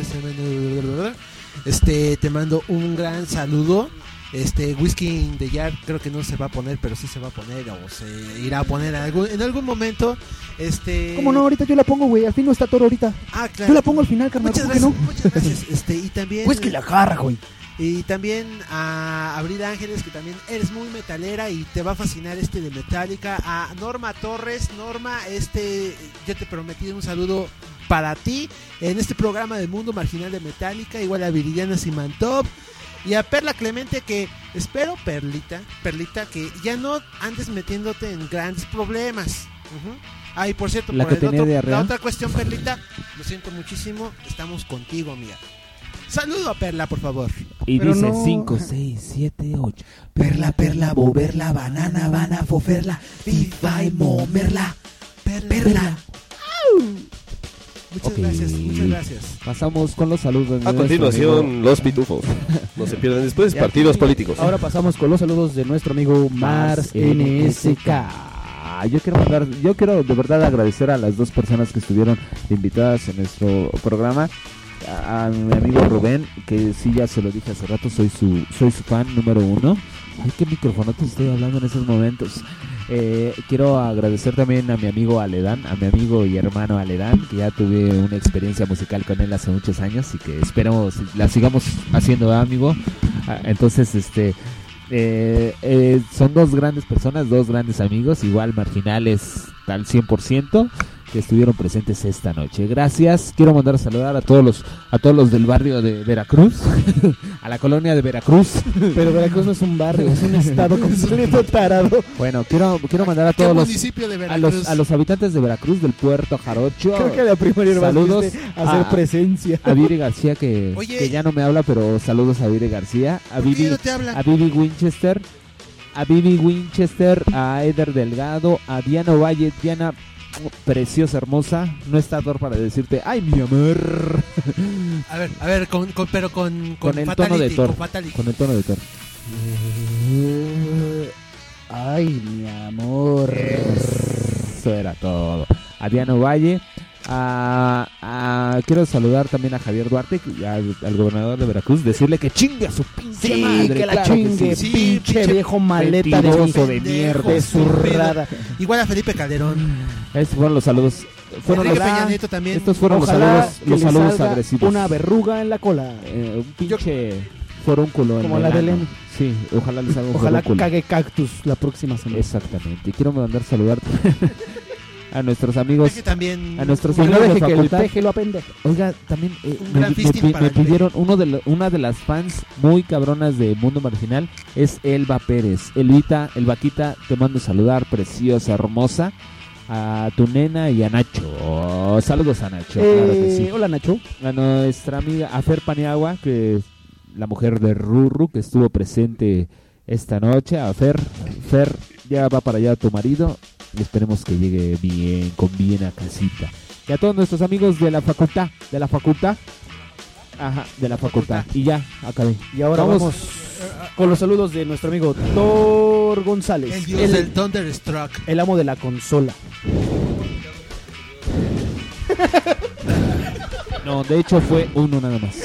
te mando un gran saludo. Whisky in the Jar creo que no se va a poner, pero sí se va a poner o se irá a poner en algún momento. ¿Cómo no? Ahorita yo la pongo, güey. Al fin no está Toro ahorita. Ah, claro. Yo la pongo al final, carnal. Muchas ¿Cómo que gracias, no? muchas gracias. Y también Whisky la jarra, güey. Y también a Abril Ángeles, que también eres muy metalera y te va a fascinar de Metallica. A Norma Torres, Norma, yo te prometí un saludo para ti en este programa del Mundo Marginal de Metallica. Igual a Viridiana Simantov y a Perla Clemente, que espero, Perlita, que ya no andes metiéndote en grandes problemas. Ay, por cierto, La por que tenía diarrea. la otra cuestión, Perlita, lo siento muchísimo, estamos contigo, amiga. Saludo a Perla, por favor. Y Pero dice no. 5, 6, 7, 8. Perla, perla, boberla, banana, vana, foferla, viva y momerla, perla. Muchas Ok. gracias, muchas gracias. Pasamos con los saludos de A nuestro continuación, amigo- los pitufos. No se pierdan después Y partidos aquí, políticos. Ahora pasamos con los saludos de nuestro amigo Mars NSK. Yo quiero de verdad agradecer a las dos personas que estuvieron invitadas en nuestro programa. A mi amigo Rubén, que sí, ya se lo dije hace rato, soy su fan número 1. Ay, qué micrófono te estoy hablando en esos momentos. Quiero agradecer también a mi amigo Aledán, a mi amigo y hermano Aledán, que ya tuve una experiencia musical con él hace muchos años y que esperamos la sigamos haciendo, ¿verdad, amigo? Entonces, son dos grandes personas, dos grandes amigos, igual marginales al 100%, que estuvieron presentes esta noche. Gracias. Quiero mandar a saludar a todos los del barrio de Veracruz, a la colonia de Veracruz. Pero Veracruz no es un barrio, es un estado completo tarado. Bueno, quiero mandar a ¿Qué todos municipio de Veracruz? a los habitantes de Veracruz, del puerto Jarocho. Creo que de primero saludos a hacer presencia. a Viri García, que ya no me habla, pero saludos a Viri García, a ¿Por qué Vivi, no te habla? a Vivi Winchester, a Eder Delgado, a Diana Valle. Diana, preciosa, hermosa, no está Thor para decirte ay, mi amor. A ver, con el Fatality, tono de Thor, con Fatality. con el tono de Thor. Ay, mi amor. Eso era todo. A Diana Valle. Quiero saludar también a Javier Duarte, al gobernador de Veracruz, decirle que chingue a su pinche Sí, madre, que la claro chingue, sí. pinche viejo maleta de mentiroso de mierda. de zurrada. Igual a Felipe Calderón. Estos fueron los saludos. Fueron Enrique los, Peña Nieto también. estos fueron Ojalá que los le saludos salga agresivos. una verruga en la cola. Un pinche forúnculo. Como en la el de ano. Lenny. Sí, ojalá les haga un Ojalá forúnculo. cague cactus la próxima semana. Exactamente. Y quiero mandar saludar a nuestros amigos, Peje también. a nuestros No amigos de deje que el facultad. peje lo apendeje. Oiga, también Un gran fisting para me el peje. pidieron una de las fans muy cabronas de Mundo Marginal es Elba Pérez. Elvita, Elvaquita, te mando a saludar, preciosa, hermosa, a tu nena y a Nacho. Saludos a Nacho, claro que sí. Hola, Nacho. A nuestra amiga a Fer Paniagua, que es la mujer de Ruru, que estuvo presente esta noche. A Fer, ya va para allá tu marido. Y esperemos que llegue bien, con bien a casita. Y a todos nuestros amigos de la facultad. Ajá, de la facultad. Y ya, acabé. Y ahora vamos con los saludos de nuestro amigo Thor González. El dios del Thunderstruck. El amo de la consola. No, de hecho fue uno nada más.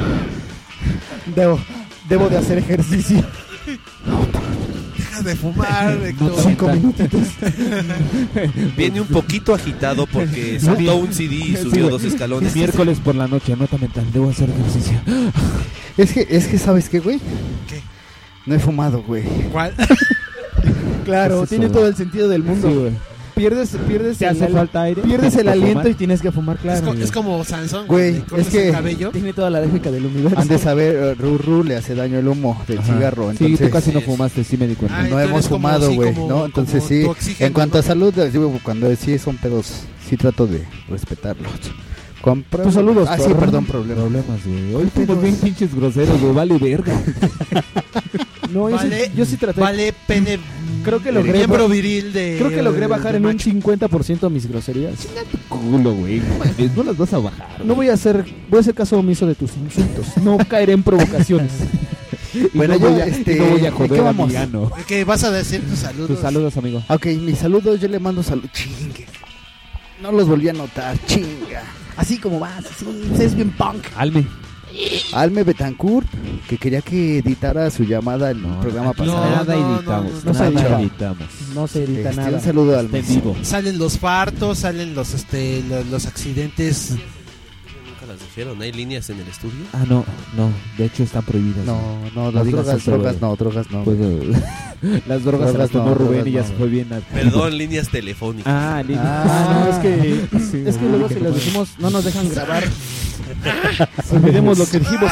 Debo de hacer ejercicio. Deja de fumar, Héctor. 5 minutitos. Viene un poquito agitado porque soltó un CD y subió 2 escalones. Miércoles por la noche, nota mental, debo hacer ejercicio. Es que ¿sabes qué, güey? ¿Qué? No he fumado, güey. ¿Cuál? Claro, Es eso, tiene güey. todo el sentido del mundo. Sí, güey. Pierdes ¿Te hace falta aire? Pierdes el ¿Para aliento fumar? y tienes que fumar, claro. Es como Sansón. Güey, le cortas es que el cabello. Tiene toda la lógica del universo. Han de saber, Ruru le hace daño el humo del Ajá. cigarro. Sí, Entonces, tú casi no fumaste, sí me di cuenta. Ay, no tú hemos eres como fumado, así, güey, como- ¿no? Entonces como sí, tu oxígeno, en cuanto ¿no? a salud, digo, cuando sí son pedos, sí trato de respetarlos. Tus saludos, Ah, sí, Thor. perdón, problemas. Problemas, güey. Hoy fuimos bien pinches groseros, güey. Vale verga. No, yo sí traté. Vale, pene. Creo que logré. Miembro viril de. Creo que logré bajar en un macho. 50% mis groserías. Culo, güey. No las vas a bajar. No voy a hacer caso omiso de tus insultos. No caeré en provocaciones. Bueno, no yo, voy a, y no voy a ¿de joder qué a vamos? mi ano. ¿Qué vas a decir tus saludos? Tus saludos, amigo. Ok, mis saludos, yo le mando saludos. Chingue. No los volví a notar, chinga. Así como vas, así, es bien punk. Alme Betancourt, que quería que editara su llamada en el programa pasado. Nada editamos. no se edita. Nada editamos. No se edita nada. Un saludo a Alme. En vivo. Salen los fartos, salen los accidentes. Nunca las dijeron, ¿hay líneas en el estudio? Ah, no. De hecho están prohibidas. No, las digas eso, drogas güey. no, drogas no. Pues, las drogas se las tomó no, Rubén drogas y ya no. se fue bien. Perdón, líneas telefónicas. Ah, líneas. No, es que luego si las decimos no nos dejan grabar. Olvidemos lo que dijimos.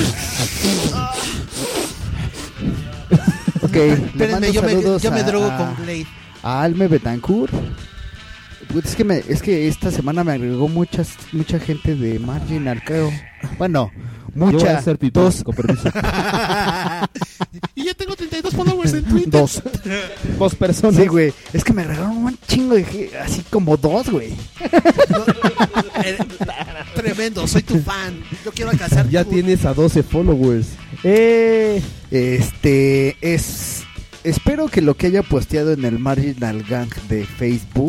Ok, le Espérenme, mando yo saludos me a- drogo a- con Blade. A Alme Betancourt. Pues es que esta semana me agregó mucha gente de Marginal, creo. Bueno, Yo voy a mucha. hacer pipí, con permiso. Y ya tengo 32 followers en Twitter. Dos personas. Sí, güey. Es que me agregaron un chingo de así como 2, güey. Tremendo, soy tu fan. Yo quiero alcanzar. Ya tienes a 12 followers. Espero que lo que haya posteado en el Marginal Gang de Facebook,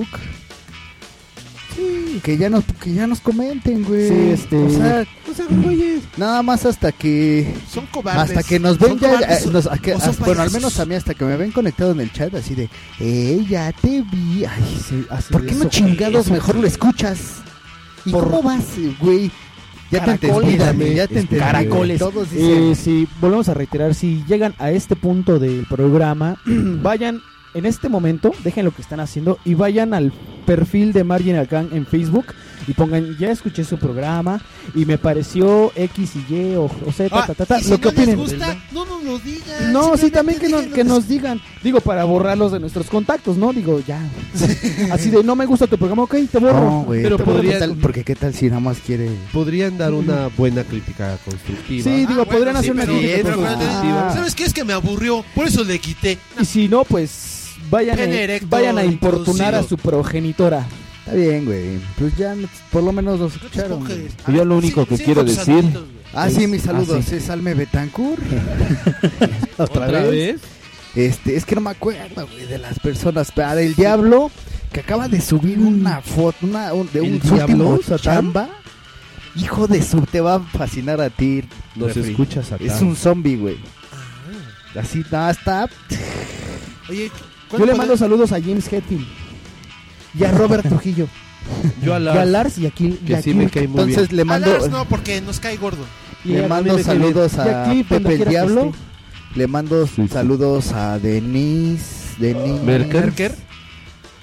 sí, que ya nos comenten, güey. Sí, o sea, güeyes. nada más hasta que Son cobardes. hasta que nos ven Son ya, cobardes, bueno, al payasos. menos a mí hasta que me ven conectado en el chat así de, ya te vi. Ay, Sí, así ¿por qué eso, no chingados eso. mejor lo escuchas? ¿Y cómo vas, güey? Ya te Caracoles, entendí, güey. ya te entendí. Caracoles. Todos dicen, Si volvemos a reiterar, si llegan a este punto del programa, vayan en este momento, dejen lo que están haciendo y vayan al perfil de Marginal Gang en Facebook y pongan, ya escuché su programa y me pareció X y Y o Z, Y si lo que no les opinen. gusta, no nos lo digan. No, sí, Simplemente también díganos. que nos digan. Digo, para borrarlos de nuestros contactos, ¿no? Digo, ya. Así de, no me gusta tu programa, ok, te borro. no, güey, pero porque podría- ¿qué tal, porque qué tal si nada más quiere... Podrían dar una buena crítica constructiva. Sí, digo, podrían bueno, hacer una pero- crítica pero- constructiva. ¿Sabes qué? Es que me aburrió, por eso le quité. Y si no, pues vayan, Pene erecto vayan a importunar a introducido. su progenitora. Está bien, güey. Pues ya por lo menos nos escucharon. güey. Yo lo único que quiero con tus decir. saluditos, güey. Ah, sí, mis Ah, saludos. sí. Es Alme Betancourt. ¿Otra vez? Es que no me acuerdo, güey, de las personas. Para el Diablo, que acaba de subir una foto de un ¿El Diablo, último Satán? chamba. Hijo de su, te va a fascinar a ti. Nos Refri. escuchas acá. Es un zombie, güey. Así, nada, está. Oye, Yo le mando saludos a James Hetfield y a Robert Trujillo. Yo a Y a Lars y aquí. que sí me cae muy Entonces bien. le mando, no, porque nos cae gordo. le mando saludos a Pepe el Diablo. Le mando Sí, sí. saludos a Denise Merker.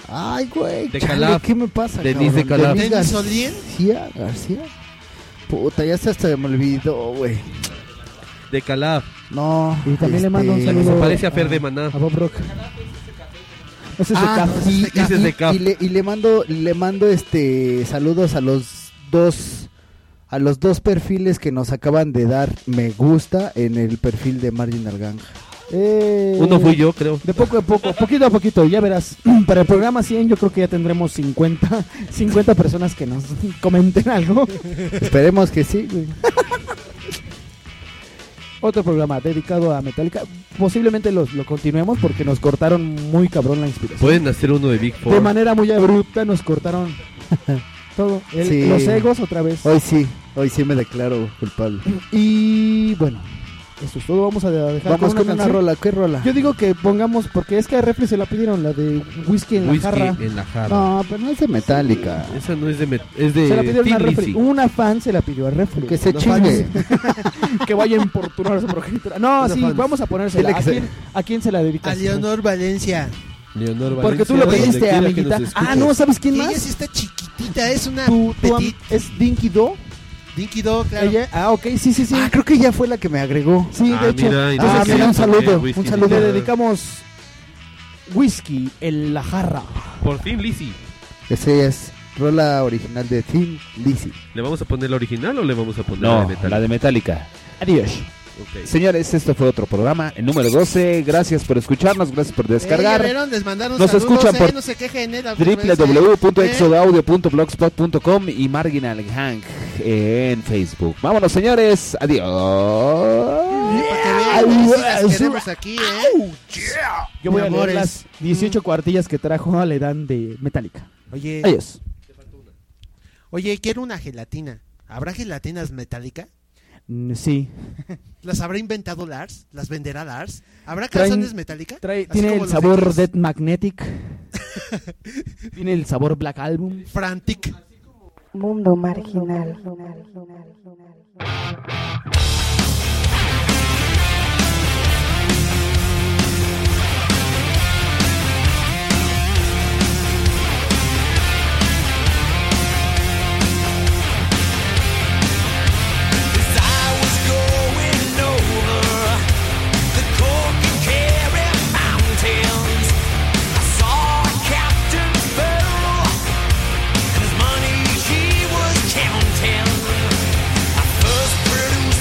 Ay, güey. De chale, Calaf. ¿qué me pasa, Denise de cabrón? Calaf. Denise ¿Denis Olien? García. Puta, ya hasta me olvidó, güey. De Calaf. No. Y también le mando un saludo. Se parece a Fer de Maná. A Bob Rock. Ese es de Caf. Ese es de Caf. Y le mando saludos a los dos perfiles que nos acaban de dar me gusta en el perfil de Marginal Gang. Uno fui yo, creo. De poco a poco, poquito a poquito, ya verás. Para el programa 100 yo creo que ya tendremos 50 personas que nos comenten algo. Esperemos que sí, güey. Otro programa dedicado a Metallica. Posiblemente lo continuemos porque nos cortaron muy cabrón la inspiración. Pueden hacer uno de Big Four. De manera muy abrupta nos cortaron todo. Sí. Los egos otra vez. Hoy sí me declaro culpable. Y bueno, eso es todo. Vamos a dejar Vamos con una canción. rola. ¿Qué rola? Yo digo que pongamos, porque es que a Refri se la pidieron, la de Whisky en la jarra. En la jarra. No, pero no es de Metallica. Esa no es de es de Se la pidieron a Thin Refri. Lizzy. Una fan se la pidió a Refri. Que se Los chingue. fans. Que vaya a importunar a su progenitora. No, Una sí, fan. vamos a ponérsela. Dile que ¿A quién se la dedicas? A Leonor Valencia. Leonor Valencia. Porque tú lo donde pediste, quiera que amiguita. nos escuche. Ah, no, ¿sabes quién Y más? ella sí está chiquitita, es una Tu petit. es Dinky Do. Dinky Dog, claro. Ella, ok, sí. Ah, creo que ella fue la que me agregó. Sí, de hecho. mira, Entonces, mira, un saludo. Whisky. Un saludo. le dedicamos Whisky en la jarra. Por Thin Lizzy. Ese es rola original de Thin Lizzy. ¿Le vamos a poner la original o le vamos a poner la de No, metal? la de Metallica. Adiós. Ok. Señores, este fue otro programa, el número 12. Gracias por escucharnos, gracias por descargar. Les mandaron Nos saludos, escuchan por no se quejen, www.exodoaudio.blogspot.com y Marginal Gang en Facebook. Vámonos, señores. Adiós. Las queremos aquí, Yo voy a leer amores. las 18 cuartillas que trajo Aledán de Metallica. Oye, Adiós. Oye, quiero una gelatina. ¿Habrá gelatinas Metallica? Sí. ¿Las habrá inventado Lars? ¿Las venderá Lars? ¿Habrá Traen- calzones Metallica? Así Tiene como el los sabor X. Dead Magnetic. Tiene el sabor Black Album. Frantic. Mundo marginal. Money he was counting. I first produced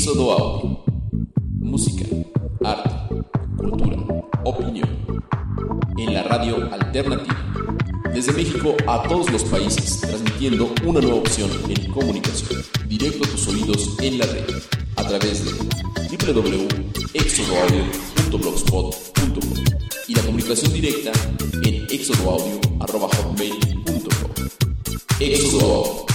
Éxodo Audio. Música, arte, cultura, opinión. En la radio alternativa. Desde México a todos los países, transmitiendo una nueva opción en comunicación. Directo a tus oídos en la red. A través de www.exodoaudio.blogspot.com y la comunicación directa en exodoaudio@hotmail.com. Éxodo Audio.